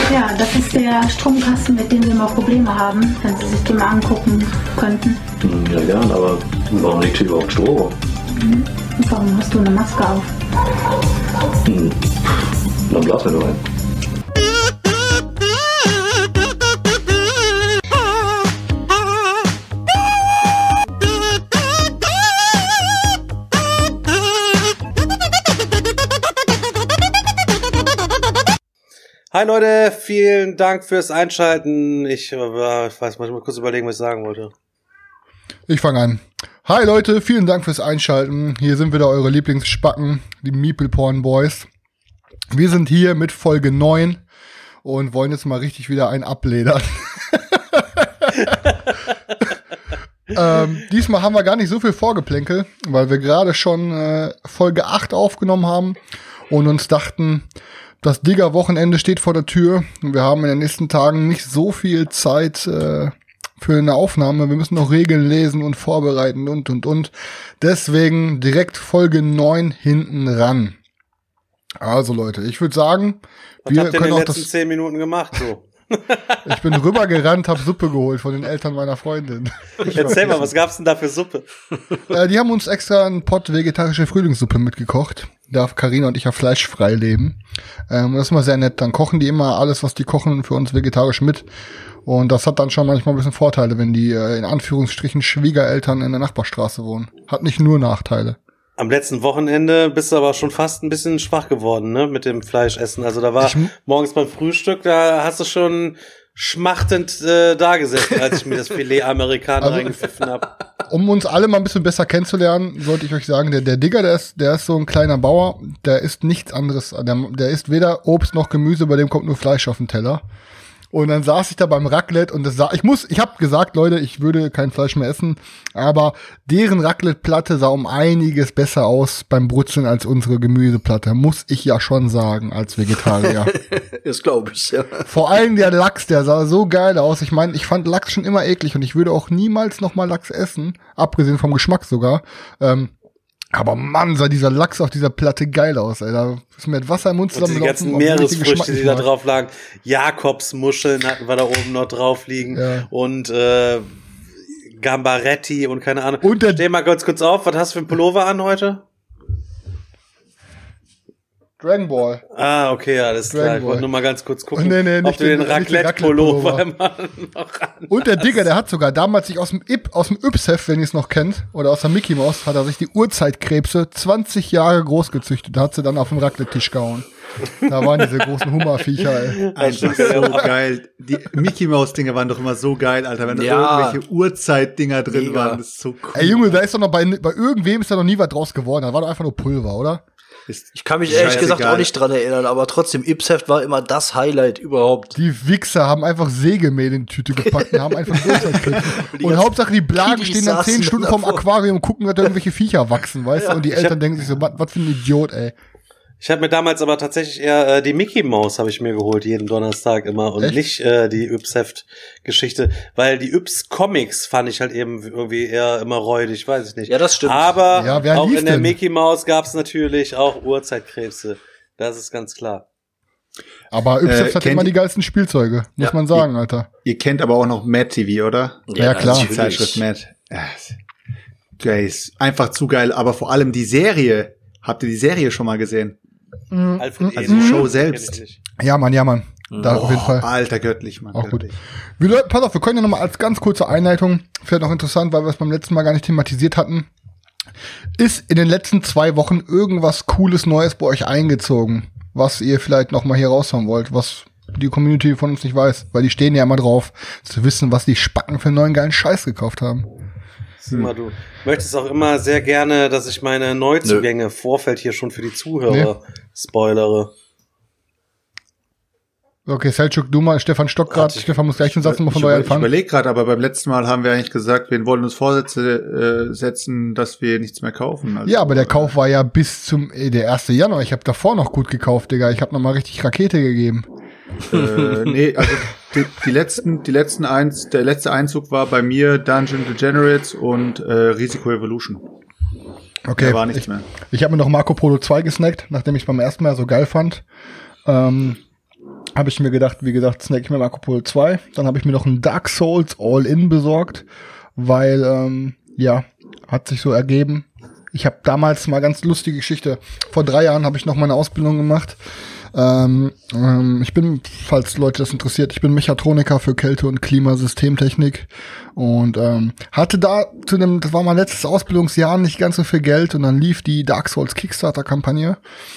Ja, das ist der Stromkasten, mit dem wir mal Probleme haben, wenn Sie sich den mal angucken könnten. Ja, gern, aber warum liegt hier überhaupt Strom? Und warum hast du eine Maske auf? Dann blasen wir doch ein. Hi Leute, vielen Dank fürs Einschalten. Ich weiß mal kurz überlegen, was ich sagen wollte. Ich fange an. Hi Leute, vielen Dank fürs Einschalten. Hier sind wieder eure Lieblingsspacken, die Meeple Porn Boys. Wir sind hier mit Folge 9 und wollen jetzt mal richtig wieder einen abledern. Diesmal haben wir gar nicht so viel Vorgeplänkel, weil wir gerade schon Folge 8 aufgenommen haben und uns dachten, das Digger-Wochenende steht vor der Tür. Wir haben in den nächsten Tagen nicht so viel Zeit für eine Aufnahme. Wir müssen noch Regeln lesen und vorbereiten und. Deswegen direkt Folge 9 hinten ran. Also Leute, ich würde sagen, was habt ihr in den letzten 10 Minuten gemacht so? Ich bin rübergerannt, hab Suppe geholt von den Eltern meiner Freundin. Erzähl mal, was gab's denn da für Suppe? Die haben uns extra einen Pott vegetarische Frühlingssuppe mitgekocht. Darf Carina und ich ja fleischfrei leben. Das ist immer sehr nett. Dann kochen die immer alles, was die kochen, für uns vegetarisch mit. Und das hat dann schon manchmal ein bisschen Vorteile, wenn die in Anführungsstrichen Schwiegereltern in der Nachbarstraße wohnen. Hat nicht nur Nachteile. Am letzten Wochenende bist du aber schon fast ein bisschen schwach geworden, ne, mit dem Fleischessen. Also da war morgens beim Frühstück, da hast du schon schmachtend da gesessen, als ich mir das Filet Amerikaner reingepfiffen habe. Um uns alle mal ein bisschen besser kennenzulernen, sollte ich euch sagen, der Digger, der ist so ein kleiner Bauer, der isst nichts anderes. Der isst weder Obst noch Gemüse, bei dem kommt nur Fleisch auf den Teller. Und dann saß ich da beim Raclette und ich habe gesagt, Leute, ich würde kein Fleisch mehr essen, aber deren Raclette-Platte sah um einiges besser aus beim Brutzeln als unsere Gemüseplatte, muss ich ja schon sagen, als Vegetarier. Das glaube ich, ja. Vor allem der Lachs, der sah so geil aus. Ich meine, ich fand Lachs schon immer eklig und ich würde auch niemals nochmal Lachs essen, abgesehen vom Geschmack sogar. Aber Mann, sah dieser Lachs auf dieser Platte geil aus, ey. Da ist mir mit Wasser im Mund zusammengelaufen. Und die ganzen Meeresfrüchte, die da drauf lagen. Jakobsmuscheln hatten wir da oben noch drauf liegen. Ja. Und Gambaretti und keine Ahnung. Und steh mal kurz auf, was hast du für ein Pullover an heute? Dragon Ball. Ah, okay, alles klar. Ich wollte nur mal ganz kurz gucken, ob du den Raclette-Pullover noch an. Und der Digger, der hat sogar damals sich aus dem Yps-Heft, wenn ihr es noch kennt, oder aus der Mickey Mouse, hat er sich die Urzeitkrebse 20 Jahre groß gezüchtet. Da hat sie dann auf den Raclette-Tisch gehauen. Da waren diese großen Hummerviecher, ey. Das ist so geil. Die Mickey Mouse Dinger waren doch immer so geil, Alter, wenn da irgendwelche Urzeit-Dinger drin waren. Das ist so cool. Ey, Junge, da ist doch noch bei irgendwem ist da noch nie was draus geworden. Da war doch einfach nur Pulver, oder? Ich kann mich ehrlich gesagt auch nicht dran erinnern, aber trotzdem, Yps-Heft war immer das Highlight überhaupt. Die Wichser haben einfach Sägemehl in die Tüte gepackt und haben einfach und Hauptsache die Blagen stehen dann 10 Stunden vorm Aquarium und gucken, dass da irgendwelche Viecher wachsen, weißt du? Und die Eltern denken sich so, was für ein Idiot, ey. Ich habe mir damals aber tatsächlich eher die Mickey Mouse habe ich mir geholt, jeden Donnerstag immer. Und nicht die Yps-Heft-Geschichte, weil die Yps-Comics fand ich halt eben irgendwie eher immer räudig, weiß ich nicht. Ja, das stimmt. Aber auch in der Mickey Mouse gab's natürlich auch Urzeitkrebse. Das ist ganz klar. Aber Yps-Heft hat immer die geilsten Spielzeuge, muss man sagen, Alter. Ihr kennt aber auch noch Mad TV, oder? Ja, klar. Die Zeitschrift Mad. Der ist einfach zu geil, aber vor allem die Serie. Habt ihr die Serie schon mal gesehen? Also die Show selbst. Ja, Mann. Da auf jeden Fall. Alter, göttlich, Mann. Auch göttlich. Gut. Pass auf, wir können ja noch mal als ganz kurze Einleitung, vielleicht noch interessant, weil wir es beim letzten Mal gar nicht thematisiert hatten. Ist in den letzten 2 Wochen irgendwas Cooles Neues bei euch eingezogen, was ihr vielleicht noch mal hier raushauen wollt, was die Community von uns nicht weiß? Weil die stehen ja immer drauf, zu wissen, was die Spacken für einen neuen geilen Scheiß gekauft haben. Du möchtest auch immer sehr gerne, dass ich meine Neuzugänge im Vorfeld hier schon für die Zuhörer spoilere. Okay, Selçuk, du mal, Stefan Stock gerade. Stefan muss gleich einen Satz nochmal von neu anfangen. Ich überlege gerade, aber beim letzten Mal haben wir eigentlich gesagt, wir wollen uns Vorsätze setzen, dass wir nichts mehr kaufen. Also, ja, aber der Kauf war ja bis zum der 1. Januar. Ich habe davor noch gut gekauft, Digga. Ich habe noch mal richtig Rakete gegeben. Nee, also der letzte Einzug war bei mir Dungeon Degenerates und Risiko Evolution. Okay. Da war nichts mehr. Ich habe mir noch Marco Polo 2 gesnackt, nachdem ich es beim ersten Mal so geil fand. habe ich mir gedacht, wie gesagt, snack ich mir Marco Polo 2. Dann habe ich mir noch ein Dark Souls All-In besorgt, weil, hat sich so ergeben. Ich habe damals mal ganz lustige Geschichte. Vor 3 Jahren habe ich noch meine Ausbildung gemacht. Ich bin, falls Leute das interessiert, ich bin Mechatroniker für Kälte- und Klimasystemtechnik und hatte da das war mein letztes Ausbildungsjahr, nicht ganz so viel Geld und dann lief die Dark Souls Kickstarter-Kampagne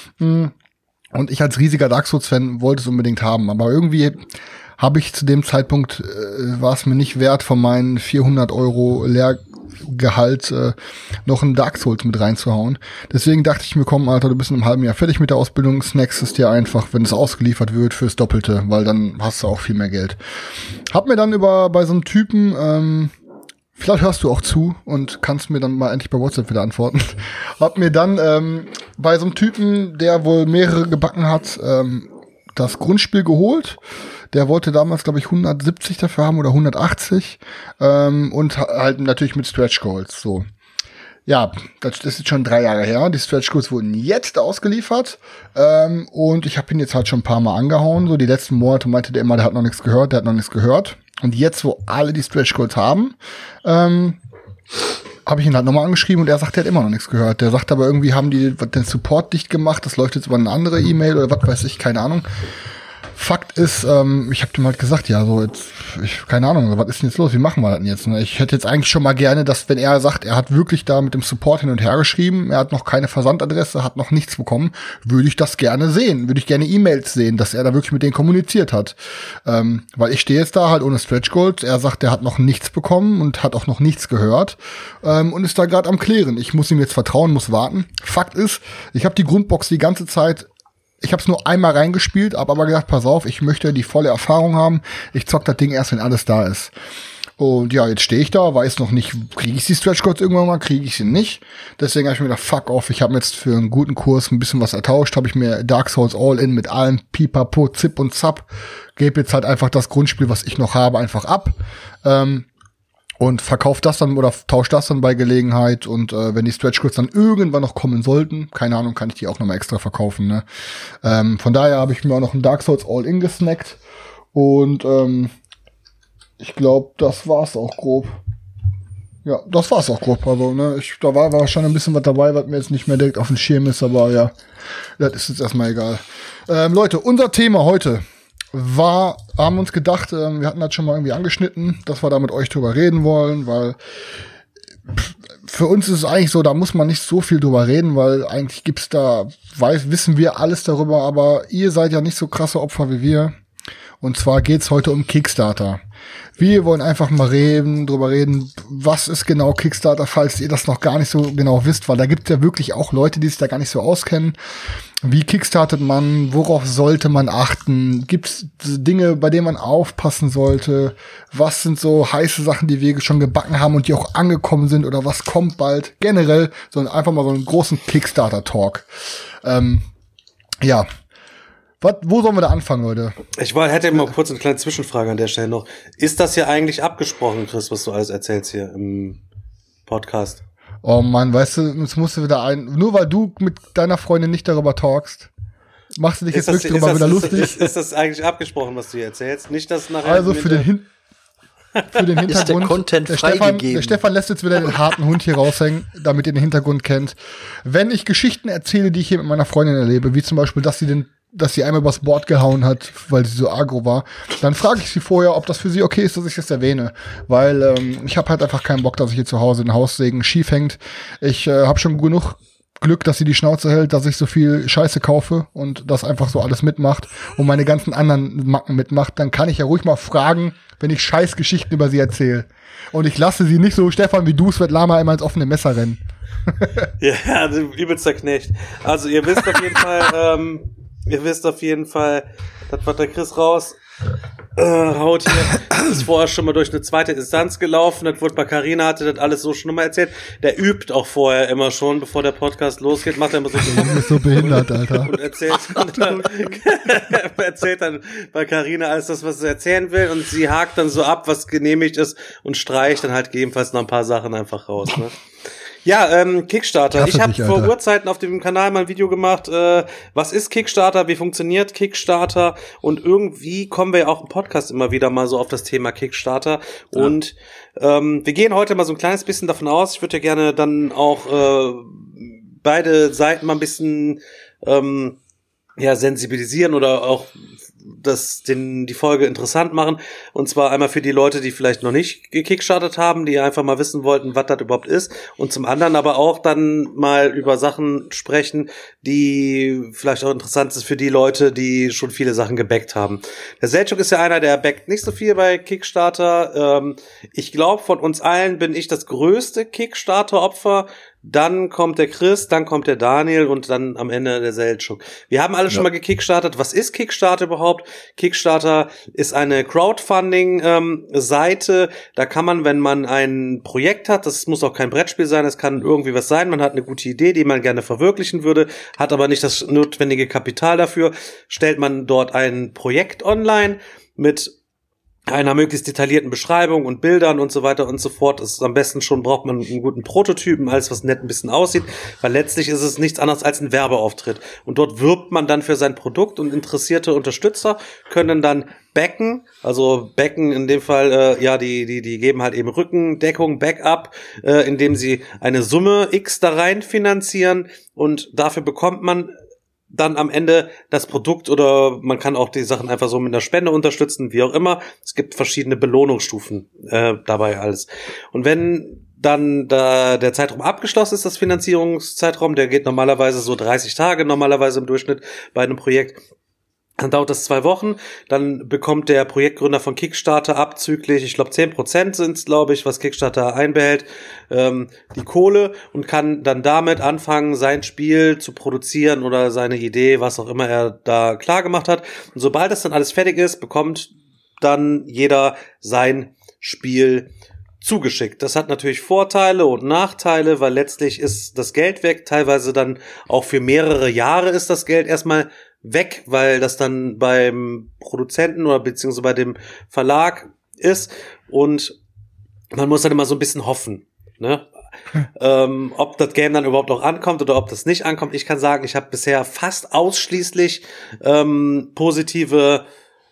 und ich als riesiger Dark Souls-Fan wollte es unbedingt haben, aber irgendwie habe ich zu dem Zeitpunkt, war es mir nicht wert, von meinen 400 € Lehrgehalt noch einen Dark Souls mit reinzuhauen. Deswegen dachte ich mir, komm, Alter, du bist in einem halben Jahr fertig mit der Ausbildung, snackst es dir einfach, wenn es ausgeliefert wird, fürs Doppelte, weil dann hast du auch viel mehr Geld. Hab mir dann bei so einem Typen, vielleicht hörst du auch zu und kannst mir dann mal endlich bei WhatsApp wieder antworten, hab mir dann bei so einem Typen, der wohl mehrere gebacken hat, das Grundspiel geholt. Der wollte damals, glaube ich, 170 dafür haben oder 180 und halt natürlich mit Stretch Goals. So, ja, das ist jetzt schon 3 Jahre her. Die Stretch Goals wurden jetzt ausgeliefert und ich habe ihn jetzt halt schon ein paar Mal angehauen. So die letzten Monate meinte der immer, der hat noch nichts gehört, Und jetzt, wo alle die Stretch Goals haben, habe ich ihn halt nochmal angeschrieben und er sagt, er hat immer noch nichts gehört. Der sagt aber irgendwie, haben die den Support dicht gemacht, das läuft jetzt über eine andere E-Mail oder was weiß ich, keine Ahnung. Fakt ist, ich habe dem halt gesagt, ja, so jetzt, keine Ahnung, was ist denn jetzt los, wie machen wir das denn jetzt? Ne? Ich hätte jetzt eigentlich schon mal gerne, dass, wenn er sagt, er hat wirklich da mit dem Support hin und her geschrieben, er hat noch keine Versandadresse, hat noch nichts bekommen, würde ich das gerne sehen, würde ich gerne E-Mails sehen, dass er da wirklich mit denen kommuniziert hat. Weil ich stehe jetzt da halt ohne Stretch Goals, er sagt, er hat noch nichts bekommen und hat auch noch nichts gehört und ist da gerade am Klären. Ich muss ihm jetzt vertrauen, muss warten. Fakt ist, ich habe die Grundbox die ganze Zeit, ich habe es nur einmal reingespielt, habe aber gedacht, pass auf, ich möchte die volle Erfahrung haben. Ich zock das Ding erst, wenn alles da ist. Und ja, jetzt stehe ich da, weiß noch nicht, kriege ich die Stretch Goals irgendwann mal, kriege ich sie nicht. Deswegen habe ich mir gedacht, fuck off, ich habe mir jetzt für einen guten Kurs ein bisschen was ertauscht, habe ich mir Dark Souls All-In mit allem Pipapo, Zip und Zap, gebe jetzt halt einfach das Grundspiel, was ich noch habe, einfach ab. Und verkauft das dann oder tauscht das dann bei Gelegenheit und wenn die Stretch Goals dann irgendwann noch kommen sollten, keine Ahnung, kann ich die auch nochmal extra verkaufen, ne? Von daher habe ich mir auch noch einen Dark Souls All-In gesnackt und ich glaube, das war's auch grob. Ja, das war's auch grob, also, ne, da war schon ein bisschen was dabei, was mir jetzt nicht mehr direkt auf den Schirm ist, aber ja, das ist jetzt erstmal egal. Leute, unser Thema heute haben uns gedacht, wir hatten das schon mal irgendwie angeschnitten, dass wir da mit euch drüber reden wollen, weil für uns ist es eigentlich so, da muss man nicht so viel drüber reden, weil eigentlich wissen wir alles darüber, aber ihr seid ja nicht so krasse Opfer wie wir. Und zwar geht's heute um Kickstarter. Wir wollen einfach mal drüber reden, was ist genau Kickstarter, falls ihr das noch gar nicht so genau wisst, weil da gibt's ja wirklich auch Leute, die sich da gar nicht so auskennen. Wie kickstartet man? Worauf sollte man achten? Gibt's Dinge, bei denen man aufpassen sollte? Was sind so heiße Sachen, die wir schon gebacken haben und die auch angekommen sind oder was kommt bald? Generell einfach mal so einen großen Kickstarter-Talk. Ja. Wo sollen wir da anfangen, Leute? Ich hätte mal kurz eine kleine Zwischenfrage an der Stelle noch. Ist das hier eigentlich abgesprochen, Chris, was du alles erzählst hier im Podcast? Oh Mann, weißt du, jetzt musst du wieder nur weil du mit deiner Freundin nicht darüber talkst, machst du dich jetzt wirklich darüber wieder lustig. Ist das eigentlich abgesprochen, was du hier erzählst? Nicht, dass nachher... Also für den Hintergrund, ist der Content freigegeben. Der Stefan lässt jetzt wieder den harten Hund hier raushängen, damit ihr den Hintergrund kennt. Wenn ich Geschichten erzähle, die ich hier mit meiner Freundin erlebe, wie zum Beispiel, dass sie einmal übers Board gehauen hat, weil sie so agro war, dann frage ich sie vorher, ob das für sie okay ist, dass ich das erwähne. Weil ich habe halt einfach keinen Bock, dass ich hier zu Hause ein Haussegen schief hängt. Ich habe schon genug Glück, dass sie die Schnauze hält, dass ich so viel Scheiße kaufe und das einfach so alles mitmacht und meine ganzen anderen Macken mitmacht. Dann kann ich ja ruhig mal fragen, wenn ich Scheißgeschichten über sie erzähle. Und ich lasse sie nicht so, Stefan, wie du, Svetlana, einmal ins offene Messer rennen. Ja, übelster Knecht. Also ihr wisst auf jeden Fall, das, was der Chris haut hier, ist vorher schon mal durch eine zweite Instanz gelaufen. Das wurde bei Carina, hatte das alles so schon mal erzählt. Der übt auch vorher immer schon, bevor der Podcast losgeht, macht er immer so. Du bist so behindert, Alter. Und erzählt dann bei Carina alles das, was er erzählen will, und sie hakt dann so ab, was genehmigt ist, und streicht dann halt gegebenenfalls noch ein paar Sachen einfach raus, ne? Ja, Kickstarter. Ich habe vor Alter. Urzeiten auf dem Kanal mal ein Video gemacht, was ist Kickstarter, wie funktioniert Kickstarter, und irgendwie kommen wir ja auch im Podcast immer wieder mal so auf das Thema Kickstarter. Ja. Und wir gehen heute mal so ein kleines bisschen davon aus, ich würde ja gerne dann auch beide Seiten mal ein bisschen sensibilisieren oder auch die Folge interessant machen. Und zwar einmal für die Leute, die vielleicht noch nicht gekickstartet haben, die einfach mal wissen wollten, was das überhaupt ist. Und zum anderen aber auch dann mal über Sachen sprechen, die vielleicht auch interessant sind für die Leute, die schon viele Sachen gebackt haben. Der Selchuk ist ja einer, der backt nicht so viel bei Kickstarter. Ich glaube, von uns allen bin ich das größte Kickstarter-Opfer. Dann kommt der Chris, dann kommt der Daniel und dann am Ende der Selchuk. Wir haben alle schon mal gekickstartet. Was ist Kickstarter überhaupt? Kickstarter ist eine Crowdfunding-Seite. Da kann man, wenn man ein Projekt hat, das muss auch kein Brettspiel sein, es kann irgendwie was sein, man hat eine gute Idee, die man gerne verwirklichen würde, hat aber nicht das notwendige Kapital dafür, stellt man dort ein Projekt online mit einer möglichst detaillierten Beschreibung und Bildern und so weiter und so fort. Es ist am besten schon, braucht man einen guten Prototypen, alles was nett ein bisschen aussieht, weil letztlich ist es nichts anderes als ein Werbeauftritt. Und dort wirbt man dann für sein Produkt und interessierte Unterstützer können dann backen, also backen in dem Fall, die geben halt eben Rückendeckung, Backup, indem sie eine Summe X da rein finanzieren, und dafür bekommt man dann am Ende das Produkt, oder man kann auch die Sachen einfach so mit einer Spende unterstützen, wie auch immer. Es gibt verschiedene Belohnungsstufen dabei alles. Und wenn dann der Zeitraum abgeschlossen ist, das Finanzierungszeitraum, der geht normalerweise so 30 Tage, normalerweise im Durchschnitt bei einem Projekt. Dann dauert das 2 Wochen, dann bekommt der Projektgründer von Kickstarter abzüglich, ich glaube 10% sind es, glaube ich, was Kickstarter einbehält, die Kohle, und kann dann damit anfangen, sein Spiel zu produzieren oder seine Idee, was auch immer er da klar gemacht hat. Und sobald das dann alles fertig ist, bekommt dann jeder sein Spiel zugeschickt. Das hat natürlich Vorteile und Nachteile, weil letztlich ist das Geld weg, teilweise dann auch für mehrere Jahre ist das Geld erstmal weg, weil das dann beim Produzenten oder beziehungsweise bei dem Verlag ist, und man muss dann immer so ein bisschen hoffen, ne? Ob das Game dann überhaupt auch ankommt oder ob das nicht ankommt. Ich kann sagen, ich habe bisher fast ausschließlich positive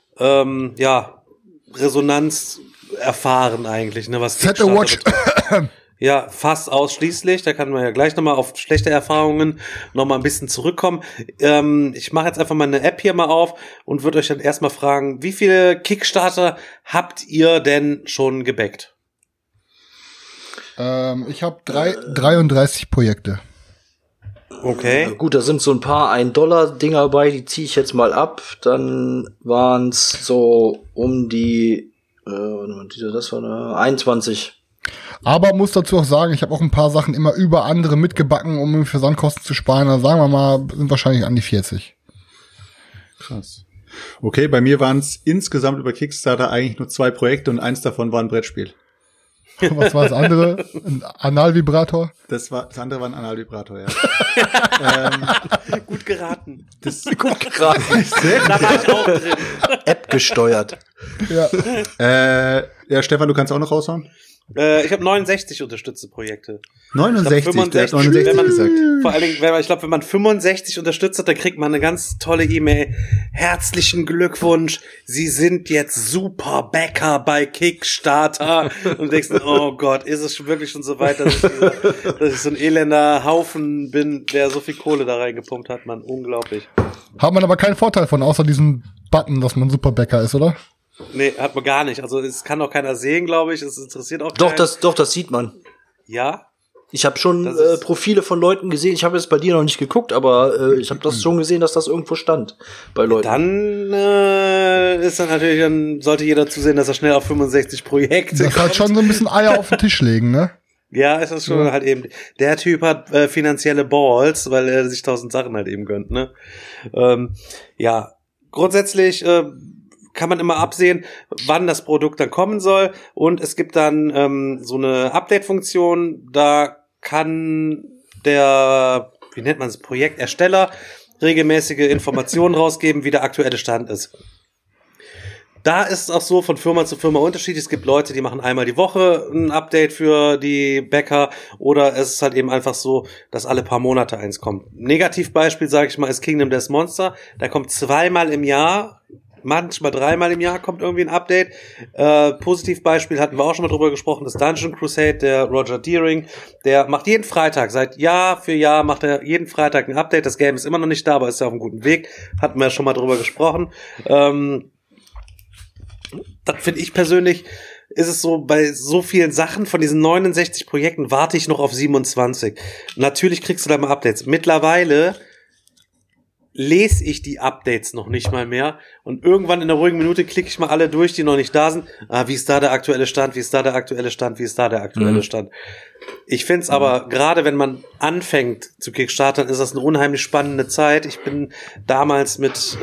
Resonanz erfahren eigentlich, ne, was Set a watch. Ja, fast ausschließlich. Da kann man ja gleich nochmal auf schlechte Erfahrungen nochmal ein bisschen zurückkommen. Ich mache jetzt einfach mal eine App hier mal auf und würde euch dann erstmal fragen, wie viele Kickstarter habt ihr denn schon gebackt? Ich habe 33 Projekte. Okay. Gut, da sind so ein paar $1-Dinger bei, die ziehe ich jetzt mal ab. Dann waren es so um die 21. Aber muss dazu auch sagen, ich habe auch ein paar Sachen immer über andere mitgebacken, um für Versandkosten zu sparen. Also sagen wir mal, sind wahrscheinlich an die 40. Krass. Okay, bei mir waren es insgesamt über Kickstarter eigentlich nur 2 Projekte und eins davon war ein Brettspiel. Was war das andere? Ein Analvibrator? Das andere war ein Analvibrator, ja. Gut geraten. Gut geraten. Da war ich auch drin. App gesteuert. Ja. Ja, Stefan, du kannst auch noch raushauen? Ich habe 69 unterstützte Projekte. 69, der hat 69 gesagt. Vor allen Dingen, ich glaube, wenn man 65 unterstützt hat, dann kriegt man eine ganz tolle E-Mail. Herzlichen Glückwunsch, Sie sind jetzt super Backer bei Kickstarter. Und du denkst, oh Gott, ist es schon wirklich schon so weit, dass ich so ein elender Haufen bin, der so viel Kohle da reingepumpt hat, man. Unglaublich. Hat man aber keinen Vorteil von, außer diesem Button, dass man super Bäcker ist, oder? Nee, hat man gar nicht. Also es kann auch keiner sehen, glaube ich. Es interessiert auch keinen. Das sieht man. Ja? Ich habe schon Profile von Leuten gesehen. Ich habe jetzt bei dir noch nicht geguckt, aber ich habe das schon gesehen, dass das irgendwo stand bei Leuten. Dann dann sollte jeder zusehen, dass er schnell auf 65 Projekte kommt. Das halt schon so ein bisschen Eier auf den Tisch legen, ne? Ja, ist das schon halt eben. Der Typ hat finanzielle Balls, weil er sich 1000 Sachen halt eben gönnt, ne? Grundsätzlich kann man immer absehen, wann das Produkt dann kommen soll, und es gibt dann so eine Update-Funktion, da kann der, Projektersteller regelmäßige Informationen rausgeben, wie der aktuelle Stand ist. da ist es auch so von Firma zu Firma unterschiedlich. Es gibt Leute, die machen einmal die Woche ein Update für die Bäcker oder es ist halt eben einfach so, dass alle paar Monate eins kommt. Negativbeispiel, sage ich mal, ist Kingdom Death Monster. Da kommt 2-mal im Jahr, manchmal 3-mal im Jahr kommt irgendwie ein Update. Positivbeispiel hatten wir auch schon mal drüber gesprochen, das Dungeon Crusade, der Roger Deering, der macht jeden Freitag, seit Jahr für Jahr macht er jeden Freitag ein Update. Das Game ist immer noch nicht da, aber ist ja auf einem guten Weg. Hatten wir ja schon mal drüber gesprochen. Das finde ich persönlich, ist es so, bei so vielen Sachen von diesen 69 Projekten warte ich noch auf 27. Natürlich kriegst du da mal Updates. Mittlerweile lese ich die Updates noch nicht mal mehr und irgendwann in der ruhigen Minute klicke ich mal alle durch, die noch nicht da sind. Wie ist da der aktuelle Stand? Wie ist da der aktuelle Stand? Wie ist da der aktuelle Stand? Ich finde es aber, gerade wenn man anfängt zu Kickstartern, ist das eine unheimlich spannende Zeit. Ich bin damals mit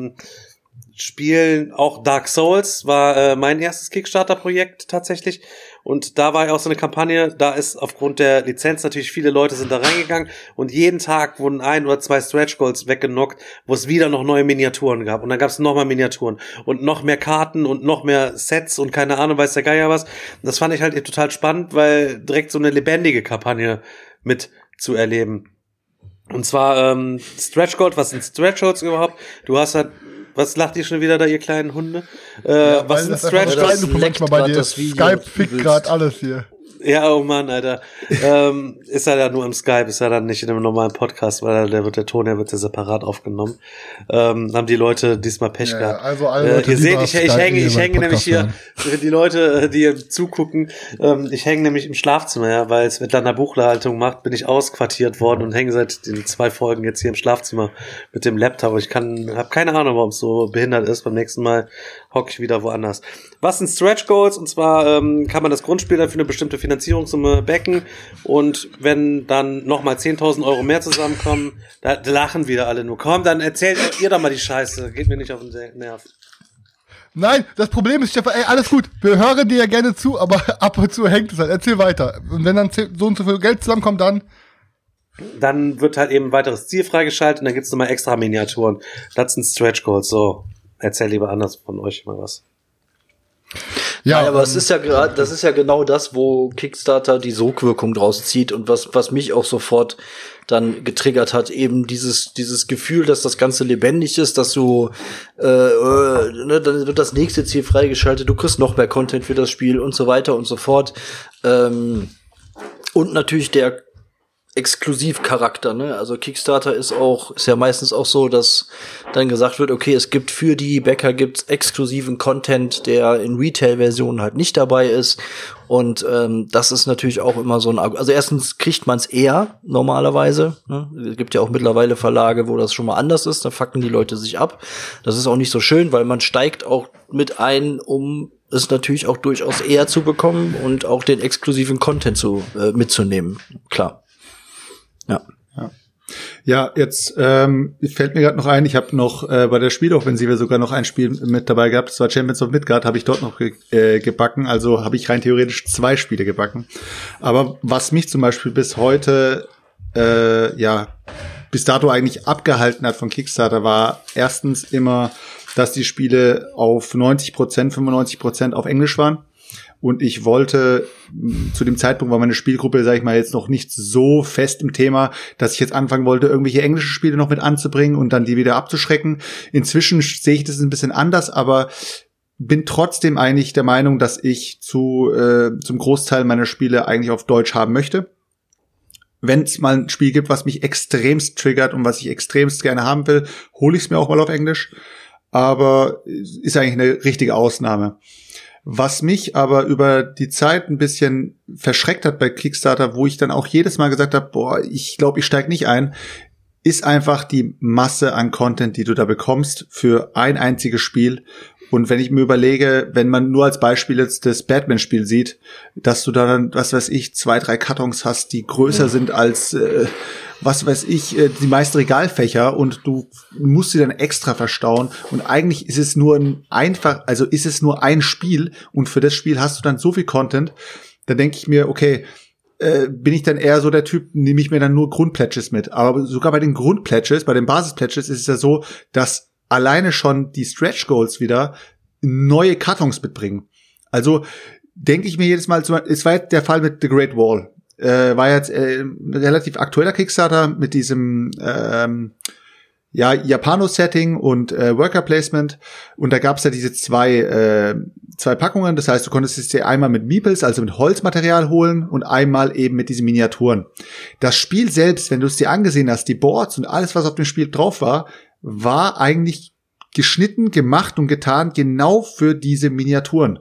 Spielen, auch Dark Souls war mein erstes Kickstarter-Projekt tatsächlich und da war ja auch so eine Kampagne, da ist aufgrund der Lizenz natürlich viele Leute sind da reingegangen und jeden Tag wurden 1 oder 2 Stretch Goals weggenockt, wo es wieder noch neue Miniaturen gab und dann gab es nochmal Miniaturen und noch mehr Karten und noch mehr Sets und keine Ahnung, weiß der Geier was. Und das fand ich halt total spannend, weil direkt so eine lebendige Kampagne mit zu erleben. Und zwar Stretch Gold, was sind Stretch Goals überhaupt? Du hast halt was lacht ihr schon wieder da, ihr kleinen Hunde? Was sind Stretch Goals? Du manchmal bei dir. Skype fickt gerade alles hier. Ja, oh Mann, Alter. Ist er ja nur im Skype, ist er dann nicht in einem normalen Podcast, weil der Ton wird ja separat aufgenommen. Haben die Leute diesmal Pech gehabt. Also alle Leute, ihr seht, ich hänge nämlich hier, für die Leute, die zugucken, ich hänge nämlich im Schlafzimmer, ja, weil es mit einer Buchhaltung macht, bin ich ausquartiert worden und hänge seit den 2 Folgen jetzt hier im Schlafzimmer mit dem Laptop. Ich habe keine Ahnung, warum es so behindert ist. Beim nächsten Mal hocke ich wieder woanders. Was sind Stretch Goals? Und zwar kann man das Grundspiel dann für eine bestimmte Finanzierungssumme backen und wenn dann nochmal 10.000 Euro mehr zusammenkommen, da lachen wieder alle nur. Komm, dann erzählt ihr doch mal die Scheiße. Geht mir nicht auf den Nerv. Nein, das Problem ist, Stefan, alles gut. Wir hören dir ja gerne zu, aber ab und zu hängt es halt. Erzähl weiter. Und wenn dann so und so viel Geld zusammenkommt, dann wird halt eben ein weiteres Ziel freigeschaltet und dann gibt's nochmal extra Miniaturen. Das sind Stretch Goals. So, erzähl lieber anders von euch mal was. Ja, aber es ist ja das ist ja genau das, wo Kickstarter die Sogwirkung draus zieht und was mich auch sofort dann getriggert hat, eben dieses Gefühl, dass das Ganze lebendig ist, dass du dann wird das nächste Ziel freigeschaltet, du kriegst noch mehr Content für das Spiel und so weiter und so fort. Und natürlich der Exklusivcharakter, ne? Also Kickstarter ist ja meistens auch so, dass dann gesagt wird, okay, es gibt für die Bäcker gibt's exklusiven Content, der in Retail-Versionen halt nicht dabei ist. Und das ist natürlich auch immer so ein also erstens kriegt man es eher normalerweise, ne? Es gibt ja auch mittlerweile Verlage, wo das schon mal anders ist, da fucken die Leute sich ab. Das ist auch nicht so schön, weil man steigt auch mit ein, um es natürlich auch durchaus eher zu bekommen und auch den exklusiven Content mitzunehmen. Klar. Ja, jetzt fällt mir gerade noch ein, ich habe noch bei der Spieloffensive sogar noch ein Spiel mit dabei gehabt, das war Champions of Midgard, habe ich dort noch gebacken, also habe ich rein theoretisch 2 Spiele gebacken. Aber was mich zum Beispiel bis heute, bis dato eigentlich abgehalten hat von Kickstarter, war erstens immer, dass die Spiele auf 90%, 95% auf Englisch waren. Und ich wollte, zu dem Zeitpunkt war meine Spielgruppe, sag ich mal, jetzt noch nicht so fest im Thema, dass ich jetzt anfangen wollte, irgendwelche englische Spiele noch mit anzubringen und dann die wieder abzuschrecken. Inzwischen sehe ich das ein bisschen anders, aber bin trotzdem eigentlich der Meinung, dass ich zum Großteil meiner Spiele eigentlich auf Deutsch haben möchte. Wenn es mal ein Spiel gibt, was mich extremst triggert und was ich extremst gerne haben will, hole ich es mir auch mal auf Englisch. Aber ist eigentlich eine richtige Ausnahme. Was mich aber über die Zeit ein bisschen verschreckt hat bei Kickstarter, wo ich dann auch jedes Mal gesagt habe, ich glaube, ich steige nicht ein, ist einfach die Masse an Content, die du da bekommst für ein einziges Spiel. Und wenn ich mir überlege, wenn man nur als Beispiel jetzt das Batman-Spiel sieht, dass du da dann, 2, 3 Kartons hast, die größer sind als, die meisten Regalfächer und du musst sie dann extra verstauen. Und eigentlich ist es nur ein Spiel und für das Spiel hast du dann so viel Content, da denke ich mir, okay, bin ich dann eher so der Typ, nehme ich mir dann nur Grundpledges mit. Aber sogar bei den Grundpledges, bei den Basispledges ist es ja so, dass alleine schon die Stretch Goals wieder neue Kartons mitbringen. Also denke ich mir jedes Mal, es war jetzt der Fall mit The Great Wall. War jetzt relativ aktueller Kickstarter mit diesem Japano-Setting und Worker-Placement. Und da gab's ja diese zwei Packungen. Das heißt, du konntest es dir einmal mit Meeples, also mit Holzmaterial holen und einmal eben mit diesen Miniaturen. Das Spiel selbst, wenn du es dir angesehen hast, die Boards und alles, was auf dem Spiel drauf war, war eigentlich geschnitten, gemacht und getan genau für diese Miniaturen.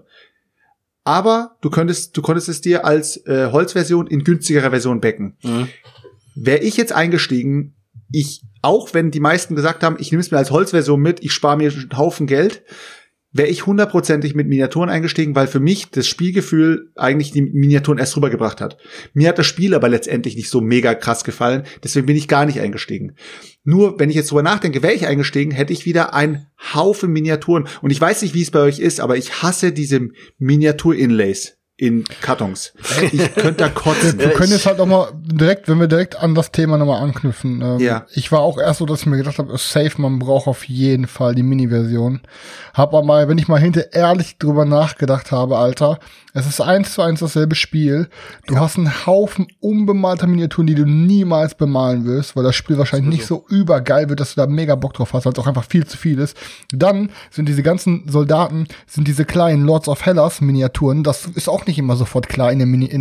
Aber du konntest es dir als Holzversion in günstigerer Version backen. Mhm. Wäre ich jetzt eingestiegen, auch wenn die meisten gesagt haben, ich nehme es mir als Holzversion mit, ich spare mir einen Haufen Geld, wäre ich 100%ig mit Miniaturen eingestiegen, weil für mich das Spielgefühl eigentlich die Miniaturen erst rübergebracht hat. Mir hat das Spiel aber letztendlich nicht so mega krass gefallen, deswegen bin ich gar nicht eingestiegen. Nur, wenn ich jetzt drüber nachdenke, wäre ich eingestiegen, hätte ich wieder einen Haufen Miniaturen. Und ich weiß nicht, wie es bei euch ist, aber ich hasse diese Miniatur-Inlays in Kartons. Ich könnte da kotzen. Wir können jetzt halt noch mal wenn wir direkt an das Thema nochmal anknüpfen. Ich war auch erst so, dass ich mir gedacht habe, safe, man braucht auf jeden Fall die Mini-Version. Hab aber mal, wenn ich mal hinterher ehrlich drüber nachgedacht habe, Alter, es ist 1:1 dasselbe Spiel. Du hast einen Haufen unbemalter Miniaturen, die du niemals bemalen wirst, weil das Spiel wahrscheinlich nicht so übergeil wird, dass du da mega Bock drauf hast, weil es auch einfach viel zu viel ist. Dann sind diese ganzen Soldaten, sind diese kleinen Lords of Hellas Miniaturen, das ist auch nicht immer sofort klar in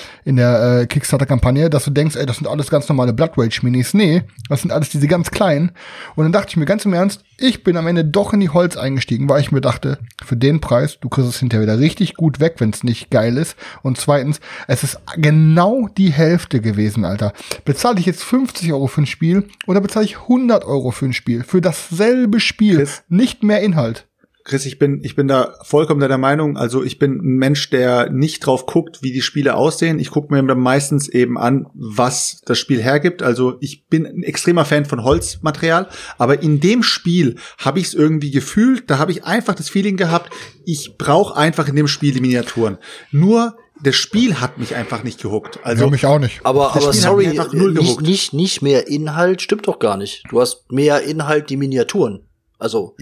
der Kickstarter-Kampagne, dass du denkst, ey, das sind alles ganz normale Blood Rage-Minis. Nee, das sind alles diese ganz kleinen. Und dann dachte ich mir ganz im Ernst, ich bin am Ende doch in die Holz eingestiegen, weil ich mir dachte, für den Preis, du kriegst es hinterher wieder richtig gut weg, wenn es nicht geil ist. Und zweitens, es ist genau die Hälfte gewesen, Alter. Bezahle ich jetzt 50 € für ein Spiel oder bezahle ich 100 € für ein Spiel? Für dasselbe Spiel, Chris, nicht mehr Inhalt. Chris, ich bin da vollkommen der Meinung, also ich bin ein Mensch, der nicht drauf guckt, wie die Spiele aussehen. Ich gucke mir dann meistens eben an, was das Spiel hergibt. Also ich bin ein extremer Fan von Holzmaterial, aber in dem Spiel habe ich es irgendwie gefühlt, da habe ich einfach das Feeling gehabt, ich brauche einfach in dem Spiel die Miniaturen. Nur das Spiel hat mich einfach nicht gehuckt. Also ja, mich auch nicht. Aber sorry, nicht mehr Inhalt stimmt doch gar nicht. Du hast mehr Inhalt, die Miniaturen. Also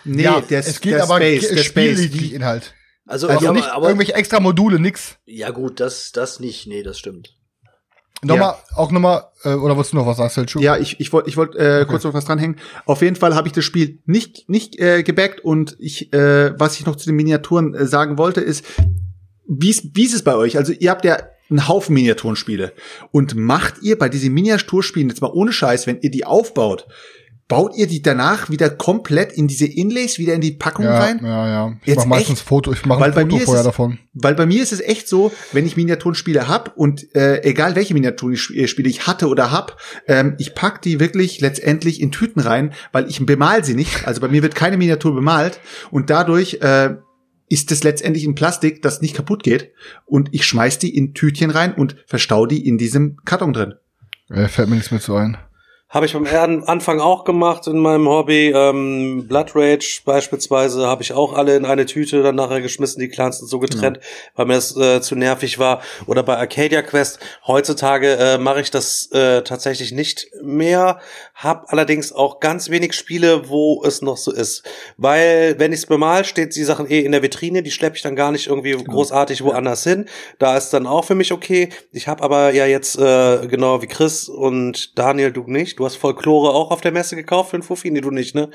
es geht aber spiellich Inhalt. Also nicht irgendwelche extra Module, nix. Ja gut, das nicht. Nee, das stimmt. Nochmal, oder wolltest du noch was sagen, Selchuk? Ja, ich wollte kurz noch was dranhängen. Auf jeden Fall habe ich das Spiel nicht gebackt und was ich noch zu den Miniaturen sagen wollte, ist, wie ist es bei euch? Also ihr habt ja einen Haufen Miniaturenspiele und macht ihr bei diesen Miniaturspielen jetzt mal ohne Scheiß, wenn ihr die aufbaut, baut ihr die danach wieder komplett in diese Inlays, wieder in die Packung rein? Ja. Ich mache meistens Foto vorher davon. Weil bei mir ist es echt so, wenn ich Miniaturenspiele hab und egal welche Miniaturenspiele ich hatte oder hab, ich pack die wirklich letztendlich in Tüten rein, weil ich bemal sie nicht. Also bei mir wird keine Miniatur bemalt und dadurch ist es letztendlich in Plastik, das nicht kaputt geht und ich schmeiß die in Tütchen rein und verstau die in diesem Karton drin. Fällt mir nichts mehr zu ein. Habe ich am Anfang auch gemacht in meinem Hobby. Blood Rage beispielsweise habe ich auch alle in eine Tüte dann nachher geschmissen, die kleinsten so getrennt, weil mir das zu nervig war. Oder bei Arcadia Quest. Heutzutage mache ich das tatsächlich nicht mehr. Hab allerdings auch ganz wenig Spiele, wo es noch so ist. Weil, wenn ich es bemal, steht die Sachen in der Vitrine, die schleppe ich dann gar nicht irgendwie großartig woanders hin. Da ist dann auch für mich okay. Ich habe aber ja jetzt, genau wie Chris und Daniel, du nicht. Du hast Folklore auch auf der Messe gekauft für einen Fuffi? Nee, du nicht, ne?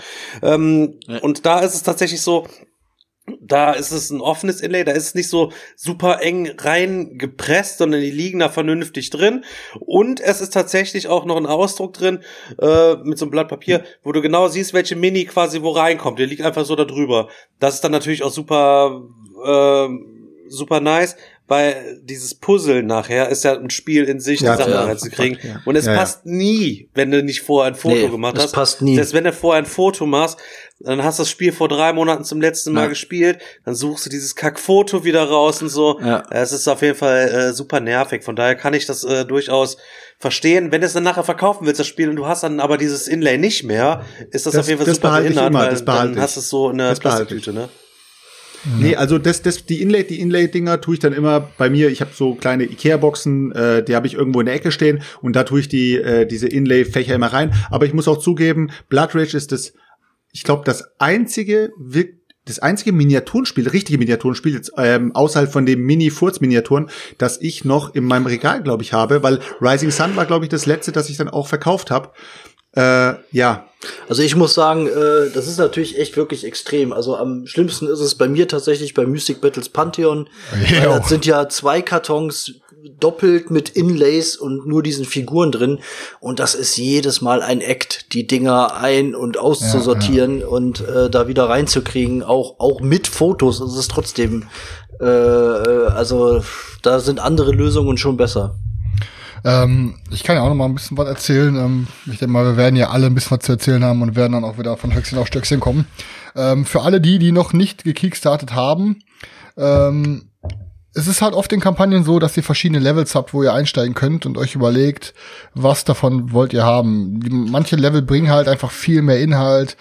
Und da ist es tatsächlich so, da ist es ein offenes Inlay, da ist es nicht so super eng reingepresst, sondern die liegen da vernünftig drin. Und es ist tatsächlich auch noch ein Ausdruck drin, mit so einem Blatt Papier, wo du genau siehst, welche Mini quasi wo reinkommt. Der liegt einfach so da drüber. Das ist dann natürlich auch super nice, weil dieses Puzzle nachher ist ja ein Spiel in sich, die Sachen reinzukriegen. Ja. Und es passt nie, wenn du nicht vorher ein Foto gemacht hast. Passt nie. Selbst wenn du vorher ein Foto machst, dann hast du das Spiel vor 3 Monaten zum letzten Mal gespielt, dann suchst du dieses Kackfoto wieder raus und so. Ja. Es ist auf jeden Fall super nervig. Von daher kann ich das durchaus verstehen. Wenn du es dann nachher verkaufen willst, das Spiel, und du hast dann aber dieses Inlay nicht mehr, ist das auf jeden Fall super behindert, weil dann hast du es so in der Plastiktüte, ne? Nee, also die Inlay-Dinger tue ich dann immer bei mir. Ich habe so kleine Ikea-Boxen, die habe ich irgendwo in der Ecke stehen und da tue ich diese Inlay-Fächer immer rein. Aber ich muss auch zugeben, Blood Rage ist ich glaube, das einzige das einzige Miniaturenspiel, richtige Miniaturenspiel, jetzt, außerhalb von den Mini-Furz-Miniaturen, das ich noch in meinem Regal, glaube ich, habe, weil Rising Sun war, glaube ich, das letzte, das ich dann auch verkauft habe. Ja. Also ich muss sagen, das ist natürlich echt wirklich extrem. Also am schlimmsten ist es bei mir tatsächlich bei Mystic Battles Pantheon. Das sind ja 2 Kartons doppelt mit Inlays und nur diesen Figuren drin. Und das ist jedes Mal ein Act, die Dinger ein- und auszusortieren und da wieder reinzukriegen. Auch mit Fotos ist es trotzdem, also da sind andere Lösungen schon besser. Ich kann ja auch noch mal ein bisschen was erzählen. Ich denke mal, wir werden ja alle ein bisschen was zu erzählen haben und werden dann auch wieder von Höchstchen auf Stöckchen kommen. Für alle die noch nicht gekickstartet haben, es ist halt oft in Kampagnen so, dass ihr verschiedene Levels habt, wo ihr einsteigen könnt und euch überlegt, was davon wollt ihr haben. Manche Level bringen halt einfach viel mehr Inhalt,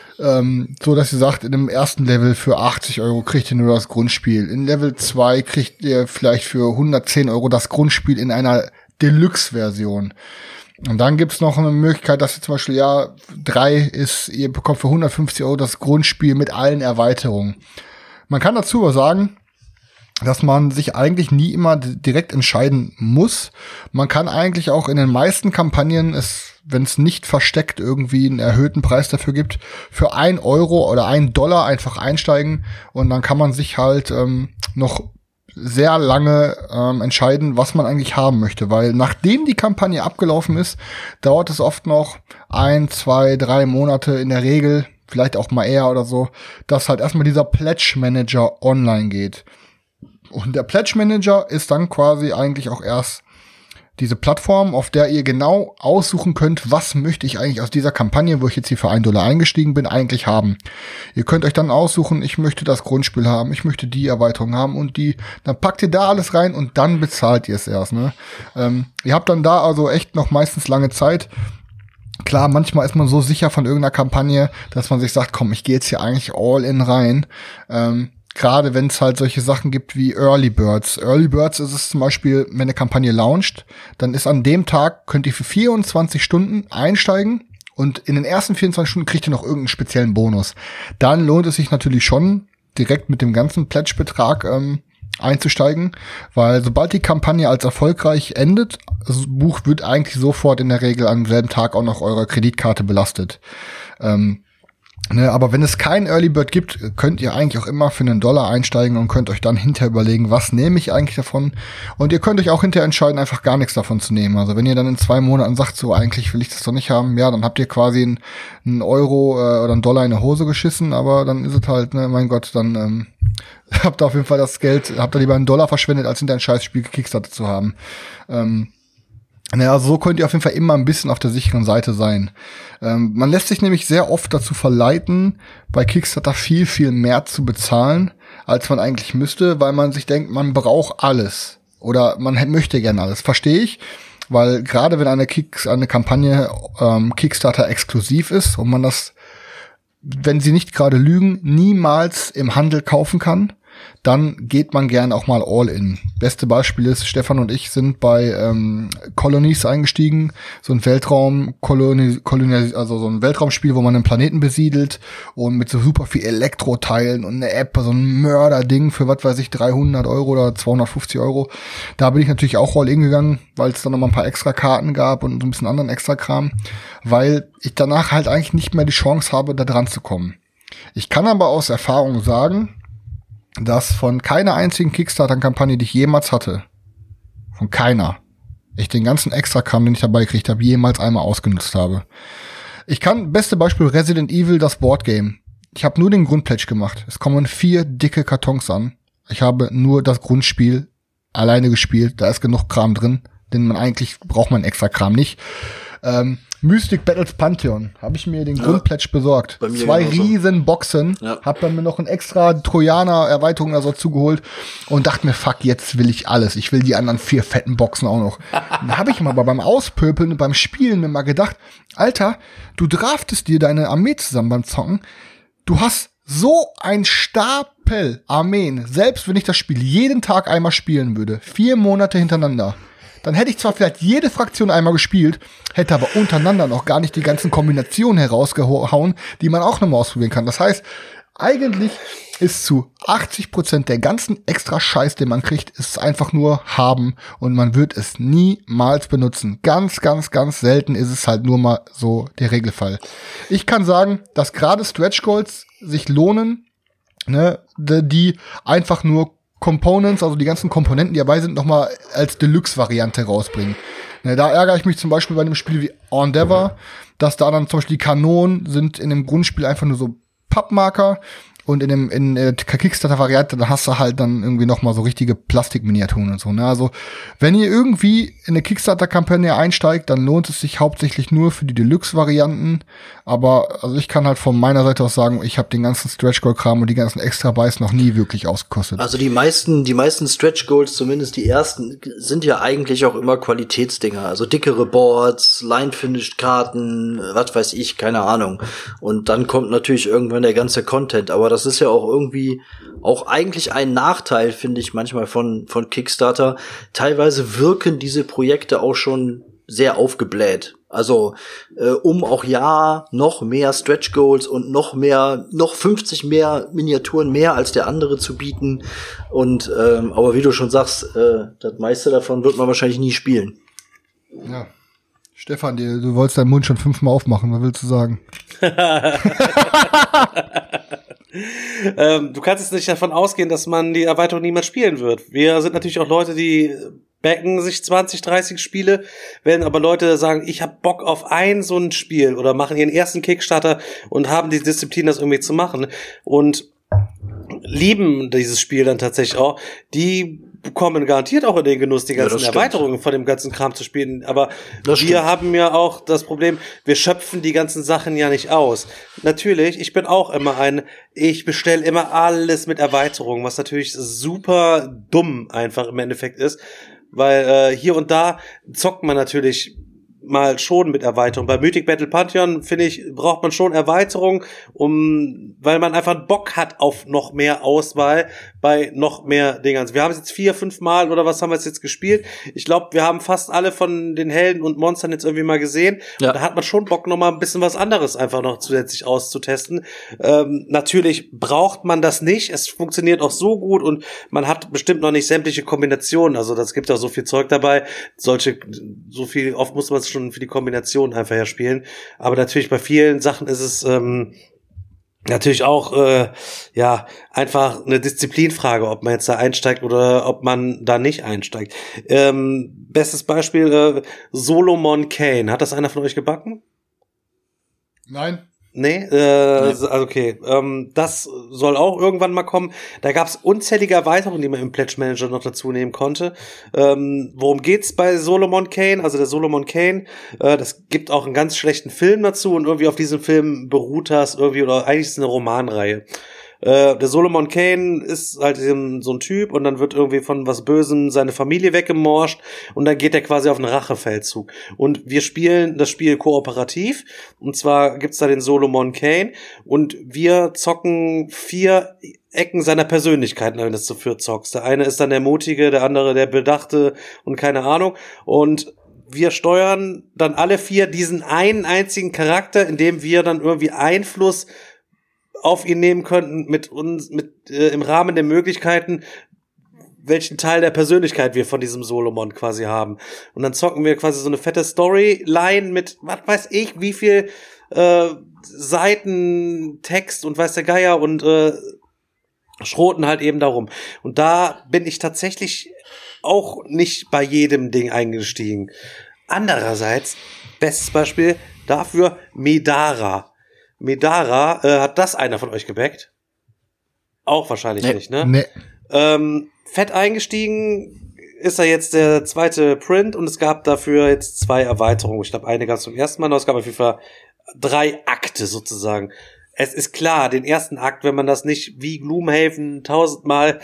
so dass ihr sagt, in dem ersten Level für 80 € kriegt ihr nur das Grundspiel. In Level 2 kriegt ihr vielleicht für 110 € das Grundspiel in einer Deluxe-Version. Und dann gibt's noch eine Möglichkeit, dass ihr zum Beispiel, 3 ist, ihr bekommt für 150 € das Grundspiel mit allen Erweiterungen. Man kann dazu aber sagen, dass man sich eigentlich nie immer direkt entscheiden muss. Man kann eigentlich auch in den meisten Kampagnen, wenn es nicht versteckt irgendwie einen erhöhten Preis dafür gibt, für 1 € oder $1 einfach einsteigen und dann kann man sich halt noch sehr lange entscheiden, was man eigentlich haben möchte, weil nachdem die Kampagne abgelaufen ist, dauert es oft noch 1, 2, 3 Monate in der Regel, vielleicht auch mal eher oder so, dass halt erstmal dieser Pledge Manager online geht. Und der Pledge Manager ist dann quasi eigentlich auch erst diese Plattform, auf der ihr genau aussuchen könnt, was möchte ich eigentlich aus dieser Kampagne, wo ich jetzt hier für $1 eingestiegen bin, eigentlich haben. Ihr könnt euch dann aussuchen, ich möchte das Grundspiel haben, ich möchte die Erweiterung haben und dann packt ihr da alles rein und dann bezahlt ihr es erst, ne? Ihr habt dann da also echt noch meistens lange Zeit. Klar, manchmal ist man so sicher von irgendeiner Kampagne, dass man sich sagt, komm, ich gehe jetzt hier eigentlich all in rein. Gerade wenn es halt solche Sachen gibt wie Early Birds. Early Birds ist es zum Beispiel, wenn eine Kampagne launcht, dann ist an dem Tag, könnt ihr für 24 Stunden einsteigen und in den ersten 24 Stunden kriegt ihr noch irgendeinen speziellen Bonus. Dann lohnt es sich natürlich schon, direkt mit dem ganzen Pledge-Betrag einzusteigen, weil sobald die Kampagne als erfolgreich endet, das Buch wird eigentlich sofort in der Regel am selben Tag auch noch eure Kreditkarte belastet. Aber wenn es keinen Early Bird gibt, könnt ihr eigentlich auch immer für $1 einsteigen und könnt euch dann hinterher überlegen, was nehme ich eigentlich davon? Und ihr könnt euch auch hinterher entscheiden, einfach gar nichts davon zu nehmen. Also wenn ihr dann in 2 Monaten sagt, so eigentlich will ich das doch nicht haben, ja, dann habt ihr quasi einen Euro oder $1 in der Hose geschissen, aber dann ist es halt, mein Gott, dann habt ihr auf jeden Fall das Geld, habt ihr lieber $1 verschwendet, als hinter ein Scheißspiel gekickstartet zu haben. Also so könnt ihr auf jeden Fall immer ein bisschen auf der sicheren Seite sein. Man lässt sich nämlich sehr oft dazu verleiten, bei Kickstarter viel, viel mehr zu bezahlen, als man eigentlich müsste, weil man sich denkt, man braucht alles. Oder man möchte gerne alles. Verstehe ich. Weil gerade wenn eine Kampagne Kickstarter exklusiv ist und man das, wenn sie nicht gerade lügen, niemals im Handel kaufen kann, dann geht man gern auch mal all in. Beste Beispiel ist, Stefan und ich sind bei Colonies eingestiegen, so ein also so ein Weltraumspiel, wo man einen Planeten besiedelt und mit so super viel Elektroteilen und eine App, so ein Mörderding für was weiß ich, 300 € oder 250 €. Da bin ich natürlich auch all in gegangen, weil es dann noch mal ein paar extra Karten gab und so ein bisschen anderen extra Kram, weil ich danach halt eigentlich nicht mehr die Chance habe, da dran zu kommen. Ich kann aber aus Erfahrung sagen, dass von keiner einzigen Kickstarter-Kampagne, die ich jemals hatte, von keiner, ich den ganzen Extra-Kram, den ich dabei gekriegt habe, jemals einmal ausgenutzt habe. Beste Beispiel Resident Evil, das Boardgame. Ich habe nur den Grundpledge gemacht. Es kommen 4 dicke Kartons an. Ich habe nur das Grundspiel alleine gespielt. Da ist genug Kram drin, denn braucht man extra Kram nicht. Mystic Battles Pantheon habe ich mir den Grundpledge besorgt. 2 riesen Boxen, hab dann mir noch ein extra Trojaner-Erweiterung oder so zugeholt und dachte mir, fuck, jetzt will ich alles. Ich will die anderen 4 fetten Boxen auch noch. Dann habe ich mir aber beim Auspöpeln und beim Spielen mir mal gedacht, Alter, du draftest dir deine Armee zusammen beim Zocken. Du hast so ein Stapel Armeen, selbst wenn ich das Spiel jeden Tag einmal spielen würde, 4 Monate hintereinander. Dann hätte ich zwar vielleicht jede Fraktion einmal gespielt, hätte aber untereinander noch gar nicht die ganzen Kombinationen herausgehauen, die man auch nochmal ausprobieren kann. Das heißt, eigentlich ist zu 80% der ganzen extra Scheiß, den man kriegt, ist einfach nur haben und man wird es niemals benutzen. Ganz, ganz, ganz selten ist es halt nur mal so der Regelfall. Ich kann sagen, dass gerade Stretch Goals sich lohnen, ne, die einfach nur Components, also die ganzen Komponenten, die dabei sind, nochmal als Deluxe-Variante rausbringen. Ne, da ärgere ich mich zum Beispiel bei einem Spiel wie Endeavor, dass da dann zum Beispiel die Kanonen sind in dem Grundspiel einfach nur so Pappmarker. Und in der Kickstarter-Variante, da hast du halt dann irgendwie noch mal so richtige Plastikminiaturen und so. Ne? Also, wenn ihr irgendwie in eine Kickstarter-Kampagne einsteigt, dann lohnt es sich hauptsächlich nur für die Deluxe-Varianten. Aber also ich kann halt von meiner Seite aus sagen, ich habe den ganzen Stretch-Goal-Kram und die ganzen Extra-Buys noch nie wirklich ausgekostet. Also die meisten Stretch-Goals, zumindest die ersten, sind ja eigentlich auch immer Qualitätsdinger. Also dickere Boards, Line-Finished-Karten, was weiß ich, keine Ahnung. Und dann kommt natürlich irgendwann der ganze Content. Aber das ist ja auch irgendwie auch eigentlich ein Nachteil, finde ich manchmal von Kickstarter. Teilweise wirken diese Projekte auch schon sehr aufgebläht. Also um auch noch mehr Stretch Goals und noch 50 mehr Miniaturen mehr als der andere zu bieten. Und aber wie du schon sagst, das meiste davon wird man wahrscheinlich nie spielen. Ja. Stefan, du wolltest deinen Mund schon 5-mal aufmachen. Was willst du sagen? Du kannst jetzt nicht davon ausgehen, dass man die Erweiterung niemals spielen wird. Wir sind natürlich auch Leute, die backen sich 20, 30 Spiele, wenn aber Leute sagen, ich hab Bock auf so ein Spiel oder machen ihren ersten Kickstarter und haben die Disziplin, das irgendwie zu machen und lieben dieses Spiel dann tatsächlich auch, die bekommen garantiert auch in den Genuss, die ganzen Erweiterungen von dem ganzen Kram zu spielen. Aber wir haben ja auch das Problem, wir schöpfen die ganzen Sachen ja nicht aus. Natürlich, ich bin auch immer ich bestelle immer alles mit Erweiterungen, was natürlich super dumm einfach im Endeffekt ist. Weil hier und da zockt man natürlich mal schon mit Erweiterung. Bei Mythic Battle Pantheon, finde ich, braucht man schon Erweiterung, weil man einfach Bock hat auf noch mehr Auswahl bei noch mehr Dingern. Wir haben es jetzt 4-5 Mal oder was haben wir jetzt gespielt? Ich glaube, wir haben fast alle von den Helden und Monstern jetzt irgendwie mal gesehen. Ja. Und da hat man schon Bock, noch mal ein bisschen was anderes einfach noch zusätzlich auszutesten. Natürlich braucht man das nicht. Es funktioniert auch so gut und man hat bestimmt noch nicht sämtliche Kombinationen. Also das gibt auch so viel Zeug dabei. So viel, oft muss man es schon für die Kombination einfach ja spielen. Aber natürlich bei vielen Sachen ist es natürlich auch einfach eine Disziplinfrage, ob man jetzt da einsteigt oder ob man da nicht einsteigt. Bestes Beispiel, Solomon Kane. Hat das einer von euch gebacken? Nein. Nee, also okay. Das soll auch irgendwann mal kommen. Da gab's unzählige Erweiterungen, die man im Pledge Manager noch dazu nehmen konnte. Worum geht's bei Solomon Kane? Also der Solomon Kane, das gibt auch einen ganz schlechten Film dazu und irgendwie auf diesem Film beruht das irgendwie, oder eigentlich ist es eine Romanreihe. Der Solomon Kane ist halt so ein Typ und dann wird irgendwie von was Bösem seine Familie weggemorscht und dann geht er quasi auf einen Rachefeldzug. Und wir spielen das Spiel kooperativ und zwar gibt's da den Solomon Kane und wir zocken 4 Ecken seiner Persönlichkeit, wenn du das zu viert zockst. Der eine ist dann der Mutige, der andere der Bedachte und keine Ahnung und wir steuern dann alle 4 diesen einen einzigen Charakter, indem wir dann irgendwie Einfluss auf ihn nehmen könnten im Rahmen der Möglichkeiten, welchen Teil der Persönlichkeit wir von diesem Solomon quasi haben. Und dann zocken wir quasi so eine fette Storyline mit, was weiß ich, wie viel Seiten Text und weiß der Geier und schroten halt eben darum. Und da bin ich tatsächlich auch nicht bei jedem Ding eingestiegen. Andererseits, bestes Beispiel dafür, Medara. Hat das einer von euch gebackt? Auch wahrscheinlich nicht, ne? Nee. Fett eingestiegen ist jetzt der zweite Print und es gab dafür jetzt 2 Erweiterungen. Ich glaube, eine gab es zum ersten Mal, aber es gab auf jeden Fall 3 Akte sozusagen. Es ist klar, den ersten Akt, wenn man das nicht wie Gloomhaven 1000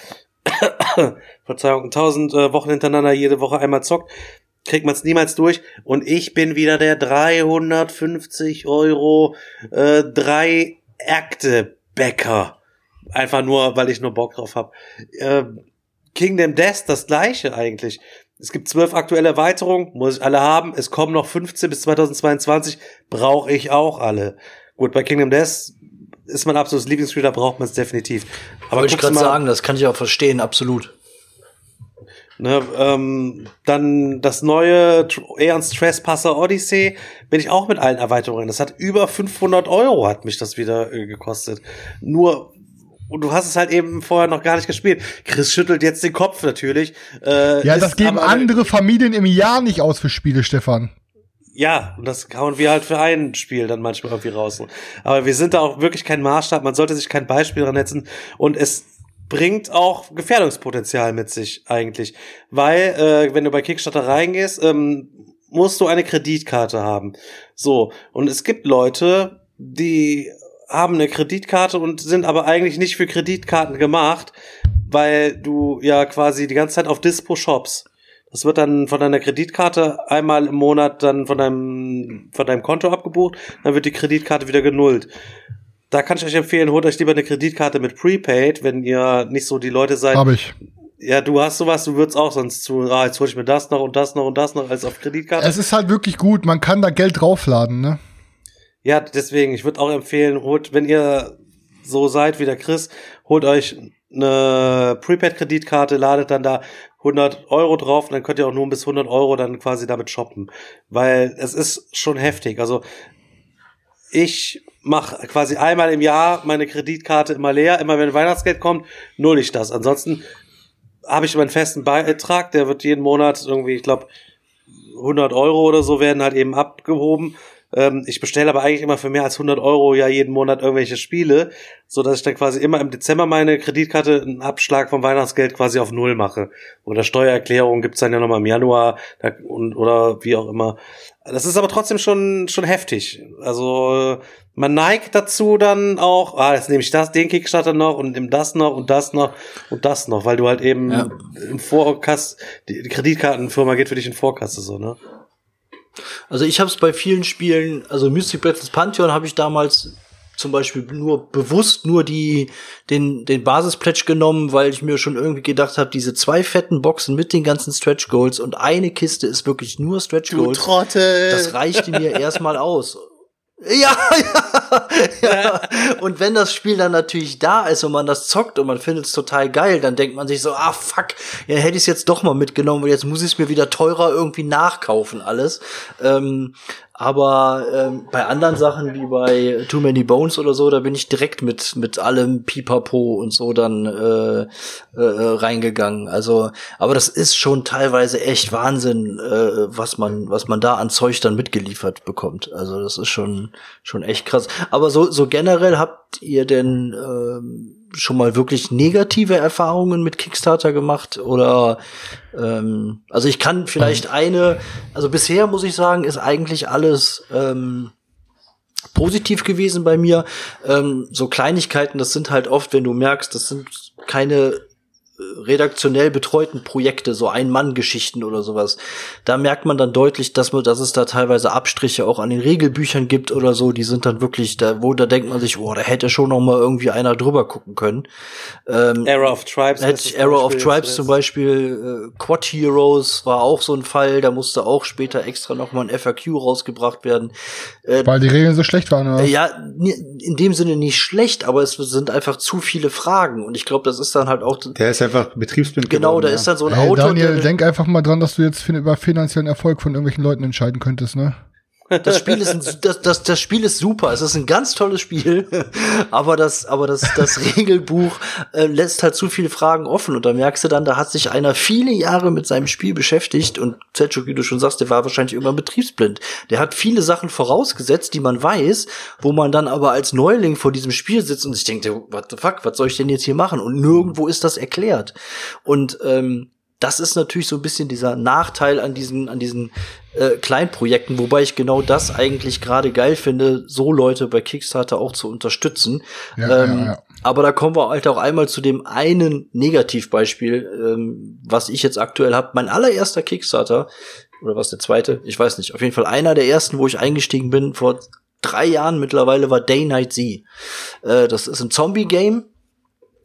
Wochen hintereinander jede Woche einmal zockt, kriegt man es niemals durch und ich bin wieder der 350 € 3 Akte Bäcker. Einfach nur, weil ich nur Bock drauf habe. Kingdom Death, das gleiche eigentlich. Es gibt 12 aktuelle Erweiterungen, muss ich alle haben. Es kommen noch 15 bis 2022, brauche ich auch alle. Gut, bei Kingdom Death ist mein absolutes Lieblingsspiel, da braucht man es definitiv. Aber wollte ich gerade sagen, das kann ich auch verstehen, absolut. Ne, dann das neue Aeon's Trespasser Odyssey bin ich auch mit allen Erweiterungen. Das hat über 500 € hat mich das wieder gekostet. Und du hast es halt eben vorher noch gar nicht gespielt. Chris schüttelt jetzt den Kopf natürlich. Ja, das geben andere Familien im Jahr nicht aus für Spiele, Stefan. Ja, und das hauen wir halt für ein Spiel dann manchmal irgendwie raus. Aber wir sind da auch wirklich kein Maßstab. Man sollte sich kein Beispiel dran setzen. Und es bringt auch Gefährdungspotenzial mit sich eigentlich. Weil, wenn du bei Kickstarter reingehst, musst du eine Kreditkarte haben. So, und es gibt Leute, die haben eine Kreditkarte und sind aber eigentlich nicht für Kreditkarten gemacht, weil du ja quasi die ganze Zeit auf Dispo shoppst. Das wird dann von deiner Kreditkarte einmal im Monat dann von deinem Konto abgebucht, dann wird die Kreditkarte wieder genullt. Da kann ich euch empfehlen, holt euch lieber eine Kreditkarte mit Prepaid, wenn ihr nicht so die Leute seid. Hab ich. Ja, du hast sowas, du würdest auch sonst jetzt hol ich mir das noch und das noch und das noch als auf Kreditkarte. Es ist halt wirklich gut, man kann da Geld draufladen, ne? Ja, deswegen, ich würde auch empfehlen, wenn ihr so seid wie der Chris, holt euch eine Prepaid-Kreditkarte, ladet dann da 100 € drauf und dann könnt ihr auch nur bis 100 € dann quasi damit shoppen. Weil es ist schon heftig. Also ich mache quasi einmal im Jahr meine Kreditkarte immer leer. Immer wenn Weihnachtsgeld kommt, null ich das. Ansonsten habe ich meinen festen Beitrag, der wird jeden Monat irgendwie, ich glaube, 100 € oder so werden halt eben abgehoben. Ich bestelle aber eigentlich immer für mehr als 100 € ja jeden Monat irgendwelche Spiele, so dass ich dann quasi immer im Dezember meine Kreditkarte einen Abschlag vom Weihnachtsgeld quasi auf null mache. Oder Steuererklärung gibt's dann ja nochmal im Januar oder wie auch immer. Das ist aber trotzdem schon heftig. Also man neigt dazu dann auch, jetzt nehme ich den Kickstarter noch und nimm das noch und das noch und das noch, weil du halt eben im Vorkasse, die Kreditkartenfirma geht für dich in Vorkasse so, ne? Also ich habe es bei vielen Spielen, also Mystic Battles Pantheon habe ich damals zum Beispiel bewusst nur den Basis-Pledge genommen, weil ich mir schon irgendwie gedacht habe, diese 2 fetten Boxen mit den ganzen Stretch Goals und eine Kiste ist wirklich nur Stretch Goals. Du Trottel! Das reichte mir erstmal aus. Ja. Und wenn das Spiel dann natürlich da ist und man das zockt und man findet es total geil, dann denkt man sich so, fuck, ja, hätte ich es jetzt doch mal mitgenommen, weil jetzt muss ich es mir wieder teurer irgendwie nachkaufen alles. Aber bei anderen Sachen wie bei Too Many Bones oder so, da bin ich direkt mit allem Pipapo und so dann reingegangen. Also, aber das ist schon teilweise echt Wahnsinn, was man da an Zeug dann mitgeliefert bekommt. Also das ist schon echt krass. Aber so generell habt ihr denn schon mal wirklich negative Erfahrungen mit Kickstarter gemacht oder also ich kann vielleicht also bisher muss ich sagen, ist eigentlich alles positiv gewesen bei mir. So Kleinigkeiten, das sind halt oft, wenn du merkst, das sind keine redaktionell betreuten Projekte, so Ein-Mann-Geschichten oder sowas. Da merkt man dann deutlich, dass es da teilweise Abstriche auch an den Regelbüchern gibt oder so, die sind dann wirklich, da denkt man sich, da hätte schon noch mal irgendwie einer drüber gucken können. Arrow of Tribes. Arrow of Tribes zum Beispiel, Quad Heroes war auch so ein Fall, da musste auch später extra noch mal ein FAQ rausgebracht werden. Weil die Regeln so schlecht waren, oder? Ja, in dem Sinne nicht schlecht, aber es sind einfach zu viele Fragen und ich glaube, das ist dann halt auch der ist einfach betriebsblind geworden. Genau, da ist dann so ein Auto. Daniel, denk einfach mal dran, dass du jetzt über finanziellen Erfolg von irgendwelchen Leuten entscheiden könntest, ne? Das Spiel ist super. Es ist ein ganz tolles Spiel, aber das Regelbuch lässt halt zu viele Fragen offen und da merkst du dann, da hat sich einer viele Jahre mit seinem Spiel beschäftigt und Selchuk, wie du schon sagst, der war wahrscheinlich irgendwann betriebsblind. Der hat viele Sachen vorausgesetzt, die man weiß, wo man dann aber als Neuling vor diesem Spiel sitzt und sich denkt, what the fuck, was soll ich denn jetzt hier machen? Und nirgendwo ist das erklärt. Und das ist natürlich so ein bisschen dieser Nachteil an diesen Kleinprojekten, wobei ich genau das eigentlich gerade geil finde, so Leute bei Kickstarter auch zu unterstützen. Ja. Aber da kommen wir halt auch einmal zu dem einen Negativbeispiel, was ich jetzt aktuell habe. Mein allererster Kickstarter, oder was der zweite? Ich weiß nicht. Auf jeden Fall einer der ersten, wo ich eingestiegen bin, vor 3 Jahren mittlerweile, war Day Night Z. Das ist ein Zombie-Game.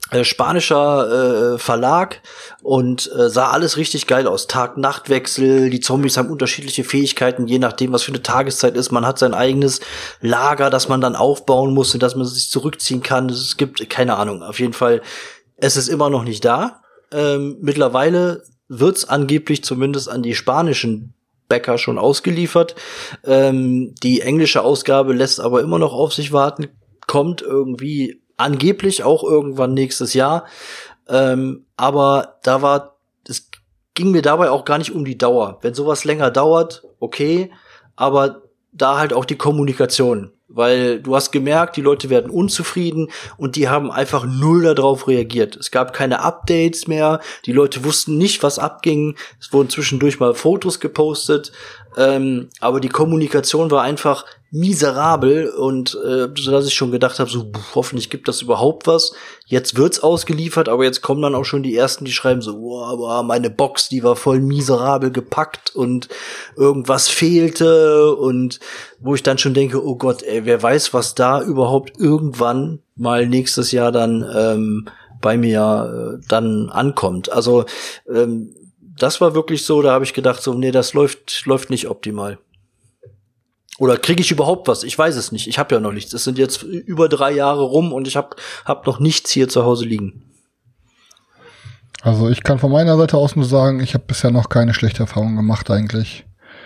spanischer Verlag und sah alles richtig geil aus. Tag-Nacht-Wechsel, die Zombies haben unterschiedliche Fähigkeiten, je nachdem, was für eine Tageszeit ist. Man hat sein eigenes Lager, das man dann aufbauen muss, dass man sich zurückziehen kann. Es gibt, keine Ahnung, auf jeden Fall, es ist immer noch nicht da. Mittlerweile wird's angeblich zumindest an die spanischen Bäcker schon ausgeliefert. Die englische Ausgabe lässt aber immer noch auf sich warten, kommt irgendwie angeblich auch irgendwann nächstes Jahr. Aber es ging mir dabei auch gar nicht um die Dauer. Wenn sowas länger dauert, okay, aber da halt auch die Kommunikation. Weil du hast gemerkt, die Leute werden unzufrieden und die haben einfach null darauf reagiert. Es gab keine Updates mehr, die Leute wussten nicht, was abging. Es wurden zwischendurch mal Fotos gepostet, aber die Kommunikation war einfach miserabel und so dass ich schon gedacht habe, so hoffentlich gibt das überhaupt was. Jetzt wird's ausgeliefert, aber jetzt kommen dann auch schon die ersten, die schreiben so, aber meine Box, die war voll miserabel gepackt und irgendwas fehlte und wo ich dann schon denke, oh Gott, ey, wer weiß, was da überhaupt irgendwann mal nächstes Jahr dann bei mir dann ankommt. Also das war wirklich so, da habe ich gedacht so, nee, das läuft nicht optimal. Oder kriege ich überhaupt was? Ich weiß es nicht. Ich habe ja noch nichts. Es sind jetzt über 3 Jahre rum und ich hab noch nichts hier zu Hause liegen. Also ich kann von meiner Seite aus nur sagen, ich habe bisher noch keine schlechte Erfahrung gemacht eigentlich.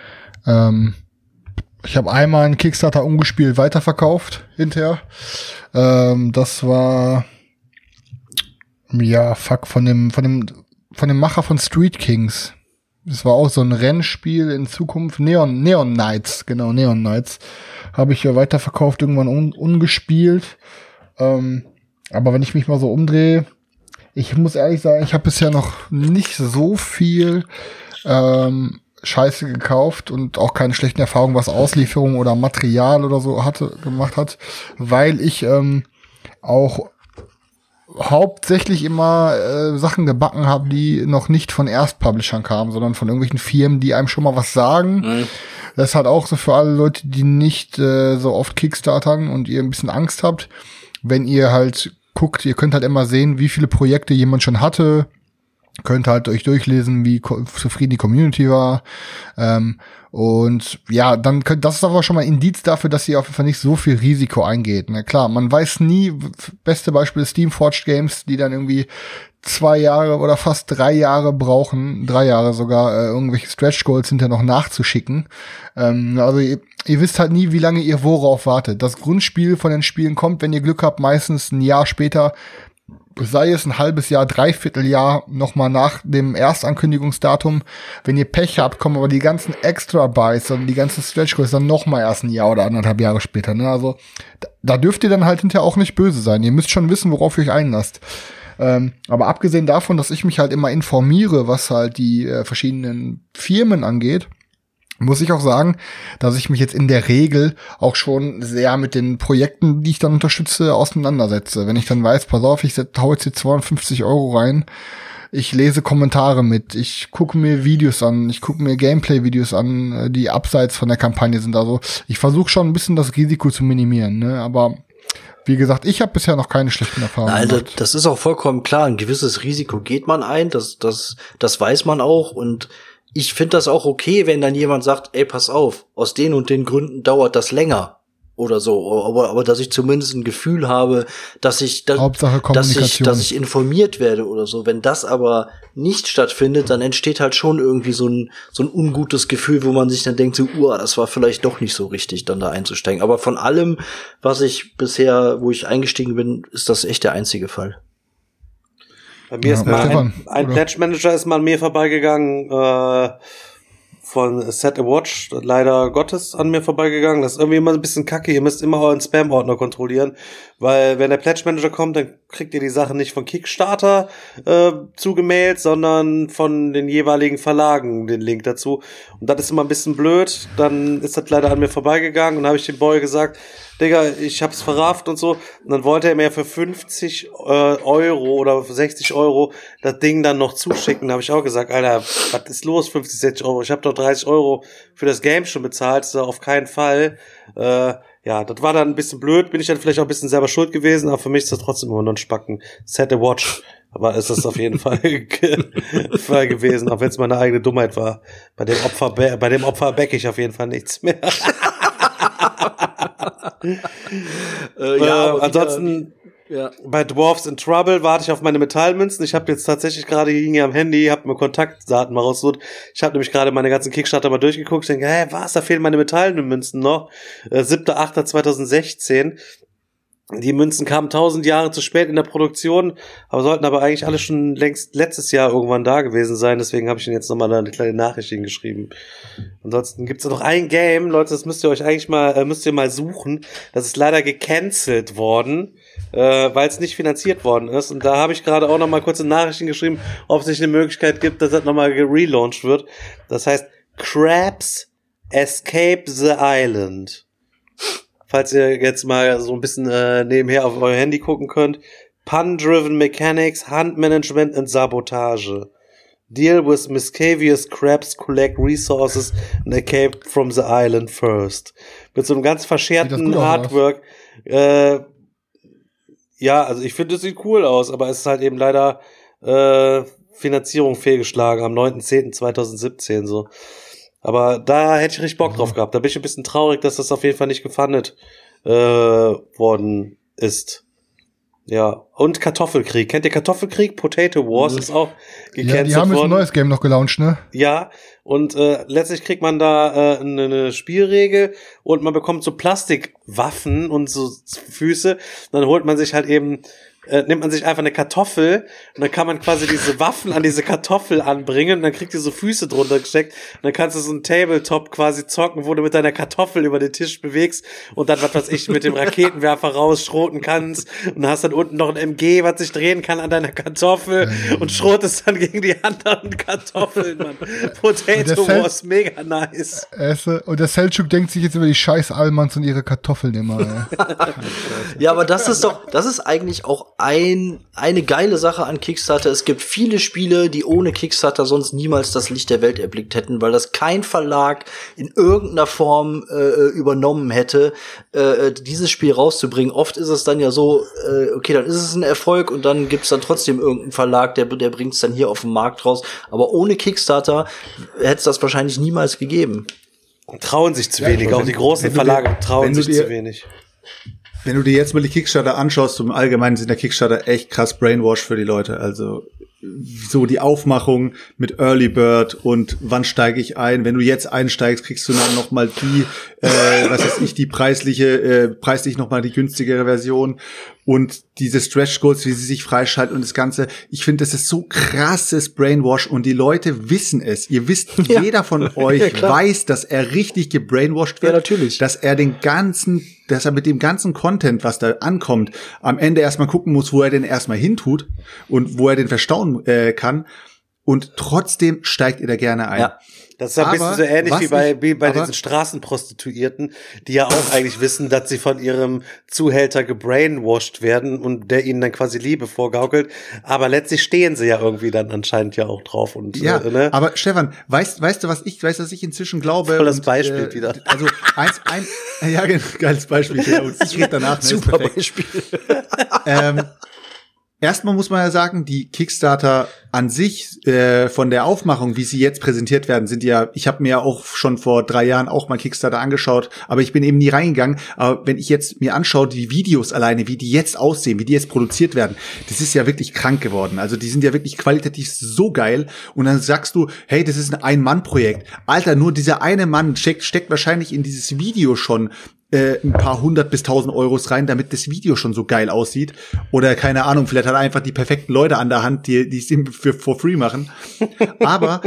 Ich habe einmal einen Kickstarter ungespielt weiterverkauft hinterher. Das war von dem Macher von Street Kings. Das war auch so ein Rennspiel in Zukunft. Neon Knights, genau, Neon Knights. Habe ich ja weiterverkauft, irgendwann ungespielt. Aber wenn ich mich mal so umdrehe, ich muss ehrlich sagen, ich habe bisher noch nicht so viel Scheiße gekauft und auch keine schlechten Erfahrungen, was Auslieferung oder Material oder so gemacht hat, weil ich auch hauptsächlich immer Sachen gebacken habe, die noch nicht von Erstpublishern kamen, sondern von irgendwelchen Firmen, die einem schon mal was sagen. Mhm. Das ist halt auch so für alle Leute, die nicht so oft Kickstartern und ihr ein bisschen Angst habt. Wenn ihr halt guckt, ihr könnt halt immer sehen, wie viele Projekte jemand schon hatte. Könnt halt euch durchlesen, wie zufrieden die Community war. Und ja, dann das ist aber schon mal ein Indiz dafür, dass ihr auf jeden Fall nicht so viel Risiko eingeht. Na klar, man weiß nie, beste Beispiel ist Steamforged Games, die dann irgendwie 2 Jahre oder fast 3 Jahre brauchen, 3 Jahre sogar, irgendwelche Stretch Goals hinterher noch nachzuschicken. Also ihr wisst halt nie, wie lange ihr worauf wartet. Das Grundspiel von den Spielen kommt, wenn ihr Glück habt, meistens ein Jahr später, sei es ein halbes Jahr, 3/4 Jahr nochmal nach dem Erstankündigungsdatum. Wenn ihr Pech habt, kommen aber die ganzen Extra-Buys und die ganzen Stretch-Goals dann nochmal erst ein Jahr oder 1,5 Jahre später. Ne? Also da dürft ihr dann halt hinterher auch nicht böse sein. Ihr müsst schon wissen, worauf ihr euch einlasst. Aber abgesehen davon, dass ich mich halt immer informiere, was halt die verschiedenen Firmen angeht, muss ich auch sagen, dass ich mich jetzt in der Regel auch schon sehr mit den Projekten, die ich dann unterstütze, auseinandersetze. Wenn ich dann weiß, pass auf, ich hau jetzt hier 250 € rein, ich lese Kommentare mit, ich gucke mir Videos an, ich gucke mir Gameplay-Videos an, die abseits von der Kampagne sind. Also ich versuche schon ein bisschen das Risiko zu minimieren, ne? Aber wie gesagt, ich habe bisher noch keine schlechten Erfahrungen gemacht. Das ist auch vollkommen klar. Ein gewisses Risiko geht man ein, das weiß man auch und ich finde das auch okay, wenn dann jemand sagt, ey, pass auf, aus den und den Gründen dauert das länger oder so. Aber dass ich zumindest ein Gefühl habe, dass ich informiert werde oder so. Wenn das aber nicht stattfindet, dann entsteht halt schon irgendwie so ein ungutes Gefühl, wo man sich dann denkt, so, das war vielleicht doch nicht so richtig, dann da einzusteigen. Aber von allem, wo ich eingestiegen bin, ist das echt der einzige Fall. Bei mir ist mal ein Pledge Manager ist mal an mir vorbeigegangen, von Set a Watch, leider Gottes an mir vorbeigegangen. Das ist irgendwie immer ein bisschen kacke. Ihr müsst immer euren Spam-Ordner kontrollieren, weil wenn der Pledge Manager kommt, dann kriegt ihr die Sachen nicht von Kickstarter zugemailt, sondern von den jeweiligen Verlagen den Link dazu. Und das ist immer ein bisschen blöd. Dann ist das leider an mir vorbeigegangen und dann habe ich dem Boy gesagt, Digga, ich hab's verrafft und so. Und dann wollte er mir für 50 € oder für 60 € das Ding dann noch zuschicken. Da habe ich auch gesagt, Alter, was ist los, 50, 60 €? Ich habe doch 30 € für das Game schon bezahlt, so auf keinen Fall. ja, das war dann ein bisschen blöd, bin ich dann vielleicht auch ein bisschen selber schuld gewesen, aber für mich ist das trotzdem immer noch ein Spacken. Set a watch, aber ist es auf jeden Fall Fall gewesen, auch wenn es meine eigene Dummheit war. Bei dem Opfer backe ich auf jeden Fall nichts mehr. Ansonsten bei Dwarfs in Trouble warte ich auf meine Metallmünzen. Ich habe jetzt tatsächlich gerade hier am Handy, habe mir Kontaktdaten mal rausgesucht. Ich habe nämlich gerade meine ganzen Kickstarter mal durchgeguckt. Ich denke, was, da fehlen meine Metallmünzen noch. 7.8.2016. Die Münzen kamen 1000 Jahre zu spät in der Produktion, aber sollten aber eigentlich alle schon längst letztes Jahr irgendwann da gewesen sein. Deswegen habe ich Ihnen jetzt nochmal eine kleine Nachricht geschrieben. Ansonsten gibt's ja noch ein Game, Leute, das müsst ihr euch eigentlich mal suchen. Das ist leider gecancelt worden, weil es nicht finanziert worden ist. Und da habe ich gerade auch nochmal kurze Nachrichten geschrieben, ob es nicht eine Möglichkeit gibt, dass das nochmal gelauncht wird. Das heißt Crabs Escape the Island. Falls ihr jetzt mal so ein bisschen nebenher auf euer Handy gucken könnt. Pun-driven Mechanics, Handmanagement und Sabotage. Deal with mischievous crabs, collect resources and escape from the island first. Mit so einem ganz verscherten Artwork. Ja, also ich finde, es sieht cool aus, aber es ist halt eben leider Finanzierung fehlgeschlagen am 9.10.2017 so. Aber da hätte ich richtig Bock drauf gehabt. Da bin ich ein bisschen traurig, dass das auf jeden Fall nicht gefundet worden ist. Ja, und Kartoffelkrieg. Kennt ihr Kartoffelkrieg? Potato Wars ist auch gecancelt worden. Ja, die haben jetzt ein neues Game noch gelauncht, ne? Ja, und letztlich kriegt man da eine Spielregel und man bekommt so Plastikwaffen und so Füße. Und dann holt man sich halt eben nimmt man sich einfach eine Kartoffel und dann kann man quasi diese Waffen an diese Kartoffel anbringen und dann kriegt ihr so Füße drunter gesteckt und dann kannst du so ein Tabletop quasi zocken, wo du mit deiner Kartoffel über den Tisch bewegst und dann, was weiß ich, mit dem Raketenwerfer rausschroten kannst und hast dann unten noch ein MG, was sich drehen kann an deiner Kartoffel und schrotest dann gegen die anderen Kartoffeln, Mann. Potato Wars, mega nice. Und der Selçuk denkt sich jetzt über die scheiß Almans und ihre Kartoffeln immer. Ja, aber das ist eigentlich auch eine geile Sache an Kickstarter. Es gibt viele Spiele, die ohne Kickstarter sonst niemals das Licht der Welt erblickt hätten, weil das kein Verlag in irgendeiner Form übernommen hätte, dieses Spiel rauszubringen. Oft ist es dann ja so, okay, dann ist es ein Erfolg und dann gibt's dann trotzdem irgendeinen Verlag, der bringt es dann hier auf den Markt raus. Aber ohne Kickstarter hätte es das wahrscheinlich niemals gegeben. Trauen sich zu wenig, auch die großen Verlage trauen sich zu wenig. Wenn du dir jetzt mal die Kickstarter anschaust, im Allgemeinen sind der Kickstarter echt krass Brainwash für die Leute. Also so die Aufmachung mit Early Bird und wann steige ich ein. Wenn du jetzt einsteigst, kriegst du dann noch mal die, die preislich noch mal die günstigere Version. Und diese Stretch Goals, wie sie sich freischalten und das Ganze. Ich finde, das ist so krasses Brainwash und die Leute wissen es. Ihr wisst, jeder von euch weiß, dass er richtig gebrainwashed wird. Ja, natürlich. Dass er mit dem ganzen Content, was da ankommt, am Ende erstmal gucken muss, wo er den erstmal hintut und wo er den verstauen kann. Und trotzdem steigt ihr da gerne ein. Ja. Das ist ein bisschen so ähnlich wie bei diesen Straßenprostituierten, die ja auch eigentlich wissen, dass sie von ihrem Zuhälter gebrainwashed werden und der ihnen dann quasi Liebe vorgaukelt. Aber letztlich stehen sie ja irgendwie dann anscheinend ja auch drauf. Und, ne? Aber Stefan, weißt du, was ich inzwischen glaube? Voll das Beispiel wieder. Also geiles Beispiel. Ja, und ich rede danach. Super Beispiel. Erstmal muss man ja sagen, die Kickstarter an sich von der Aufmachung, wie sie jetzt präsentiert werden, sind ja, ich habe mir ja auch schon vor 3 Jahren auch mal Kickstarter angeschaut, aber ich bin eben nie reingegangen. Aber wenn ich jetzt mir anschaue, die Videos alleine, wie die jetzt aussehen, wie die jetzt produziert werden, das ist ja wirklich krank geworden. Also die sind ja wirklich qualitativ so geil. Und dann sagst du, hey, das ist ein Ein-Mann-Projekt. Alter, nur dieser eine Mann steckt wahrscheinlich in dieses Video schon ein paar 100 bis 1000 Euros rein, damit das Video schon so geil aussieht. Oder keine Ahnung, vielleicht hat er einfach die perfekten Leute an der Hand, die es ihm for free machen. Aber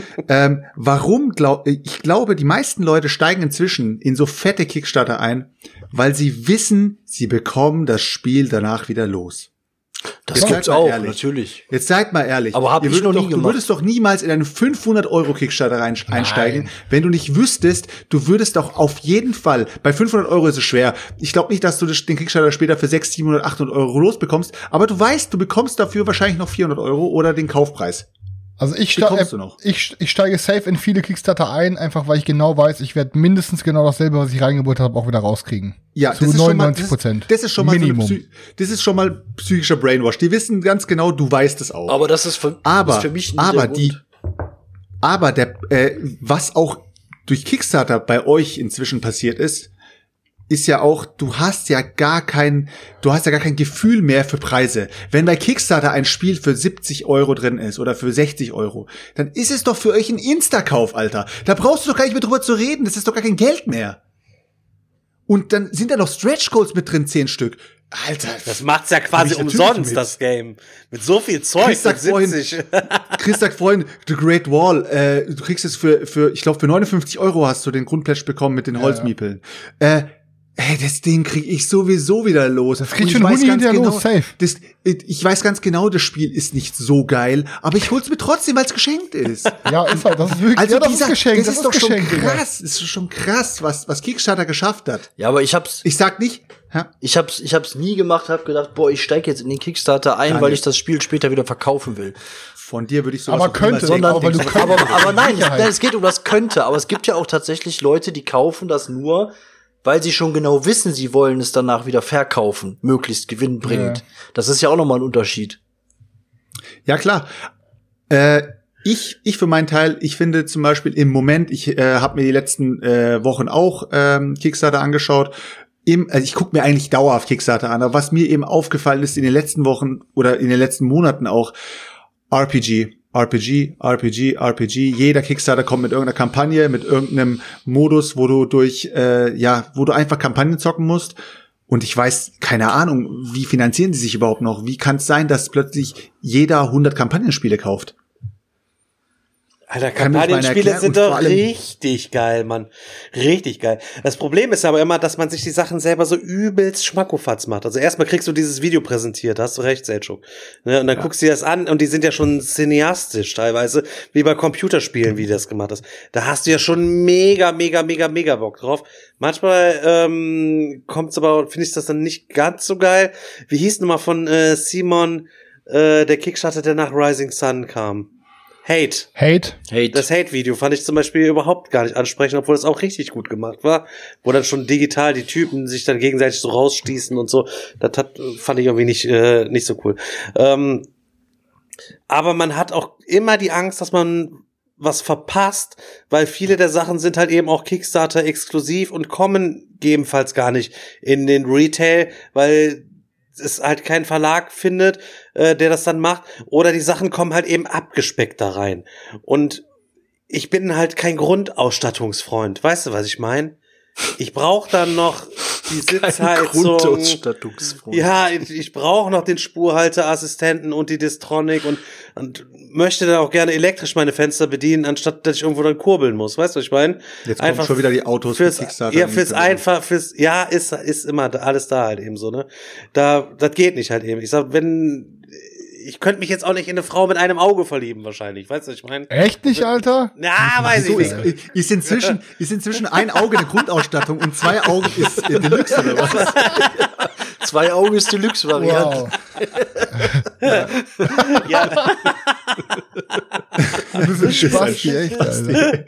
ich glaube, die meisten Leute steigen inzwischen in so fette Kickstarter ein, weil sie wissen, sie bekommen das Spiel danach wieder los. Das gibt's auch, natürlich. Jetzt seid mal ehrlich. Aber ich noch nie gemacht. Du würdest doch niemals in einen 500€ Kickstarter einsteigen, wenn du nicht wüsstest, du würdest doch auf jeden Fall, bei 500€ ist es schwer. Ich glaube nicht, dass du den Kickstarter später für 600, 700, 800€ losbekommst, aber du weißt, du bekommst dafür wahrscheinlich noch 400€ oder den Kaufpreis. Also ich steige safe in viele Kickstarter ein, einfach weil ich genau weiß, ich werde mindestens genau dasselbe, was ich reingebuttert habe, auch wieder rauskriegen. Ja, zu 99%. Das ist schon mal Minimum. Das ist schon mal psychischer Brainwash. Die wissen ganz genau, du weißt es auch. Aber das ist für mich nicht was auch durch Kickstarter bei euch inzwischen passiert ist ja auch, du hast ja gar kein Gefühl mehr für Preise. Wenn bei Kickstarter ein Spiel für 70 € drin ist oder für 60 €, dann ist es doch für euch ein Insta-Kauf, Alter. Da brauchst du doch gar nicht mehr drüber zu reden. Das ist doch gar kein Geld mehr. Und dann sind da noch Stretch-Goals mit drin, 10 Stück. Alter. Das macht's ja quasi umsonst, das Game. Mit so viel Zeug. Chris sagt vorhin, The Great Wall, du kriegst es für ich glaube, für 59 € hast du den Grundplätsch bekommen mit den Holzmiepeln. Das Ding krieg ich sowieso wieder los. Das krieg ich schon hinterher los, safe. Ich weiß ganz genau, das Spiel ist nicht so geil, aber ich hol's mir trotzdem, weil es geschenkt ist. Ja, ist halt, das ist wirklich, also ja, das ist geschenkt. Das ist doch schon krass. Das ist schon krass, was Kickstarter geschafft hat. Ja, aber ich sag nicht, ich hab's nie gemacht, hab gedacht, boah, ich steige jetzt in den Kickstarter ein, weil ich das Spiel später wieder verkaufen will. Von dir würde ich sowas aber könnte, aber nein, es geht um das könnte, aber es gibt ja auch tatsächlich Leute, die kaufen das nur, weil sie schon genau wissen, sie wollen es danach wieder verkaufen, möglichst gewinnbringend. Ja. Das ist ja auch nochmal ein Unterschied. Ja, klar. Ich für meinen Teil, ich finde zum Beispiel im Moment, ich habe mir die letzten Wochen auch Kickstarter angeschaut. Also ich gucke mir eigentlich dauerhaft Kickstarter an, aber was mir eben aufgefallen ist in den letzten Wochen oder in den letzten Monaten auch, RPG. Jeder Kickstarter kommt mit irgendeiner Kampagne, mit irgendeinem Modus, wo du wo du einfach Kampagnen zocken musst. Und ich weiß, keine Ahnung, wie finanzieren die sich überhaupt noch? Wie kann es sein, dass plötzlich jeder 100 Kampagnenspiele kauft? Alter, Kampagnenspiele sind doch richtig geil, Mann. Richtig geil. Das Problem ist aber immer, dass man sich die Sachen selber so übelst schmackofatz macht. Also erstmal kriegst du dieses Video präsentiert, da hast du recht, Selchuk. Ne? Und dann guckst du dir das an und die sind ja schon cineastisch teilweise, wie bei Computerspielen, wie das gemacht ist. Da hast du ja schon mega Bock drauf. Manchmal kommt's aber, finde ich das dann nicht ganz so geil. Wie hieß nochmal von Simon, der Kickstarter, der nach Rising Sun kam? Hate. Das Hate-Video fand ich zum Beispiel überhaupt gar nicht ansprechend, obwohl es auch richtig gut gemacht war. Wo dann schon digital die Typen sich dann gegenseitig so rausstießen und so. Das fand ich irgendwie nicht so cool. Aber man hat auch immer die Angst, dass man was verpasst, weil viele der Sachen sind halt eben auch Kickstarter exklusiv und kommen gegebenenfalls gar nicht in den Retail, weil es halt keinen Verlag findet, der das dann macht, oder die Sachen kommen halt eben abgespeckt da rein. Und ich bin halt kein Grundausstattungsfreund. Weißt du, was ich meine? Ich brauche dann noch die Sitzheizung. Ja, ich brauche noch den Spurhalteassistenten und die Distronic und möchte dann auch gerne elektrisch meine Fenster bedienen, anstatt dass ich irgendwo dann kurbeln muss. Weißt du, was ich meine? Jetzt kommen schon wieder die Autos für Kickstarter. Ja, ist immer alles da halt eben so, ne? Das geht nicht halt eben. Ich sag, ich könnte mich jetzt auch nicht in eine Frau mit einem Auge verlieben, wahrscheinlich. Weißt du, was ich meine? Echt nicht, Alter? Ja, weiß ich nicht. Ist inzwischen ein Auge eine Grundausstattung und 2 Augen ist Deluxe oder was? 2 Augen ist Deluxe-Variante. Wow. Ja. Das ist ein Spaß hier, echt, Alter.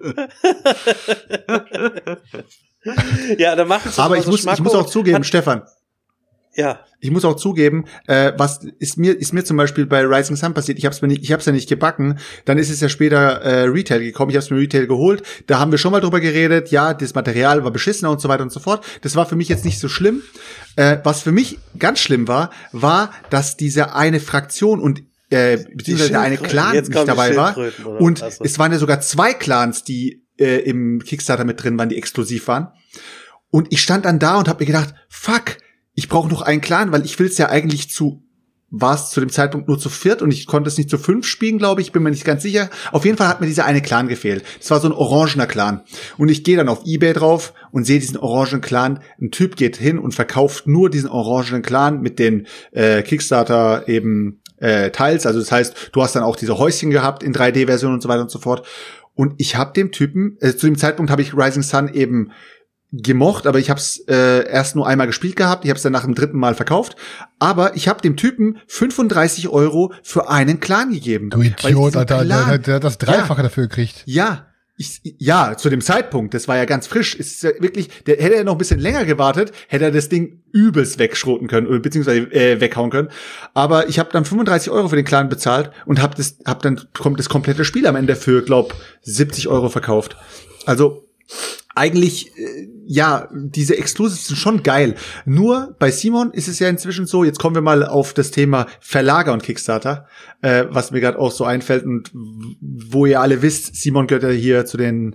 Ja, dann machen Aber ich muss auch zugeben, Stefan. Ja. Ich muss auch zugeben, was ist mir zum Beispiel bei Rising Sun passiert. Ich hab's ja nicht gebacken. Dann ist es ja später Retail gekommen. Ich hab's mir Retail geholt. Da haben wir schon mal drüber geredet. Ja, das Material war beschissener und so weiter und so fort. Das war für mich jetzt nicht so schlimm. Was für mich ganz schlimm war, dass diese eine Fraktion und beziehungsweise der eine Clan nicht dabei war. Und es waren ja sogar 2 Clans, die im Kickstarter mit drin waren, die exklusiv waren. Und ich stand dann da und habe mir gedacht, fuck, ich brauche noch einen Clan, weil ich will es ja eigentlich war es zu dem Zeitpunkt nur zu 4 und ich konnte es nicht zu 5 spielen, glaube ich, bin mir nicht ganz sicher. Auf jeden Fall hat mir dieser eine Clan gefehlt. Das war so ein orangener Clan. Und ich gehe dann auf eBay drauf und sehe diesen orangenen Clan. Ein Typ geht hin und verkauft nur diesen orangenen Clan mit den Kickstarter eben Teils. Also das heißt, du hast dann auch diese Häuschen gehabt in 3D-Version und so weiter und so fort. Und ich habe dem Typen, zu dem Zeitpunkt habe ich Rising Sun eben gemocht, aber ich habe es erst nur einmal gespielt gehabt. Ich habe es dann nach dem 3. Mal verkauft. Aber ich habe dem Typen 35 € für einen Clan gegeben. Du Idiot, Alter, der hat das Dreifache dafür gekriegt. Ja. Ja, zu dem Zeitpunkt, das war ja ganz frisch. Ist ja wirklich, hätte er noch ein bisschen länger gewartet, hätte er das Ding übelst wegschroten können, oder beziehungsweise weghauen können. Aber ich habe dann 35 € für den Clan bezahlt und hab dann das komplette Spiel am Ende für, glaub, 70 € verkauft. Also eigentlich, diese Exclusives sind schon geil. Nur bei Simon ist es ja inzwischen so, jetzt kommen wir mal auf das Thema Verlager und Kickstarter, was mir gerade auch so einfällt und wo ihr alle wisst, Simon gehört ja hier zu den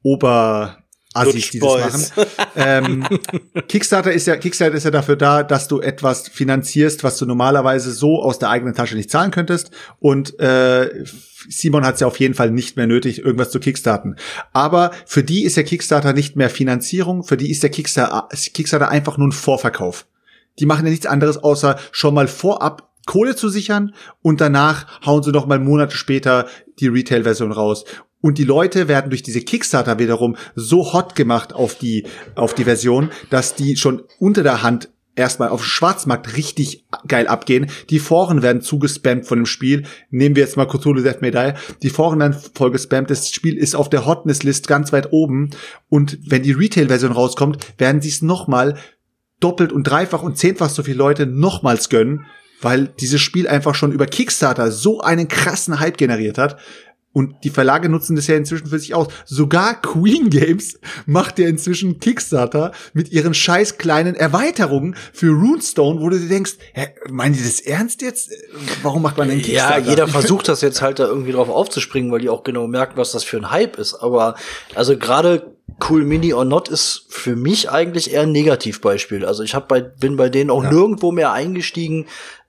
Assis, die das machen. Kickstarter ist ja dafür da, dass du etwas finanzierst, was du normalerweise so aus der eigenen Tasche nicht zahlen könntest. Und Simon hat es ja auf jeden Fall nicht mehr nötig, irgendwas zu kickstarten. Aber für die ist der Kickstarter nicht mehr Finanzierung, für die ist der Kickstarter einfach nur ein Vorverkauf. Die machen ja nichts anderes, außer schon mal vorab Kohle zu sichern und danach hauen sie noch mal Monate später die Retail-Version raus. Und die Leute werden durch diese Kickstarter wiederum so hot gemacht auf die Version, dass die schon unter der Hand erstmal auf dem Schwarzmarkt richtig geil abgehen. Die Foren werden zugespammt von dem Spiel. Nehmen wir jetzt mal Cthulhu Death May Die. Die Foren werden voll gespammt. Das Spiel ist auf der Hotness-List ganz weit oben. Und wenn die Retail-Version rauskommt, werden sie es nochmal doppelt und dreifach und 10-fach so viele Leute nochmals gönnen, weil dieses Spiel einfach schon über Kickstarter so einen krassen Hype generiert hat. Und die Verlage nutzen das ja inzwischen für sich aus. Sogar Queen Games macht ja inzwischen Kickstarter mit ihren scheiß kleinen Erweiterungen für Runestone, wo du dir denkst, meinen die das ernst jetzt? Warum macht man denn Kickstarter? Ja, jeder versucht das jetzt halt da irgendwie drauf aufzuspringen, weil die auch genau merken, was das für ein Hype ist. Aber also gerade Cool Mini or Not ist für mich eigentlich eher ein Negativbeispiel. Also ich bin bei denen auch nirgendwo mehr eingestiegen.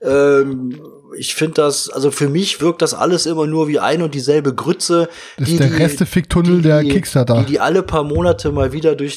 Ich finde das, also für mich wirkt das alles immer nur wie ein und dieselbe Grütze. Das ist der Reste-Fick-Tunnel der Kickstarter. Die alle paar Monate mal wieder durch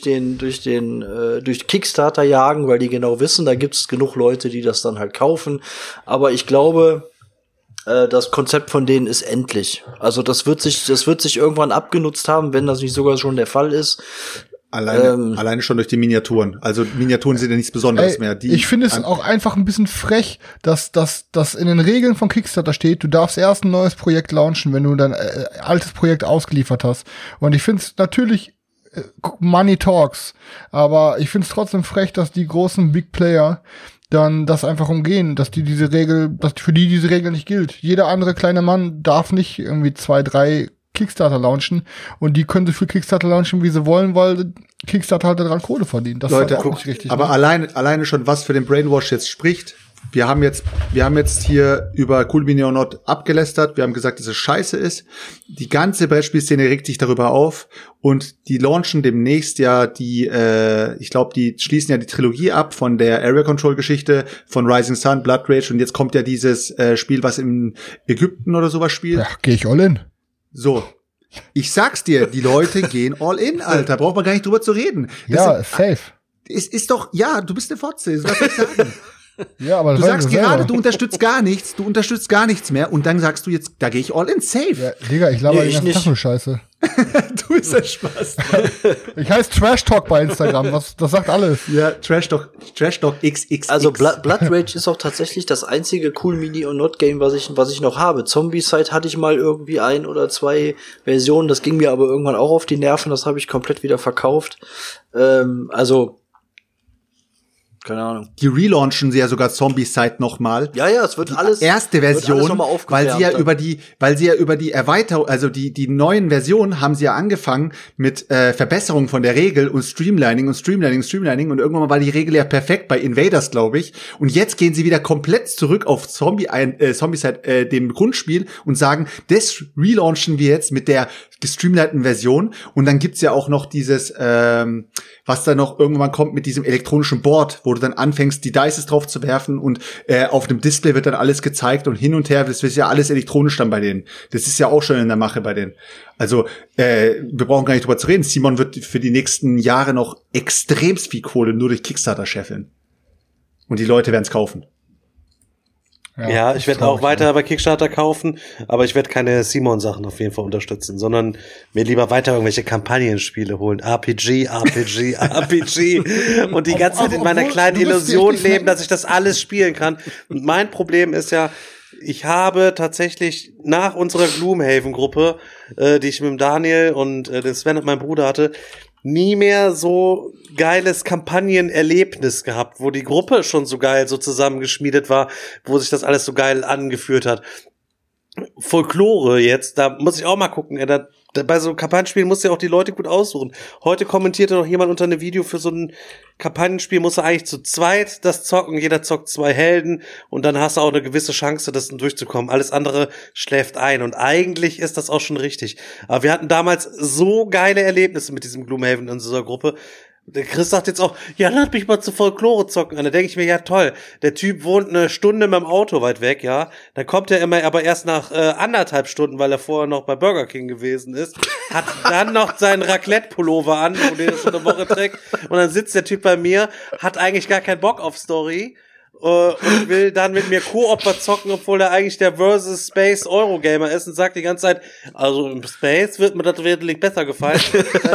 Kickstarter jagen, weil die genau wissen, da gibt es genug Leute, die das dann halt kaufen. Aber ich glaube, das Konzept von denen ist endlich. Also das wird sich irgendwann abgenutzt haben, wenn das nicht sogar schon der Fall ist. Alleine schon durch die Miniaturen. Also Miniaturen sind ja nichts Besonderes mehr. Ich finde es auch einfach ein bisschen frech, dass in den Regeln von Kickstarter steht, du darfst erst ein neues Projekt launchen, wenn du dein altes Projekt ausgeliefert hast. Und ich finde es natürlich Money Talks, aber ich finde es trotzdem frech, dass die großen Big Player dann das einfach umgehen, dass für die diese Regel nicht gilt. Jeder andere kleine Mann darf nicht irgendwie 2, 3 Kickstarter launchen und die können so viel Kickstarter launchen, wie sie wollen, weil Kickstarter halt daran Kohle verdient. Das Leute, ist halt auch nicht richtig. Aber alleine schon, was für den Brainwash jetzt spricht. Wir haben jetzt hier über Cool Mini or Not abgelästert. Wir haben gesagt, dass es scheiße ist. Die ganze Brettspielszene regt sich darüber auf und die launchen demnächst ja ich glaube, die schließen ja die Trilogie ab von der Area Control Geschichte von Rising Sun, Blood Rage und jetzt kommt ja dieses Spiel, was in Ägypten oder sowas spielt. Ja, geh ich all in. So. Ich sag's dir, die Leute gehen all in, Alter. Braucht man gar nicht drüber zu reden. Safe. Es ist doch, du bist eine Fotze. Was soll ich sagen? Ja, aber du sagst gerade, du unterstützt gar nichts mehr und dann sagst du jetzt, da gehe ich all in, safe. Ja, Digga, ich laber den ganzen Tag nur Scheiße. Du bist ein Spaß. Ich heiße Trash Talk bei Instagram, das sagt alles. Ja, Trash Talk XXX. Also Blood Rage ist auch tatsächlich das einzige Cool Mini or Not Game, was ich noch habe. Zombicide hatte ich mal irgendwie 1 oder 2 Versionen, das ging mir aber irgendwann auch auf die Nerven, das habe ich komplett wieder verkauft. Keine Ahnung. Die relaunchen sie ja sogar Zombicide nochmal. Ja, es wird alles. Erste Version, weil sie ja über die Erweiterung, also die neuen Versionen haben sie ja angefangen mit Verbesserung von der Regel und Streamlining und irgendwann mal war die Regel ja perfekt bei Invaders, glaube ich. Und jetzt gehen sie wieder komplett zurück auf Zombicide, dem Grundspiel und sagen, das relaunchen wir jetzt mit der gestreamlinten Version. Und dann gibt's ja auch noch dieses, was da noch irgendwann kommt mit diesem elektronischen Board, wo du dann anfängst, die Dices drauf zu werfen und auf dem Display wird dann alles gezeigt und hin und her, das ist ja alles elektronisch dann bei denen. Das ist ja auch schon in der Mache bei denen. Also, wir brauchen gar nicht drüber zu reden. Simon wird für die nächsten Jahre noch extremst viel Kohle nur durch Kickstarter scheffeln. Und die Leute werden's kaufen. Ja, ich werde auch weiter bei Kickstarter kaufen, aber ich werde keine Simon-Sachen auf jeden Fall unterstützen, sondern mir lieber weiter irgendwelche Kampagnenspiele holen. RPG und die ganze Zeit in meiner kleinen Illusion leben, dass ich das alles spielen kann. Und mein Problem ist ja, ich habe tatsächlich nach unserer Gloomhaven-Gruppe, die ich mit dem Daniel und dem Sven und meinem Bruder hatte, nie mehr so geiles Kampagnenerlebnis gehabt, wo die Gruppe schon so geil so zusammengeschmiedet war, wo sich das alles so geil angeführt hat. Folklore jetzt, da muss ich auch mal gucken, bei so Kampagnenspielen musst du ja auch die Leute gut aussuchen. Heute kommentierte noch jemand unter einem Video für so ein Kampagnenspiel, musst du eigentlich zu zweit das zocken, jeder zockt 2 Helden und dann hast du auch eine gewisse Chance, das durchzukommen. Alles andere schläft ein und eigentlich ist das auch schon richtig. Aber wir hatten damals so geile Erlebnisse mit diesem Gloomhaven in unserer Gruppe. Der Chris sagt jetzt auch, ja, lad mich mal zu Folklore zocken an. Da denke ich mir, ja toll, der Typ wohnt eine Stunde mit dem Auto weit weg, ja. Dann kommt er immer aber erst nach 1,5 Stunden, weil er vorher noch bei Burger King gewesen ist, hat dann noch seinen Raclette-Pullover an, wo der schon eine Woche trägt. Und dann sitzt der Typ bei mir, hat eigentlich gar keinen Bock auf Story und will dann mit mir Koop zocken, obwohl er eigentlich der Versus Space Eurogamer ist und sagt die ganze Zeit, also im Space wird mir das wesentlich besser gefallen. Weißt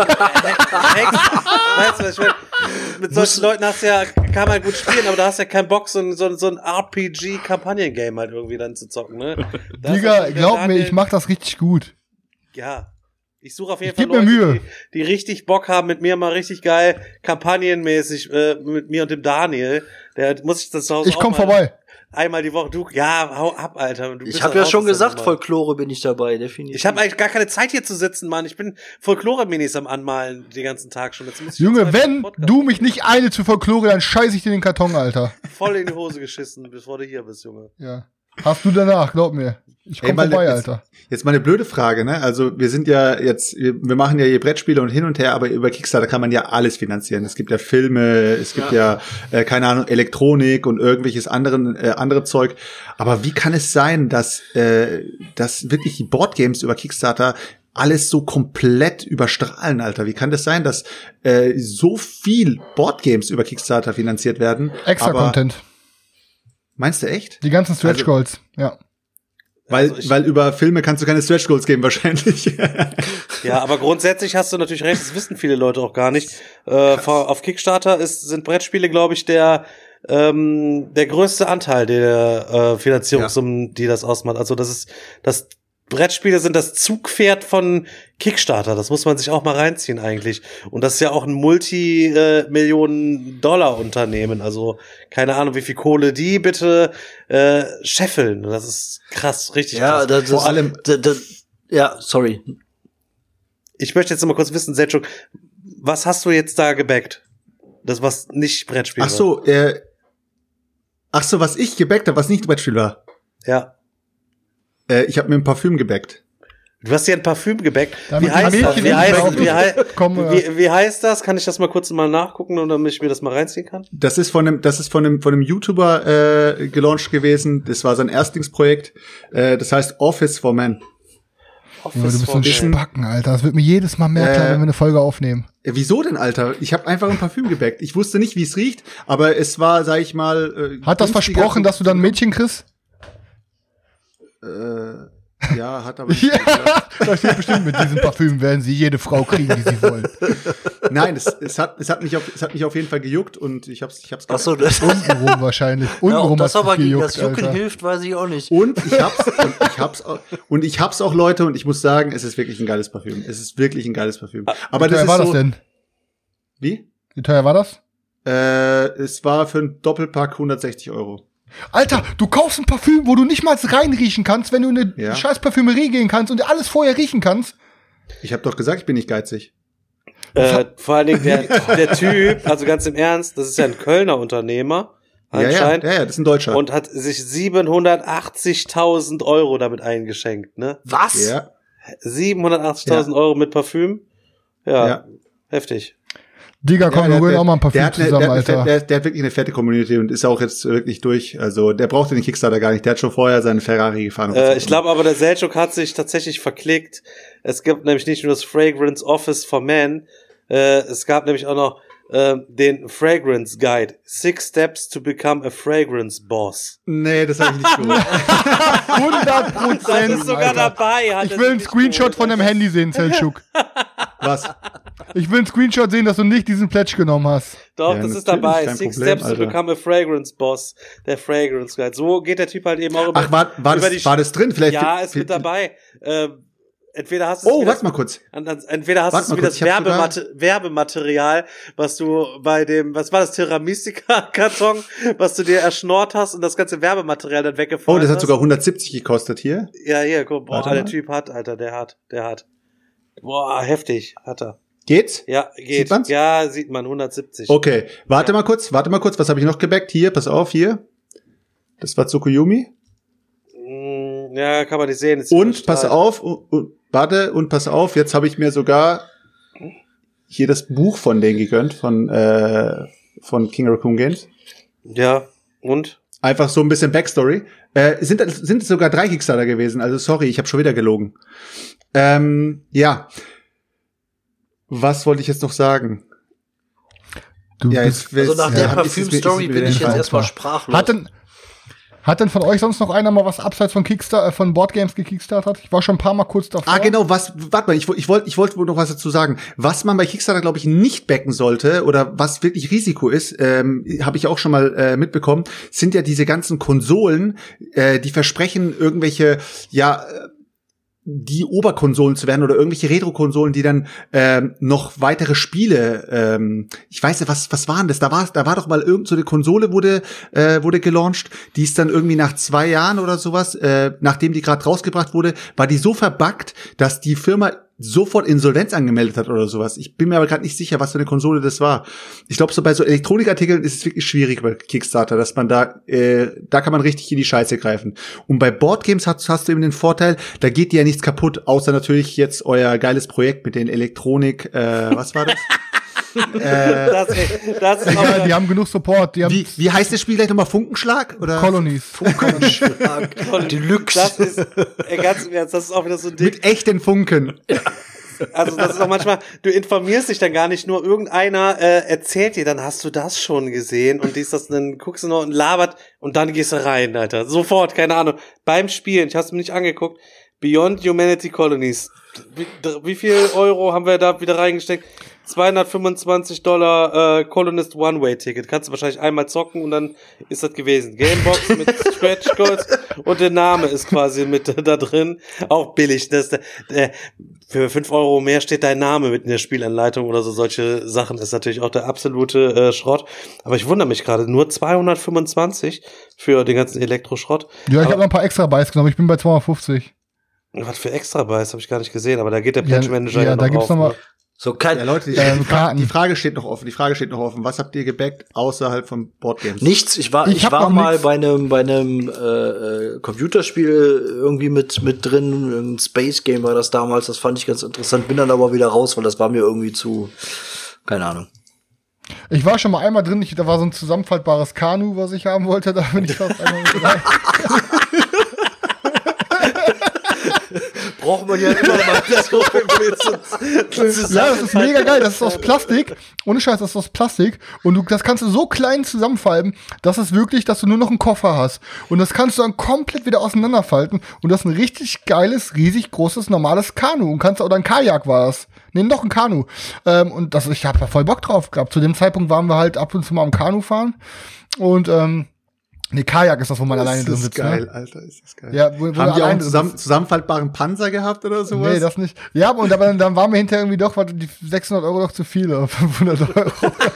du, was ich meine? Mit solchen Leuten kann man gut spielen, aber da hast du ja keinen Bock, so ein RPG-Kampagnen-Game halt irgendwie dann zu zocken, ne? Digga, glaub mir, ich mach das richtig gut. Ja. Ich suche auf jeden Fall Leute, die richtig Bock haben, mit mir mal richtig geil kampagnenmäßig, mit mir und dem Daniel. Der muss ich das zu Hause Ich komm vorbei. Einmal die Woche. Hau ab, Alter. Ich habe ja schon gesagt, Folklore bin ich dabei, definitiv. Ich habe eigentlich gar keine Zeit hier zu sitzen, Mann. Ich bin Folklore-Minis am Anmalen den ganzen Tag schon. Junge, wenn du mich nicht einst zu Folklore, dann scheiß ich dir den Karton, Alter. Voll in die Hose geschissen, bevor du hier bist, Junge. Ja. Hast du danach, glaub mir. Ich komm vorbei, Alter. Jetzt mal eine blöde Frage, ne? Also wir sind ja jetzt, wir machen ja hier Brettspiele und hin und her, aber über Kickstarter kann man ja alles finanzieren. Es gibt ja Filme, es gibt ja keine Ahnung, Elektronik und irgendwelches andere Zeug. Aber wie kann es sein, dass wirklich die Boardgames über Kickstarter alles so komplett überstrahlen, Alter? Wie kann das sein, dass so viel Boardgames über Kickstarter finanziert werden? Extra Content. Meinst du echt? Die ganzen Stretch Goals, ja. Weil über Filme kannst du keine Stretch Goals geben, wahrscheinlich. Ja, aber grundsätzlich hast du natürlich recht, das wissen viele Leute auch gar nicht. Auf Kickstarter sind Brettspiele, glaube ich, der größte Anteil der Finanzierungssummen, die das ausmacht. Also das Brettspiele sind das Zugpferd von Kickstarter. Das muss man sich auch mal reinziehen eigentlich. Und das ist ja auch ein Multi-Millionen-Dollar-Unternehmen. Also keine Ahnung, wie viel Kohle die bitte scheffeln. Das ist krass, richtig krass. Vor allem, sorry. Ich möchte jetzt noch mal kurz wissen, Selçuk, was hast du jetzt da gebackt? Das, was nicht Brettspiel war. Ach so, was ich gebackt habe, was nicht Brettspiel war. Ja. Ich habe mir ein Parfüm gebackt. Du hast dir ein Parfüm gebackt. Wie heißt das? Wie heißt das? Kann ich das mal kurz mal nachgucken, damit ich mir das mal reinziehen kann? Das ist von einem YouTuber gelauncht gewesen. Das war sein Erstlingsprojekt. Das heißt Office for Men. Du bist so ein Spacken, Alter. Das wird mir jedes Mal mehr klar, wenn wir eine Folge aufnehmen. Wieso denn, Alter? Ich habe einfach ein Parfüm gebackt. Ich wusste nicht, wie es riecht, aber es war, sag ich mal, hat das versprochen, dass du dann ein Mädchen kriegst? Ja, hat aber nicht. Ja, da steht bestimmt, mit diesem Parfüm werden sie jede Frau kriegen, die sie wollen. Nein, es hat mich auf jeden Fall gejuckt und ich hab's Ach so, das untenrum wahrscheinlich. Untenrum das aber gegen das gejuckt, Jucken Alter. hilft, weiß ich auch nicht. Und ich hab's auch, Leute, und ich muss sagen, es ist wirklich ein geiles Parfüm. Es ist wirklich ein geiles Parfüm. Aber Wie teuer war das denn? Wie? Wie teuer war das? Es war für einen Doppelpack 160 €. Alter, du kaufst ein Parfüm, wo du nicht mal reinriechen kannst, wenn du in eine scheiß Parfümerie gehen kannst und alles vorher riechen kannst. Ich habe doch gesagt, ich bin nicht geizig. Vor allen Dingen der Typ, also ganz im Ernst, das ist ja ein Kölner Unternehmer anscheinend. Ja, das ist ein Deutscher. Und hat sich 780.000 € damit eingeschenkt, ne? Was? Ja. 780.000 € mit Parfüm? Ja, heftig. Digga, komm, wir holen auch mal ein Parfüm zusammen, Alter. Der hat wirklich eine fette Community und ist auch jetzt wirklich durch. Also, der braucht den Kickstarter gar nicht. Der hat schon vorher seinen Ferrari gefahren. Ich glaube aber, der Selçuk hat sich tatsächlich verklickt. Es gibt nämlich nicht nur das Fragrance Office for Men, es gab nämlich auch noch den Fragrance Guide. 6 Steps to Become a Fragrance Boss. Nee, das habe ich nicht gehört. 100%. Das ist sogar dabei. Ich will einen Screenshot von dem Handy sehen, Selchuk. Was? Ich will einen Screenshot sehen, dass du nicht diesen Pledge genommen hast. Doch, Ja, das ist natürlich, dabei. kein 6 Problem, Steps Alter. to Become a Fragrance Boss. Der Fragrance Guide. So geht der Typ halt eben auch über. Ach, war das drin? Vielleicht. Ja, ist mit dabei. Entweder hast du Oh, warte mal kurz. Entweder hast du es wie das Werbematerial, was du bei dem, was war das, Terra-Mystica-Karton, was du dir erschnort hast und das ganze Werbematerial dann weggefallen Oh, das hat hast. sogar 170 gekostet hier. Ja, hier, guck, boah, Warte der mal. Typ hat, Alter, der hat. Boah, heftig, hat er. Geht's? Ja, geht. Sieht man's? Ja, sieht man, 170. Okay, warte mal kurz, was habe ich noch gebackt? Hier, pass auf, hier. Das war Tsukuyomi. Ja, kann man nicht sehen. Und pass auf, warte, und pass auf, jetzt habe ich mir sogar hier das Buch von denen gegönnt, von King Raccoon Games. Ja, und? Einfach so ein bisschen Backstory. Sind es sogar 3 Kickstarter gewesen, also sorry, ich habe schon wieder gelogen. Ja. Was wollte ich jetzt noch sagen? Ja, jetzt Also nach der ist es Parfüm-Story mir bin ich jetzt entfallen. erstmal sprachlos. Hat denn von euch sonst noch einer mal was abseits von von Boardgames gekickstartet? Ich war schon ein paar Mal kurz davor. Ah, genau, warte mal, ich wollte wohl noch was dazu sagen. Was man bei Kickstarter, glaube ich, nicht backen sollte oder was wirklich Risiko ist, habe ich auch schon mal mitbekommen, sind ja diese ganzen Konsolen, die versprechen irgendwelche, die Oberkonsolen zu werden oder irgendwelche Retro-Konsolen, die dann noch weitere Spiele, ich weiß nicht, was waren das? Da war doch mal irgend so eine Konsole wurde gelauncht, die ist dann irgendwie nach 2 Jahren oder sowas, nachdem die gerade rausgebracht wurde, war die so verbuggt, dass die Firma sofort Insolvenz angemeldet hat oder sowas. Ich bin mir aber gerade nicht sicher, was für eine Konsole das war. Ich glaube, so bei so Elektronikartikeln ist es wirklich schwierig bei Kickstarter, dass man da kann man richtig in die Scheiße greifen. Und bei Boardgames hast du eben den Vorteil, da geht dir ja nichts kaputt, außer natürlich jetzt euer geiles Projekt mit den Elektronik, was war das? Das ist auch Die haben genug Support. Die haben Wie heißt das Spiel gleich nochmal? Funkenschlag? Oder? Colonies. Funkenschlag. Deluxe. Das ist, ganz im Ernst, das ist auch wieder so ein Ding. Mit echten Funken. Also das ist auch manchmal, du informierst dich dann gar nicht, nur irgendeiner erzählt dir, dann hast du das schon gesehen und dann guckst du noch und labert und dann gehst du rein, Alter. Sofort, keine Ahnung. Beim Spielen, ich hab's mir nicht angeguckt, Beyond Humanity Colonies. Wie viel Euro haben wir da wieder reingesteckt? $225 Colonist One-Way-Ticket. Kannst du wahrscheinlich einmal zocken und dann ist das gewesen. Gamebox mit Stretch Goals und der Name ist quasi mit da drin. Auch billig. Für 5 Euro mehr steht dein Name mit in der Spielanleitung oder so. Solche Sachen ist natürlich auch der absolute Schrott. Aber ich wundere mich gerade, nur 225 für den ganzen Elektroschrott. Ja, ich habe noch ein paar extra Buys genommen. Ich bin bei 250. Was für extra Buys habe ich gar nicht gesehen, aber da geht der Pledge Manager ja, ja da noch gibt's auf. noch mal. Ne? So Ja, Leute, Karten. die Frage steht noch offen. Was habt ihr gebackt außerhalb von Boardgames? Nichts. Ich war mal bei einem Computerspiel irgendwie mit drin. Ein Space Game war das damals. Das fand ich ganz interessant. Bin dann aber wieder raus, weil das war mir irgendwie zu, keine Ahnung. Ich war schon mal einmal drin. Da war so ein zusammenfaltbares Kanu, was ich haben wollte. Da bin ich fast einmal mit rein. Braucht man ja immer mal so Ja, das ist mega geil. Das ist aus Plastik. Ohne Scheiß, das ist aus Plastik. Und das kannst du so klein zusammenfalten, dass es wirklich, dass du nur noch einen Koffer hast. Und das kannst du dann komplett wieder auseinanderfalten. Und das ist ein richtig geiles, riesig großes, normales Kanu. Oder ein Kajak war das. Nee, noch ein Kanu. Und ich hab da voll Bock drauf gehabt. Zu dem Zeitpunkt waren wir halt ab und zu mal am Kanu fahren. Und, Kajak ist das, wo man alleine drin sitzt. Das ist geil, ne? Alter, ist das geil. Ja, Haben die auch einen zusammenfaltbaren Panzer gehabt oder sowas? Nee, das nicht. Ja, und aber dann waren wir hinterher irgendwie doch, war die 600 Euro doch zu viel, oder 500 Euro.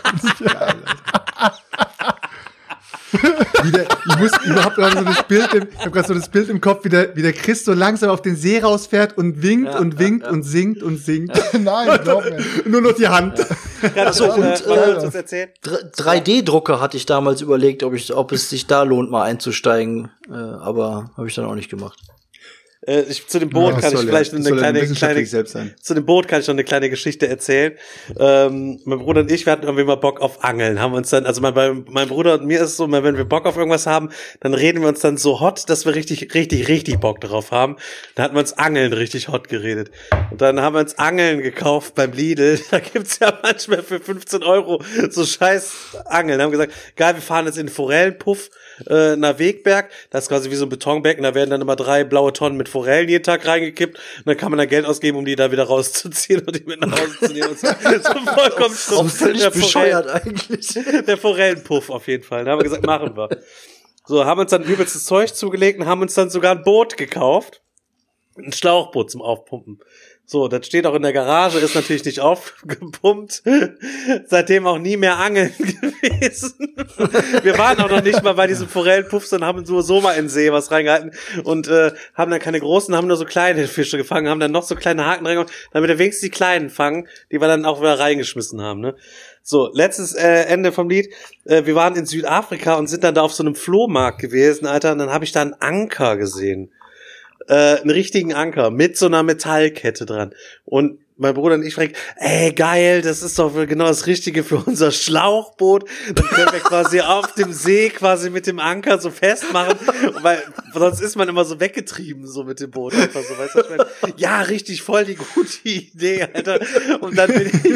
Ich muss überhaupt gerade so das Bild ich habe gerade so das Bild im Kopf, wie der Chris so langsam auf den See rausfährt und winkt und winkt und singt und singt. Nein, glaub mir. Nur noch die Hand. Achso, und was erzählen? 3D-Drucker hatte ich damals überlegt, ob es sich da lohnt, mal einzusteigen. Aber habe ich dann auch nicht gemacht. Zu dem Boot kann ich vielleicht eine kleine zu dem Boot kann ich noch eine kleine Geschichte erzählen. Mein Bruder und ich, wir hatten irgendwie mal Bock auf Angeln, haben uns dann, also mein Bruder und mir ist es so, wenn wir Bock auf irgendwas haben, dann reden wir uns dann so hot, dass wir richtig Bock drauf haben. Dann hatten wir uns Angeln richtig hot geredet. Und dann haben wir uns Angeln gekauft beim Lidl. Da gibt's ja manchmal für 15 € so scheiß Angeln. Haben gesagt, geil, wir fahren jetzt in den Forellenpuff nach Wegberg. Das ist quasi wie so ein Betonbecken. Da werden dann immer 3 blaue Tonnen mit Forellen jeden Tag reingekippt. Und dann kann man da Geld ausgeben, um die da wieder rauszuziehen und die mit nach Hause zu nehmen. Und so vollkommen stumpf. Völlig bescheuert eigentlich. Der Forellenpuff auf jeden Fall. Da haben wir gesagt, machen wir. So, haben uns dann übelstes Zeug zugelegt und haben uns dann sogar ein Boot gekauft. Ein Schlauchboot zum Aufpumpen. So, das steht auch in der Garage, ist natürlich nicht aufgepumpt. Seitdem auch nie mehr angeln gewesen. Wir waren auch noch nicht mal bei diesem Forellenpuff, sondern haben so mal in den See was reingehalten und haben dann keine großen, haben nur so kleine Fische gefangen, haben dann noch so kleine Haken reingemacht, damit wir wenigstens die kleinen fangen, die wir dann auch wieder reingeschmissen haben, ne? So, letztes Ende vom Lied. Wir waren in Südafrika und sind dann da auf so einem Flohmarkt gewesen, Alter, und dann habe ich da einen Anker gesehen. Einen richtigen Anker mit so einer Metallkette dran. Und mein Bruder und ich fragen, geil, das ist doch genau das Richtige für unser Schlauchboot. Dann können wir quasi auf dem See quasi mit dem Anker so festmachen, weil sonst ist man immer so weggetrieben so mit dem Boot. Einfach so, weißt du, was ich meine? Ja, richtig, voll die gute Idee, Alter. Und dann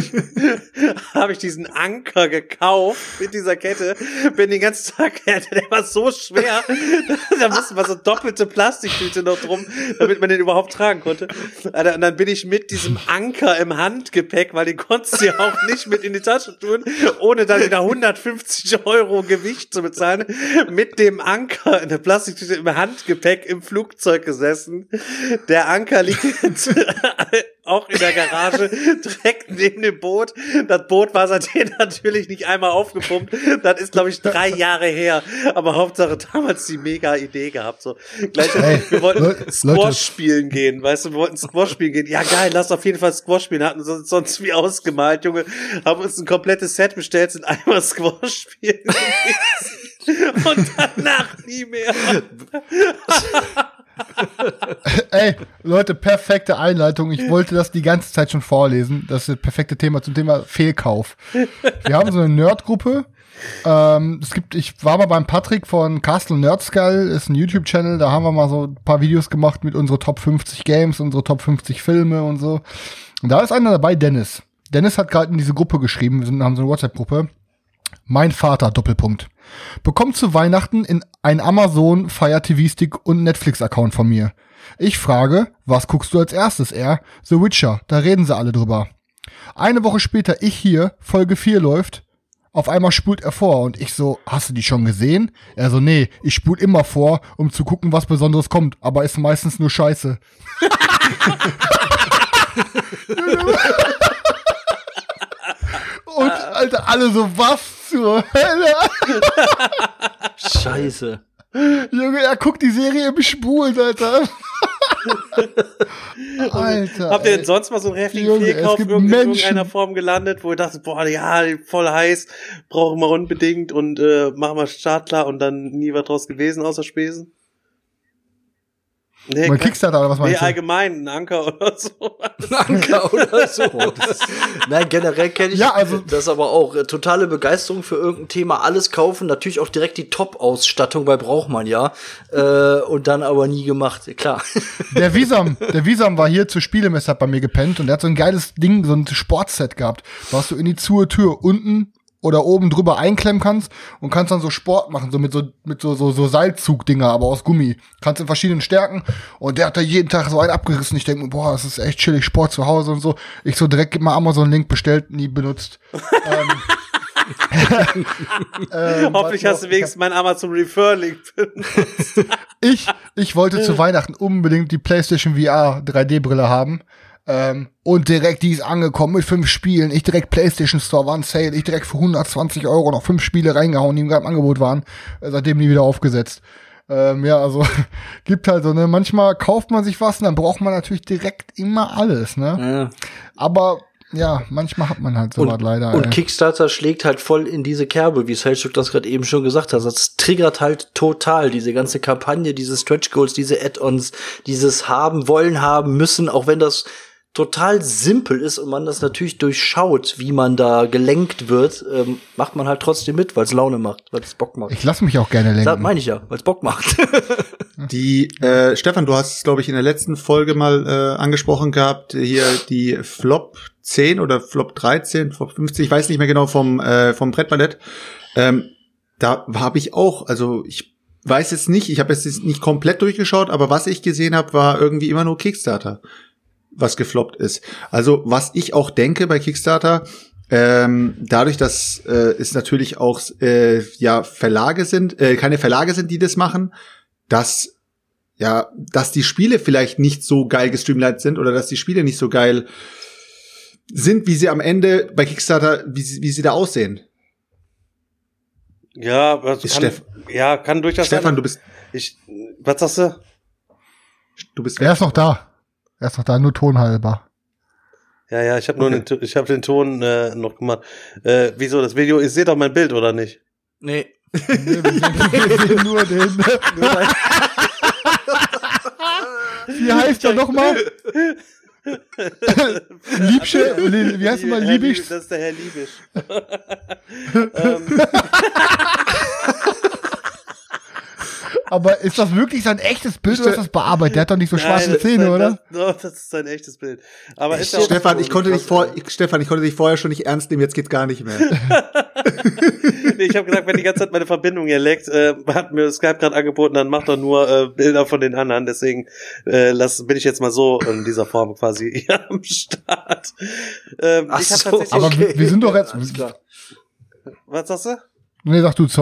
habe ich diesen Anker gekauft mit dieser Kette, bin den ganzen Tag, Alter, der war so schwer, da musste man so doppelte Plastiktüte noch drum, damit man den überhaupt tragen konnte. Alter, und dann bin ich mit diesem Anker im Handgepäck, weil den konntest du ja auch nicht mit in die Tasche tun, ohne dann wieder 150 € Gewicht zu bezahlen, mit dem Anker in der Plastiktüte im Handgepäck im Flugzeug gesessen. Der Anker liegt jetzt auch in der Garage, direkt neben dem Boot. Das Boot war seitdem natürlich nicht einmal aufgepumpt. Das ist, glaube ich, 3 Jahre her. Aber Hauptsache damals die mega Idee gehabt. So, gleich, wir wollten Squash spielen gehen, weißt du, wir wollten Squash spielen gehen. Ja, geil, lass auf jeden Fall Squash spielen. Hatten sonst wie ausgemalt, Junge. Haben uns ein komplettes Set bestellt, sind einmal Squash spielen und danach nie mehr. Ey, Leute, perfekte Einleitung. Ich wollte das die ganze Zeit schon vorlesen. Das ist das perfekte Thema zum Thema Fehlkauf. Wir haben so eine Nerdgruppe. Ich war mal beim Patrick von Castle Nerdskull, ist ein YouTube-Channel, da haben wir mal so ein paar Videos gemacht mit unsere Top 50 Games, unsere Top 50 Filme und so. Und da ist einer dabei, Dennis. Dennis hat gerade in diese Gruppe geschrieben, wir haben so eine WhatsApp-Gruppe. Mein Vater, Doppelpunkt. Bekommt zu Weihnachten in ein Amazon Fire TV Stick und Netflix-Account von mir. Ich frage, was guckst du als erstes? The Witcher, da reden sie alle drüber. Eine Woche später, ich hier, Folge 4 läuft. Auf einmal spult er vor und ich so, hast du die schon gesehen? Er so, nee, ich spul immer vor, um zu gucken, was Besonderes kommt, aber ist meistens nur Scheiße. Und, Alter, alle so, was zur Hölle? Scheiße. Junge, er guckt die Serie im Spul, Alter. Alter. Habt ihr denn sonst mal so einen heftigen Fehlkauf in irgendeiner Form gelandet, wo ihr dachtet, boah, ja, voll heiß, brauchen wir unbedingt und machen wir startklar und dann nie was draus gewesen außer Spesen? Nee, mein Kickstarter oder was meinst du? Nee, allgemein, ein Anker oder so. Ein Anker oder so. Nein, generell kenne ich das aber auch. Totale Begeisterung für irgendein Thema, alles kaufen, natürlich auch direkt die Top-Ausstattung, weil braucht man ja. Und dann aber nie gemacht, klar. Der Wiesam war hier zur Spielemesse, hat bei mir gepennt und der hat so ein geiles Ding, so ein Sportset gehabt, was du in die Tür unten oder oben drüber einklemmen kannst und kannst dann so Sport machen, so mit so Seilzugdinger, aber aus Gummi. Kannst in verschiedenen Stärken und der hat da jeden Tag so einen abgerissen. Ich denke mir, boah, das ist echt chillig, Sport zu Hause und so. Ich so direkt, gib mal Amazon-Link bestellt, nie benutzt. Hoffentlich hast du wenigstens meinen Amazon Refer-Link benutzt. Ich wollte zu Weihnachten unbedingt die PlayStation VR 3D-Brille haben. Und direkt die ist angekommen mit 5 Spielen. Ich direkt PlayStation Store, war ein Sale. Ich direkt für 120 € noch 5 Spiele reingehauen, die im Angebot waren. Seitdem nie wieder aufgesetzt. Ja, also gibt halt so, ne, manchmal kauft man sich was und dann braucht man natürlich direkt immer alles, ne? Ja. Aber Ja, manchmal hat man halt sowas leider. Und Kickstarter schlägt halt voll in diese Kerbe, wie Selchuk das gerade eben schon gesagt hat. Das triggert halt total diese ganze Kampagne, diese Stretch Goals, diese Add-ons, dieses haben, wollen, haben, müssen, auch wenn das total simpel ist und man das natürlich durchschaut, wie man da gelenkt wird, macht man halt trotzdem mit, weil es Laune macht, weil es Bock macht. Ich lasse mich auch gerne lenken. Das meine ich ja, weil es Bock macht. Stefan, du hast es, glaube ich, in der letzten Folge mal angesprochen gehabt, hier die Flop 10 oder Flop 13, Flop 50, ich weiß nicht mehr genau vom Brettballett. Da habe ich auch, also ich weiß jetzt nicht, ich habe jetzt nicht komplett durchgeschaut, aber was ich gesehen habe, war irgendwie immer nur Kickstarter, was gefloppt ist. Also was ich auch denke bei Kickstarter, dadurch, dass es natürlich auch Verlage sind, keine Verlage sind, die das machen, dass die Spiele vielleicht nicht so geil gestreamlined sind oder dass die Spiele nicht so geil sind, wie sie am Ende bei Kickstarter, wie sie da aussehen. Ja, kann durchaus Stefan, sein. du bist. Was sagst du? Du bist. Er ist noch da. Nur tonhalber. Ja, ich habe den Ton noch gemacht. Wieso das Video? Ihr seht doch mein Bild, oder nicht? Nee. Wir sehen nur den. Wie heißt er nochmal? Liebsche? Wie heißt er mal? Liebisch? Das ist der Herr Liebisch. Aber ist das wirklich sein echtes Bild oder ist das bearbeitet? Der hat doch nicht so schwarze Zähne, oder? Das ist sein echtes Bild. Aber ist Stefan, ich konnte dich vorher schon nicht ernst nehmen, jetzt geht gar nicht mehr. Nee, ich habe gesagt, wenn die ganze Zeit meine Verbindung hier leckt, hat mir Skype gerade angeboten, dann macht er nur Bilder von den anderen. Deswegen bin ich jetzt mal so in dieser Form quasi hier am Start. Aber wir sind doch jetzt. Was sagst du? Nee, sag du.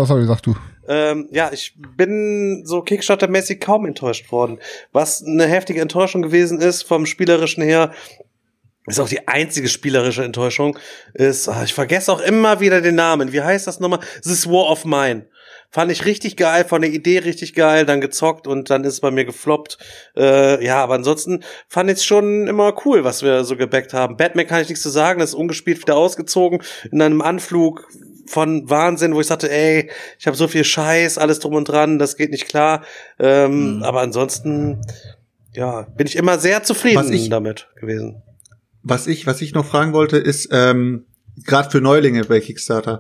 Ich bin so Kickstarter-mäßig kaum enttäuscht worden. Was eine heftige Enttäuschung gewesen ist vom Spielerischen her, ist auch die einzige spielerische Enttäuschung, ist, ich vergesse auch immer wieder den Namen. Wie heißt das nochmal? This War of Mine. Fand ich richtig geil, von der Idee richtig geil, dann gezockt und dann ist es bei mir gefloppt. Aber ansonsten fand ich es schon immer cool, was wir so gebackt haben. Batman kann ich nichts zu sagen, das ist ungespielt wieder ausgezogen in einem Anflug von Wahnsinn, wo ich sagte, ey, ich habe so viel Scheiß, alles drum und dran, das geht nicht klar. Aber ansonsten, bin ich immer sehr zufrieden damit gewesen. Was ich noch fragen wollte, ist, gerade für Neulinge bei Kickstarter,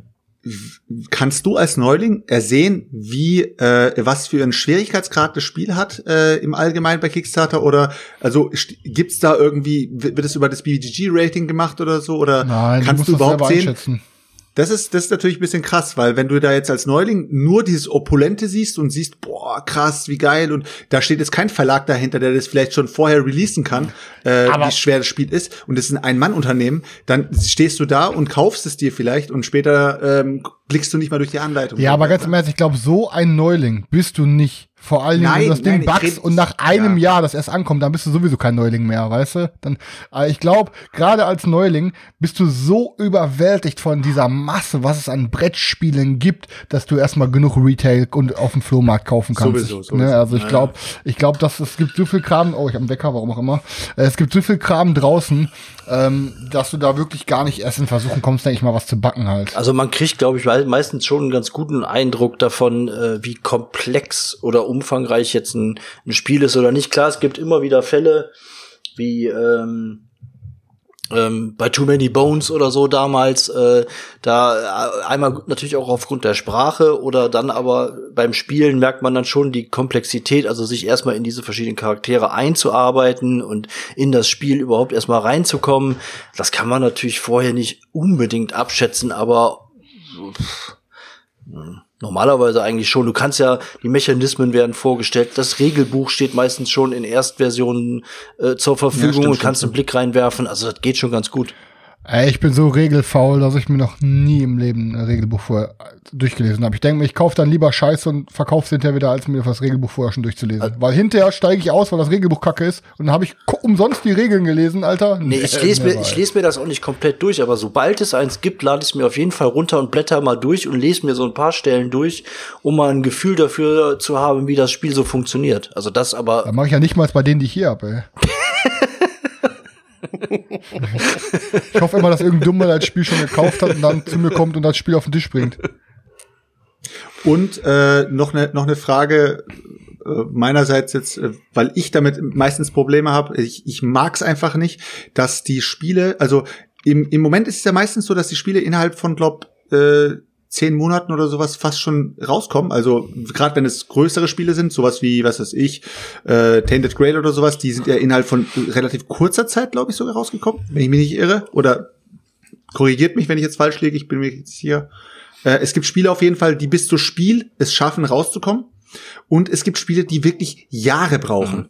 kannst du als Neuling ersehen, was für einen Schwierigkeitsgrad das Spiel hat im Allgemeinen bei Kickstarter, oder also gibt's da irgendwie, wird es über das BGG-Rating gemacht oder so, oder nein, kannst du überhaupt sehen? Einschätzen. Das ist natürlich ein bisschen krass, weil wenn du da jetzt als Neuling nur dieses Opulente siehst und siehst, boah, krass, wie geil, und da steht jetzt kein Verlag dahinter, der das vielleicht schon vorher releasen kann, wie schwer das Spiel ist, und es ist ein Ein-Mann-Unternehmen, dann stehst du da und kaufst es dir vielleicht und später blickst du nicht mal durch die Anleitung. Ja, aber ganz im Ernst, ich glaube, so ein Neuling bist du nicht. Vor allen Dingen, wenn du das Ding backst und nach einem Jahr das erst ankommt, dann bist du sowieso kein Neuling mehr, weißt du? Dann, ich glaube, gerade als Neuling bist du so überwältigt von dieser Masse, was es an Brettspielen gibt, dass du erstmal genug Retail und auf dem Flohmarkt kaufen kannst. Sowieso. Ne? Also ich glaube, dass es gibt so viel Kram, ich habe einen Wecker, warum auch immer. Es gibt so viel Kram draußen, dass du da wirklich gar nicht erst in Versuchen kommst, denke ich mal, was zu backen halt. Also man kriegt, glaube ich, meistens schon einen ganz guten Eindruck davon, wie komplex oder umfangreich jetzt ein Spiel ist oder nicht. Klar, es gibt immer wieder Fälle, wie bei Too Many Bones oder so damals, da einmal natürlich auch aufgrund der Sprache oder dann aber beim Spielen merkt man dann schon die Komplexität, also sich erstmal in diese verschiedenen Charaktere einzuarbeiten und in das Spiel überhaupt erstmal reinzukommen. Das kann man natürlich vorher nicht unbedingt abschätzen, aber normalerweise eigentlich schon. Du kannst ja, die Mechanismen werden vorgestellt, das Regelbuch steht meistens schon in Erstversionen zur Verfügung und kannst einen Blick reinwerfen. Also das geht schon ganz gut. Ich bin so regelfaul, dass ich mir noch nie im Leben ein Regelbuch vorher durchgelesen habe. Ich denke mir, ich kaufe dann lieber Scheiße und verkaufe es hinterher wieder, als mir das Regelbuch vorher schon durchzulesen. Weil hinterher steige ich aus, weil das Regelbuch kacke ist, und dann habe ich umsonst die Regeln gelesen, Alter. Nee, ich lese mir das auch nicht komplett durch, aber sobald es eins gibt, lade ich es mir auf jeden Fall runter und blätter mal durch und lese mir so ein paar Stellen durch, um mal ein Gefühl dafür zu haben, wie das Spiel so funktioniert. Also das aber. Da mache ich ja nicht mal bei denen, die ich hier habe, ey. Ich hoffe immer, dass irgendein Dummer das Spiel schon gekauft hat und dann zu mir kommt und das Spiel auf den Tisch bringt. Und noch eine Frage meinerseits jetzt, weil ich damit meistens Probleme habe. Ich mag es einfach nicht, dass die Spiele, also im Moment ist es ja meistens so, dass die Spiele innerhalb von, 10 Monaten oder sowas fast schon rauskommen. Also gerade wenn es größere Spiele sind, sowas wie, was weiß ich, Tainted Grail oder sowas, die sind ja innerhalb von relativ kurzer Zeit, glaube ich, sogar rausgekommen, wenn ich mich nicht irre. Oder korrigiert mich, wenn ich jetzt falsch liege, ich bin mir jetzt hier. Es gibt Spiele auf jeden Fall, die bis zu Spiel es schaffen, rauszukommen. Und es gibt Spiele, die wirklich Jahre brauchen.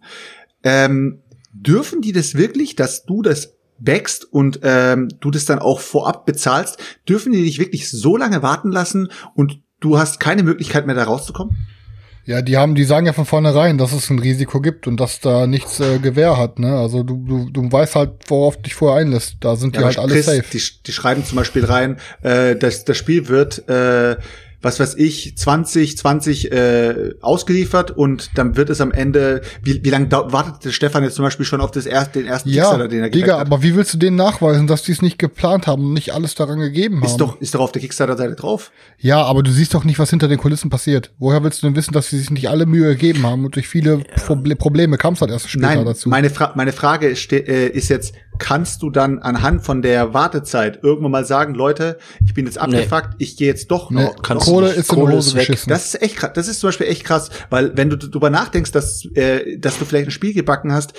Dürfen die das wirklich, dass du das wächst und du das dann auch vorab bezahlst, dürfen die dich wirklich so lange warten lassen und du hast keine Möglichkeit mehr da rauszukommen? Ja, die sagen ja von vornherein, dass es ein Risiko gibt und dass da nichts Gewähr hat, ne? Also du weißt halt, worauf du dich vorher einlässt. Da sind die halt alle safe. Die schreiben zum Beispiel rein, dass das Spiel wird was weiß ich, 2020 ausgeliefert und dann wird es am Ende, wie lange wartet der Stefan jetzt zum Beispiel schon auf den ersten Kickstarter, den er gekriegt hat? Aber wie willst du denen nachweisen, dass die es nicht geplant haben und nicht alles daran gegeben haben? Ist doch auf der Kickstarter-Seite drauf. Ja, aber du siehst doch nicht, was hinter den Kulissen passiert. Woher willst du denn wissen, dass sie sich nicht alle Mühe gegeben haben und durch viele Probleme kam es halt erst später dazu? Meine Frage ist jetzt, kannst du dann anhand von der Wartezeit irgendwann mal sagen, Leute, ich bin jetzt abgefuckt, ich gehe jetzt doch noch. Kohle ist in die Hose geschissen. Das ist echt krass. Das ist zum Beispiel echt krass, weil wenn du drüber nachdenkst, dass du vielleicht ein Spiel gebacken hast,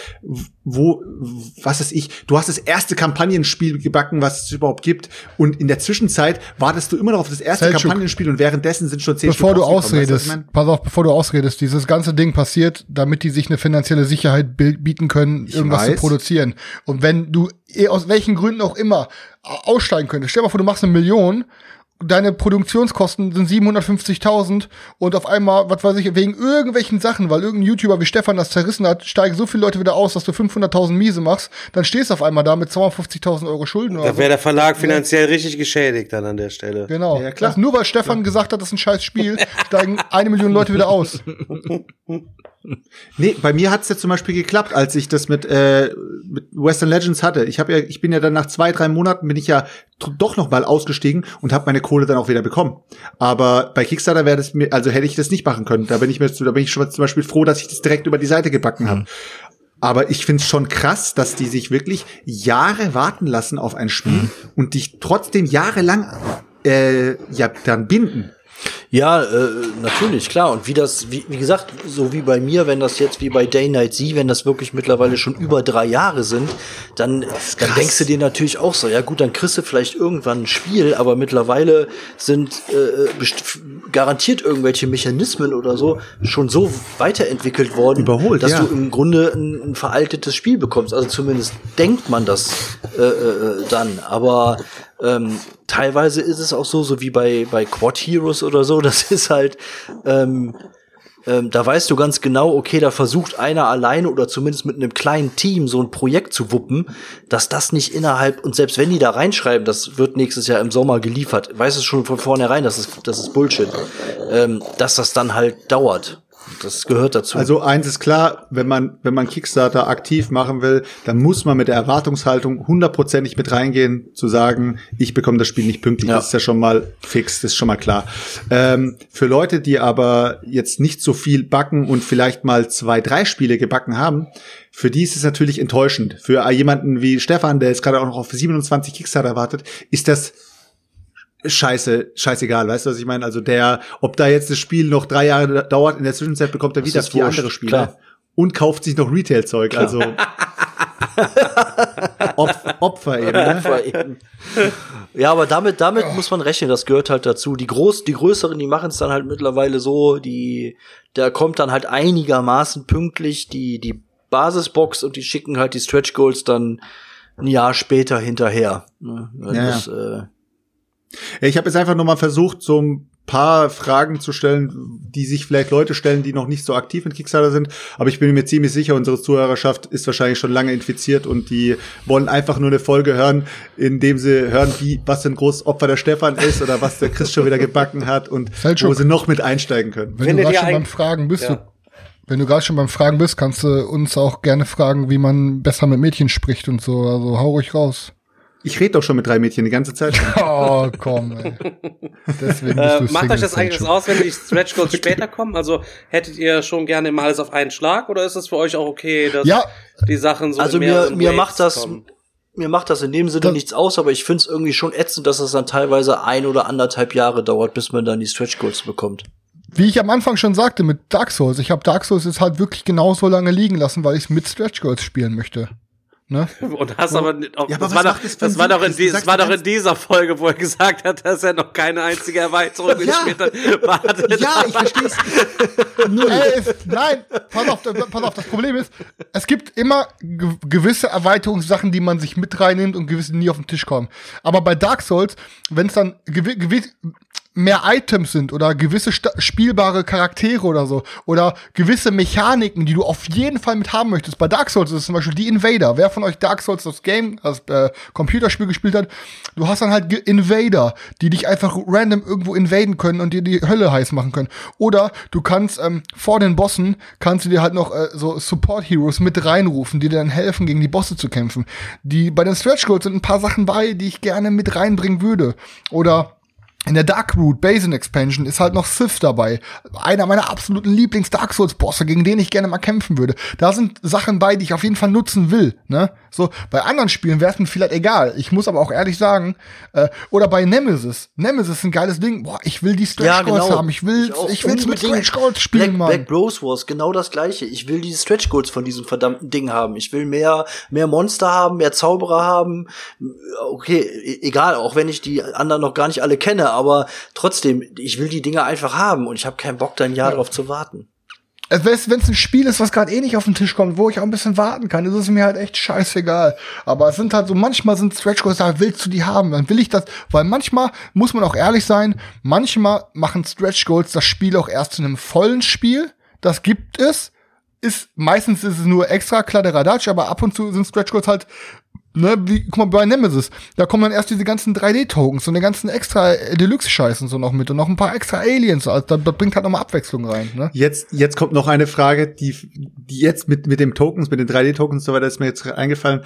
was weiß ich, du hast das erste Kampagnenspiel gebacken, was es überhaupt gibt, und in der Zwischenzeit wartest du immer noch auf das erste Kampagnenspiel und währenddessen sind schon 10 Stück rausgekommen. Bevor du ausredest, dieses ganze Ding passiert, damit die sich eine finanzielle Sicherheit bieten können, irgendwas zu produzieren. Und wenn du aus welchen Gründen auch immer aussteigen könntest, stell dir mal vor, du machst 1 Million, deine Produktionskosten sind 750.000 und auf einmal, was weiß ich, wegen irgendwelchen Sachen, weil irgendein YouTuber wie Stefan das zerrissen hat, steigen so viele Leute wieder aus, dass du 500.000 Miese machst, dann stehst du auf einmal da mit 250.000 Euro Schulden. Da wäre der Verlag finanziell richtig geschädigt dann an der Stelle. Genau. Ja, klar. Nur weil Stefan gesagt hat, das ist ein scheiß Spiel, steigen 1 Million Leute wieder aus. Nee, bei mir hat's ja zum Beispiel geklappt, als ich das mit Western Legends hatte. Ich bin ja dann nach 2-3 Monaten bin ich ja doch noch mal ausgestiegen und habe meine Kohle dann auch wieder bekommen. Aber bei Kickstarter hätte ich das nicht machen können. Da bin ich schon zum Beispiel froh, dass ich das direkt über die Seite gebacken habe. Aber ich find's schon krass, dass die sich wirklich Jahre warten lassen auf ein Spiel und dich trotzdem jahrelang dann binden. Ja, natürlich, klar. Und wie gesagt, so wie bei mir, wenn das jetzt wie bei Day Night Z, wenn das wirklich mittlerweile schon über 3 Jahre sind, dann denkst du dir natürlich auch so, ja gut, dann kriegst du vielleicht irgendwann ein Spiel, aber mittlerweile sind garantiert irgendwelche Mechanismen oder so schon so weiterentwickelt worden, überholt, dass du im Grunde ein veraltetes Spiel bekommst. Also zumindest denkt man das dann. Aber teilweise ist es auch so wie bei Quad Heroes oder so, das ist halt, da weißt du ganz genau, okay, da versucht einer alleine oder zumindest mit einem kleinen Team so ein Projekt zu wuppen, dass das nicht und selbst wenn die da reinschreiben, das wird nächstes Jahr im Sommer geliefert, weißt du schon von vornherein, das ist Bullshit, dass das dann halt dauert. Das gehört dazu. Also eins ist klar, wenn man Kickstarter aktiv machen will, dann muss man mit der Erwartungshaltung 100%ig mit reingehen, zu sagen, ich bekomme das Spiel nicht pünktlich. Ja. Das ist ja schon mal fix, das ist schon mal klar. Für Leute, die aber jetzt nicht so viel backen und vielleicht mal 2-3 Spiele gebacken haben, für die ist es natürlich enttäuschend. Für jemanden wie Stefan, der jetzt gerade auch noch auf 27 Kickstarter wartet, ist das scheißegal, weißt du, was ich meine? Also ob da jetzt das Spiel noch 3 Jahre dauert, in der Zwischenzeit bekommt er wieder 4 andere Spiele. Klar. Und kauft sich noch Retail-Zeug, klar. Also Opfer eben, ne? Opfer eben. Ja, aber damit muss man rechnen, das gehört halt dazu. Die Größeren, die machen es dann halt mittlerweile so, da kommt dann halt einigermaßen pünktlich die Basisbox und die schicken halt die Stretch Goals dann ein Jahr später hinterher. Ich habe jetzt einfach nur mal versucht, so ein paar Fragen zu stellen, die sich vielleicht Leute stellen, die noch nicht so aktiv in Kickstarter sind. Aber ich bin mir ziemlich sicher, unsere Zuhörerschaft ist wahrscheinlich schon lange infiziert und die wollen einfach nur eine Folge hören, in dem sie hören, was für ein großes Opfer der Stefan ist oder was der Chris schon wieder gebacken hat und wo sie noch mit einsteigen können. Wenn du gerade schon beim Fragen bist, kannst du uns auch gerne fragen, wie man besser mit Mädchen spricht und so. Also hau ruhig raus. Ich rede doch schon mit 3 Mädchen die ganze Zeit. Oh, komm, ey. Deswegen bist du macht euch das Single, eigentlich was aus, wenn die Stretch Goals später kommen? Also hättet ihr schon gerne immer alles auf einen Schlag oder ist es für euch auch okay, dass die Sachen so also in mehreren mir Waves macht das in dem Sinne nichts aus, aber ich find's irgendwie schon ätzend, dass es dann teilweise 1 oder 1,5 Jahre dauert, bis man dann die Stretch Goals bekommt. Wie ich am Anfang schon sagte mit Dark Souls, ich habe Dark Souls jetzt halt wirklich genauso lange liegen lassen, weil ich es mit Stretch Goals spielen möchte. Ne? Und hast aber auch, ja, aber das war doch in dieser Folge, wo er gesagt hat, dass er noch keine einzige Erweiterung gespielt hat. Ja, ich verstehe es. Nein, pass auf, das Problem ist, es gibt immer gewisse Erweiterungssachen, die man sich mit reinnimmt und gewisse, die nie auf den Tisch kommen. Aber bei Dark Souls, wenn es dann mehr Items sind oder gewisse spielbare Charaktere oder so oder gewisse Mechaniken, die du auf jeden Fall mit haben möchtest. Bei Dark Souls ist es zum Beispiel die Invader. Wer von euch Dark Souls das Computerspiel gespielt hat, du hast dann halt Invader, die dich einfach random irgendwo invaden können und dir die Hölle heiß machen können. Oder du kannst vor den Bossen kannst du dir halt noch so Support Heroes mit reinrufen, die dir dann helfen, gegen die Bosse zu kämpfen. Bei den Stretch Goals sind ein paar Sachen bei, die ich gerne mit reinbringen würde. Oder in der Darkroot Basin Expansion ist halt noch Sith dabei. Einer meiner absoluten Lieblings-Dark Souls-Bosse, gegen den ich gerne mal kämpfen würde. Da sind Sachen bei, die ich auf jeden Fall nutzen will, ne? So, bei anderen Spielen wäre es mir vielleicht egal. Ich muss aber auch ehrlich sagen, oder bei Nemesis. Nemesis ist ein geiles Ding. Boah, ich will die Stretch Goals haben. Ich will's mit Stretch Goals spielen, Mann. Black Bros Wars, genau das Gleiche. Ich will diese Stretch Goals von diesem verdammten Ding haben. Ich will mehr Monster haben, mehr Zauberer haben. Okay, egal, auch wenn ich die anderen noch gar nicht alle kenne, aber trotzdem, ich will die Dinger einfach haben und ich habe keinen Bock, da ein Jahr drauf zu warten. Wenn es ein Spiel ist, was gerade nicht auf den Tisch kommt, wo ich auch ein bisschen warten kann, ist es mir halt echt scheißegal. Aber es sind halt so, manchmal sind Stretch Goals, da willst du die haben, dann will ich das, weil manchmal, muss man auch ehrlich sein, manchmal machen Stretch Goals das Spiel auch erst zu einem vollen Spiel. Das gibt es. Meistens ist es nur extra Kladderadatsch, aber ab und zu sind Stretch Goals halt, ne, guck mal, bei Nemesis, da kommen dann erst diese ganzen 3D-Tokens und den ganzen extra Deluxe-Scheißen so noch mit und noch ein paar extra Aliens, also das bringt halt nochmal Abwechslung rein, ne? Jetzt kommt noch eine Frage, die jetzt mit dem Tokens, mit den 3D-Tokens, so weiter ist mir jetzt eingefallen.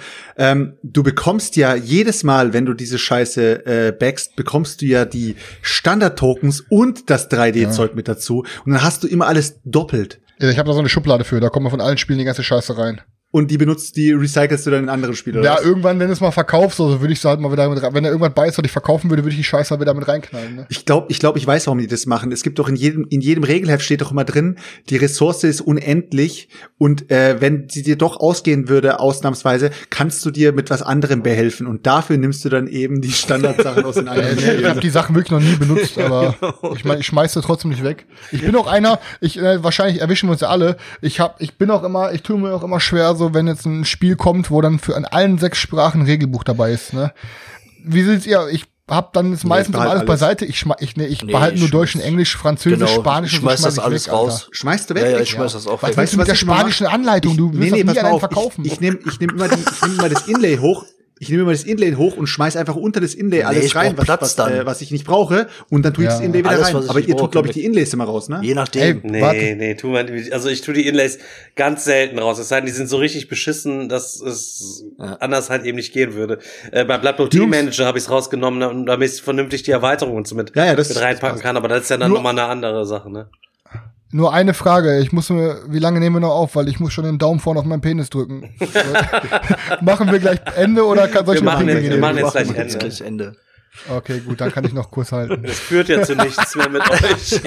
Du bekommst ja jedes Mal, wenn du diese Scheiße backst, bekommst du ja die Standard-Tokens und das 3D-Zeug mit dazu und dann hast du immer alles doppelt. Ja, ich habe da so eine Schublade für, da kommen wir von allen Spielen die ganze Scheiße rein. Und die recycelst du dann in anderen Spielen, oder? Ja, was? Irgendwann, wenn du es mal verkaufst, so würde ich es halt mal wieder mit rein. Wenn da irgendwas bei ist, was ich verkaufen würde, würde ich die Scheiße halt wieder mit reinknallen. Ne? Ich glaube, ich weiß, warum die das machen. Es gibt doch in jedem Regelheft steht doch immer drin, die Ressource ist unendlich und wenn sie dir doch ausgehen würde, ausnahmsweise, kannst du dir mit was anderem behelfen und dafür nimmst du dann eben die Standardsachen aus den anderen Spielen. Ich habe die Sachen wirklich noch nie benutzt, aber ich meine, ich schmeiß sie trotzdem nicht weg. Ich bin auch einer, wahrscheinlich erwischen wir uns ja alle, ich tue mir auch immer schwer, so wenn jetzt ein Spiel kommt, wo dann in allen 6 Sprachen ein Regelbuch dabei ist, ne? Wie seht's ihr? Ich hab dann meistens alles beiseite. Ich behalte nur Deutsch und Englisch, Französisch, Spanisch. Ich schmeiß das alles weg, raus. Schmeißt du weg? Ja, ich schmeiß das auch weg. Was mit der spanischen Anleitung? Du willst das nie an einen verkaufen. Ich nehm immer das Inlay hoch. Ich nehme immer das Inlay hoch und schmeiß einfach unter das Inlay alles rein, was ich nicht brauche, und dann tue ich das Inlay wieder rein. Aber ihr tut, glaube ich, die Inlays immer raus, ne? Je nachdem. Also ich tue die Inlays ganz selten raus. Es sei denn, die sind so richtig beschissen, dass es anders halt eben nicht gehen würde. Bei Blood Team Manager habe ich es rausgenommen, damit ich vernünftig die Erweiterungen mit reinpacken kann. Aber das ist ja dann nochmal eine andere Sache, ne? Nur eine Frage, wie lange nehmen wir noch auf, weil ich muss schon den Daumen vorne auf meinen Penis drücken. Machen wir gleich Ende oder soll ich noch Wir machen jetzt gleich Ende. Okay, gut, dann kann ich noch kurz halten. Das führt ja zu nichts mehr mit euch.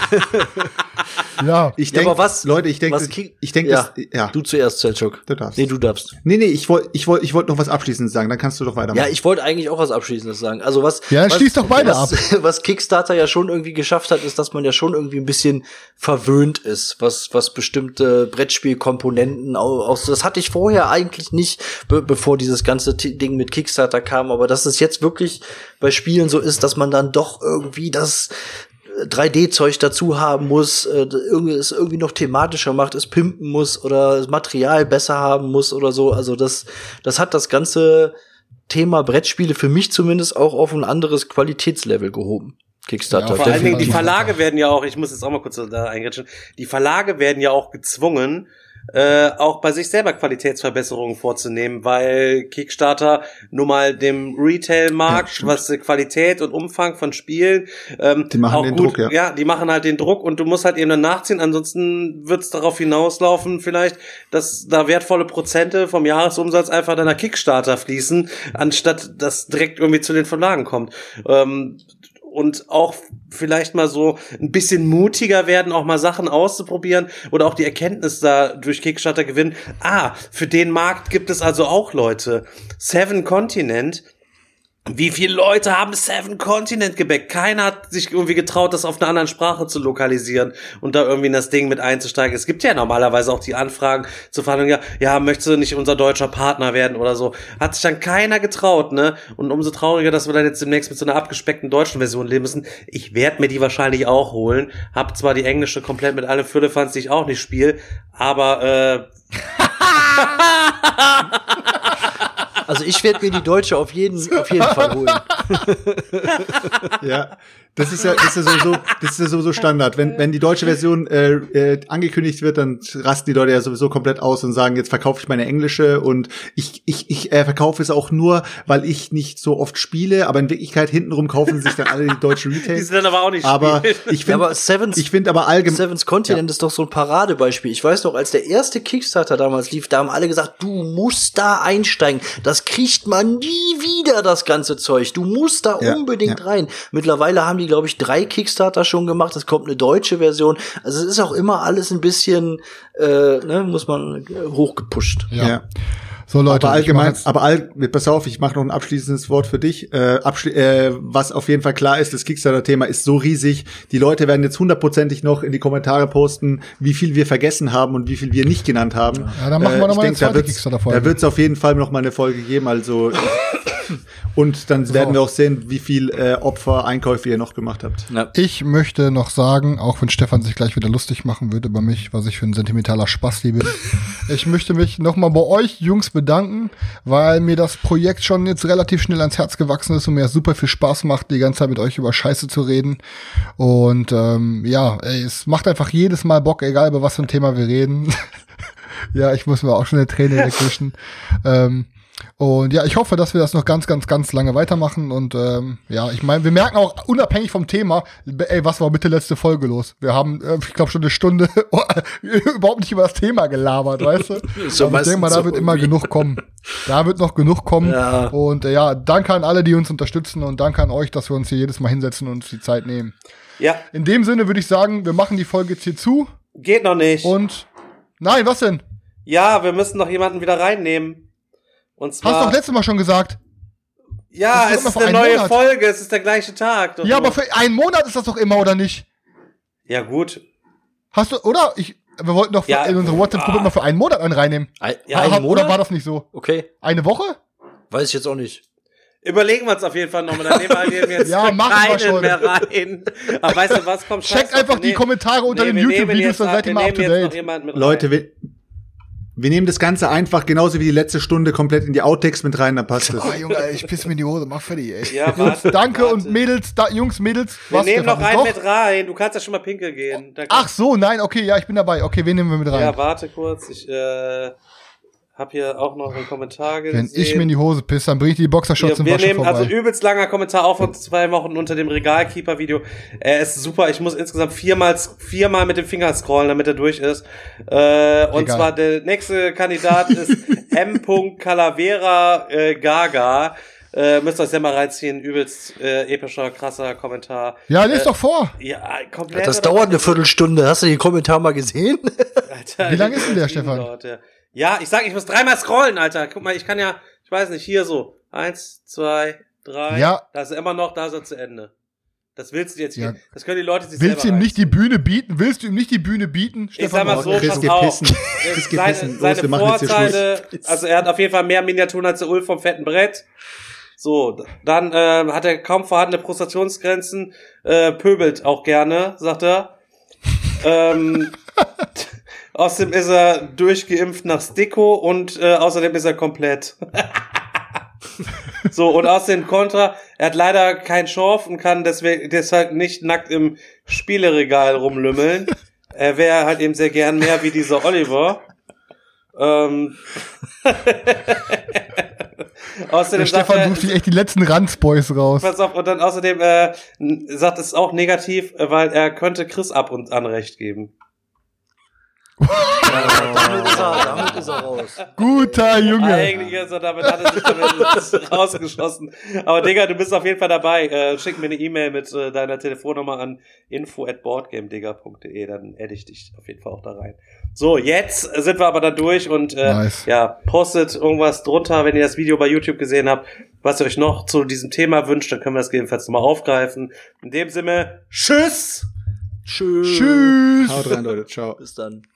Ja. Ich denke, Du zuerst, Selchuk. Du darfst. Nee, du darfst. Nee, ich wollte noch was Abschließendes sagen, dann kannst du doch weitermachen. Ja, ich wollte eigentlich auch was Abschließendes sagen. Also schließ doch beide ab. Was Kickstarter ja schon irgendwie geschafft hat, ist, dass man ja schon irgendwie ein bisschen verwöhnt ist, was bestimmte Brettspielkomponenten das hatte ich vorher eigentlich nicht, bevor dieses ganze Ding mit Kickstarter kam, aber dass es jetzt wirklich bei Spielen so ist, dass man dann doch irgendwie das 3D-Zeug dazu haben muss, es irgendwie noch thematischer macht, es pimpen muss oder das Material besser haben muss oder so. Also das hat das ganze Thema Brettspiele für mich zumindest auch auf ein anderes Qualitätslevel gehoben. Kickstarter. Ja, vor allen Dingen, die Verlage werden ja auch, ich muss jetzt auch mal kurz da eingrätschen, die Verlage werden ja auch gezwungen, auch bei sich selber Qualitätsverbesserungen vorzunehmen, weil Kickstarter nun mal dem Retail-Markt, was Qualität und Umfang von Spielen, die machen auch den gut, Druck, ja, die machen halt den Druck und du musst halt eben dann nachziehen, ansonsten wird's darauf hinauslaufen vielleicht, dass da wertvolle Prozente vom Jahresumsatz einfach deiner Kickstarter fließen, anstatt dass direkt irgendwie zu den Verlagen kommt. Und auch vielleicht mal so ein bisschen mutiger werden, auch mal Sachen auszuprobieren oder auch die Erkenntnis da durch Kickstarter gewinnen. Für den Markt gibt es also auch Leute. Seven Continent. Wie viele Leute haben Seven Continent gebackt? Keiner hat sich irgendwie getraut, das auf einer anderen Sprache zu lokalisieren und da irgendwie in das Ding mit einzusteigen. Es gibt ja normalerweise auch die Anfragen zur Verhandlung, ja, möchtest du nicht unser deutscher Partner werden oder so. Hat sich dann keiner getraut, ne? Und umso trauriger, dass wir dann jetzt demnächst mit so einer abgespeckten deutschen Version leben müssen. Ich werde mir die wahrscheinlich auch holen. Hab zwar die englische komplett mit allen Firlefanz, die ich auch nicht spiele, aber Also ich werde mir die deutsche auf jeden Fall holen. Ja, das ist ja sowieso Standard. Wenn die deutsche Version angekündigt wird, dann rasten die Leute ja sowieso komplett aus und sagen, jetzt verkaufe ich meine englische und ich verkaufe es auch nur, weil ich nicht so oft spiele, aber in Wirklichkeit hintenrum kaufen sich dann alle die deutschen Retail. Die sind dann aber auch nicht aber spielen. ich finde aber allgemein Seven's Continent ist doch so ein Paradebeispiel. Ich weiß noch, als der erste Kickstarter damals lief, da haben alle gesagt, du musst da einsteigen. Das kriegt man nie wieder, das ganze Zeug. Du musst da unbedingt rein. Mittlerweile haben die, glaube ich, 3 Kickstarter schon gemacht. Es kommt eine deutsche Version. Also es ist auch immer alles ein bisschen, muss man hochgepusht. Ja. So, Leute. Pass auf, ich mache noch ein abschließendes Wort für dich. Was auf jeden Fall klar ist, das Kickstarter-Thema ist so riesig. Die Leute werden jetzt 100%ig noch in die Kommentare posten, wie viel wir vergessen haben und wie viel wir nicht genannt haben. Ja, dann machen wir nochmal eine zweite Kickstarter-Folge. Da wird es auf jeden Fall noch mal eine Folge geben, also und dann werden wir auch sehen, wie viel Einkäufe ihr noch gemacht habt. Ja. Ich möchte noch sagen, auch wenn Stefan sich gleich wieder lustig machen würde über mich, was ich für ein sentimentaler Spasti bin, ich möchte mich noch mal bei euch Jungs bedanken, weil mir das Projekt schon jetzt relativ schnell ans Herz gewachsen ist und mir super viel Spaß macht, die ganze Zeit mit euch über Scheiße zu reden. Und es macht einfach jedes Mal Bock, egal über was für ein Thema wir reden. Ja, ich muss mir auch schon eine Träne wegwischen. Und ja, ich hoffe, dass wir das noch ganz, ganz, ganz lange weitermachen. Und ich meine, wir merken auch, unabhängig vom Thema, was war Mitte letzte Folge los? Wir haben, ich glaube, schon eine Stunde überhaupt nicht über das Thema gelabert, weißt du? So, ich denke mal, da wird immer genug kommen. Da wird noch genug kommen. Ja. Und danke an alle, die uns unterstützen und danke an euch, dass wir uns hier jedes Mal hinsetzen und uns die Zeit nehmen. Ja. In dem Sinne würde ich sagen, wir machen die Folge jetzt hier zu. Geht noch nicht. Und, nein, was denn? Ja, wir müssen noch jemanden wieder reinnehmen. Und zwar, hast du doch letztes Mal schon gesagt. Ja, es ist eine neue Folge, es ist der gleiche Tag. Ja, aber für einen Monat ist das doch immer, oder nicht? Ja, gut. Hast du, oder? Wir wollten doch in unsere WhatsApp-Gruppe immer für einen Monat einen reinnehmen. Einen Monat? Oder war das nicht so? Okay. Eine Woche? Weiß ich jetzt auch nicht. Überlegen wir uns auf jeden Fall nochmal, dann nehmen wir halt jetzt keinen mehr rein. Aber weißt du was, kommt checkt einfach die Kommentare unter den YouTube-Videos, dann seid ihr mal up to date. Leute, wir nehmen das Ganze einfach genauso wie die letzte Stunde komplett in die Outtakes mit rein, dann passt es. Oh, Junge, ich piss mir in die Hose, mach fertig, ey. Ja, danke und Mädels, Jungs, Mädels. Wir nehmen noch einen mit rein, du kannst ja schon mal pinkeln gehen. Ach so, nein, okay, ja, ich bin dabei. Okay, wen nehmen wir mit rein? Ja, warte kurz, ich hab hier auch noch einen Kommentar gesehen. Wenn ich mir in die Hose pisse, dann bring ich die Boxershorts im Waschen vorbei. Wir nehmen also übelst langer Kommentar auch von 2 Wochen unter dem Regalkeeper-Video. Er ist super, ich muss insgesamt viermal mit dem Finger scrollen, damit er durch ist. Und zwar der nächste Kandidat ist M. Calavera Gaga. Müsst ihr euch ja mal reinziehen, übelst epischer, krasser Kommentar. Ja, lest doch vor. Ja, komplett. Das dauert eine Viertelstunde. Hast du den Kommentar mal gesehen? Alter, wie lang ist denn der, Stefan? Ja, ich muss 3-mal scrollen, Alter. Guck mal, ich kann ja, ich weiß nicht, hier so. 1, 2, 3. Ja. Da ist er immer noch, da ist er zu Ende. Das willst du jetzt hier. Das können die Leute sich Willst du ihm nicht die Bühne bieten? Willst du ihm nicht die Bühne bieten, Stefan? Ich sag mal so, pass auf. Seine Vorteile, also er hat auf jeden Fall mehr Miniaturen als der Ulf vom fetten Brett. So, dann hat er kaum vorhandene Prestationsgrenzen, pöbelt auch gerne, sagt er. Außerdem ist er durchgeimpft nach Stiko und außerdem ist er komplett. So, und außerdem Kontra, er hat leider keinen Schorf und kann deshalb nicht nackt im Spieleregal rumlümmeln. Er wäre halt eben sehr gern mehr wie dieser Oliver. Außerdem der Stefan sucht sich echt die letzten Ranzboys raus. Pass auf, und dann außerdem sagt es auch negativ, weil er könnte Chris ab und an recht geben. Damit ist er raus. Guter Junge. Eigentlich ist er damit, hat er sich damit rausgeschossen. Aber Digga, du bist auf jeden Fall dabei. Schick mir eine E-Mail mit deiner Telefonnummer an info@boardgamedigger.de, dann adde ich dich auf jeden Fall auch da rein. So, jetzt sind wir aber da durch und nice. Ja, postet irgendwas drunter, wenn ihr das Video bei YouTube gesehen habt, was ihr euch noch zu diesem Thema wünscht, dann können wir das gegebenenfalls nochmal aufgreifen. In dem Sinne, tschüss! Tschüss. Tschüss. Haut rein, Leute. Ciao. Bis dann.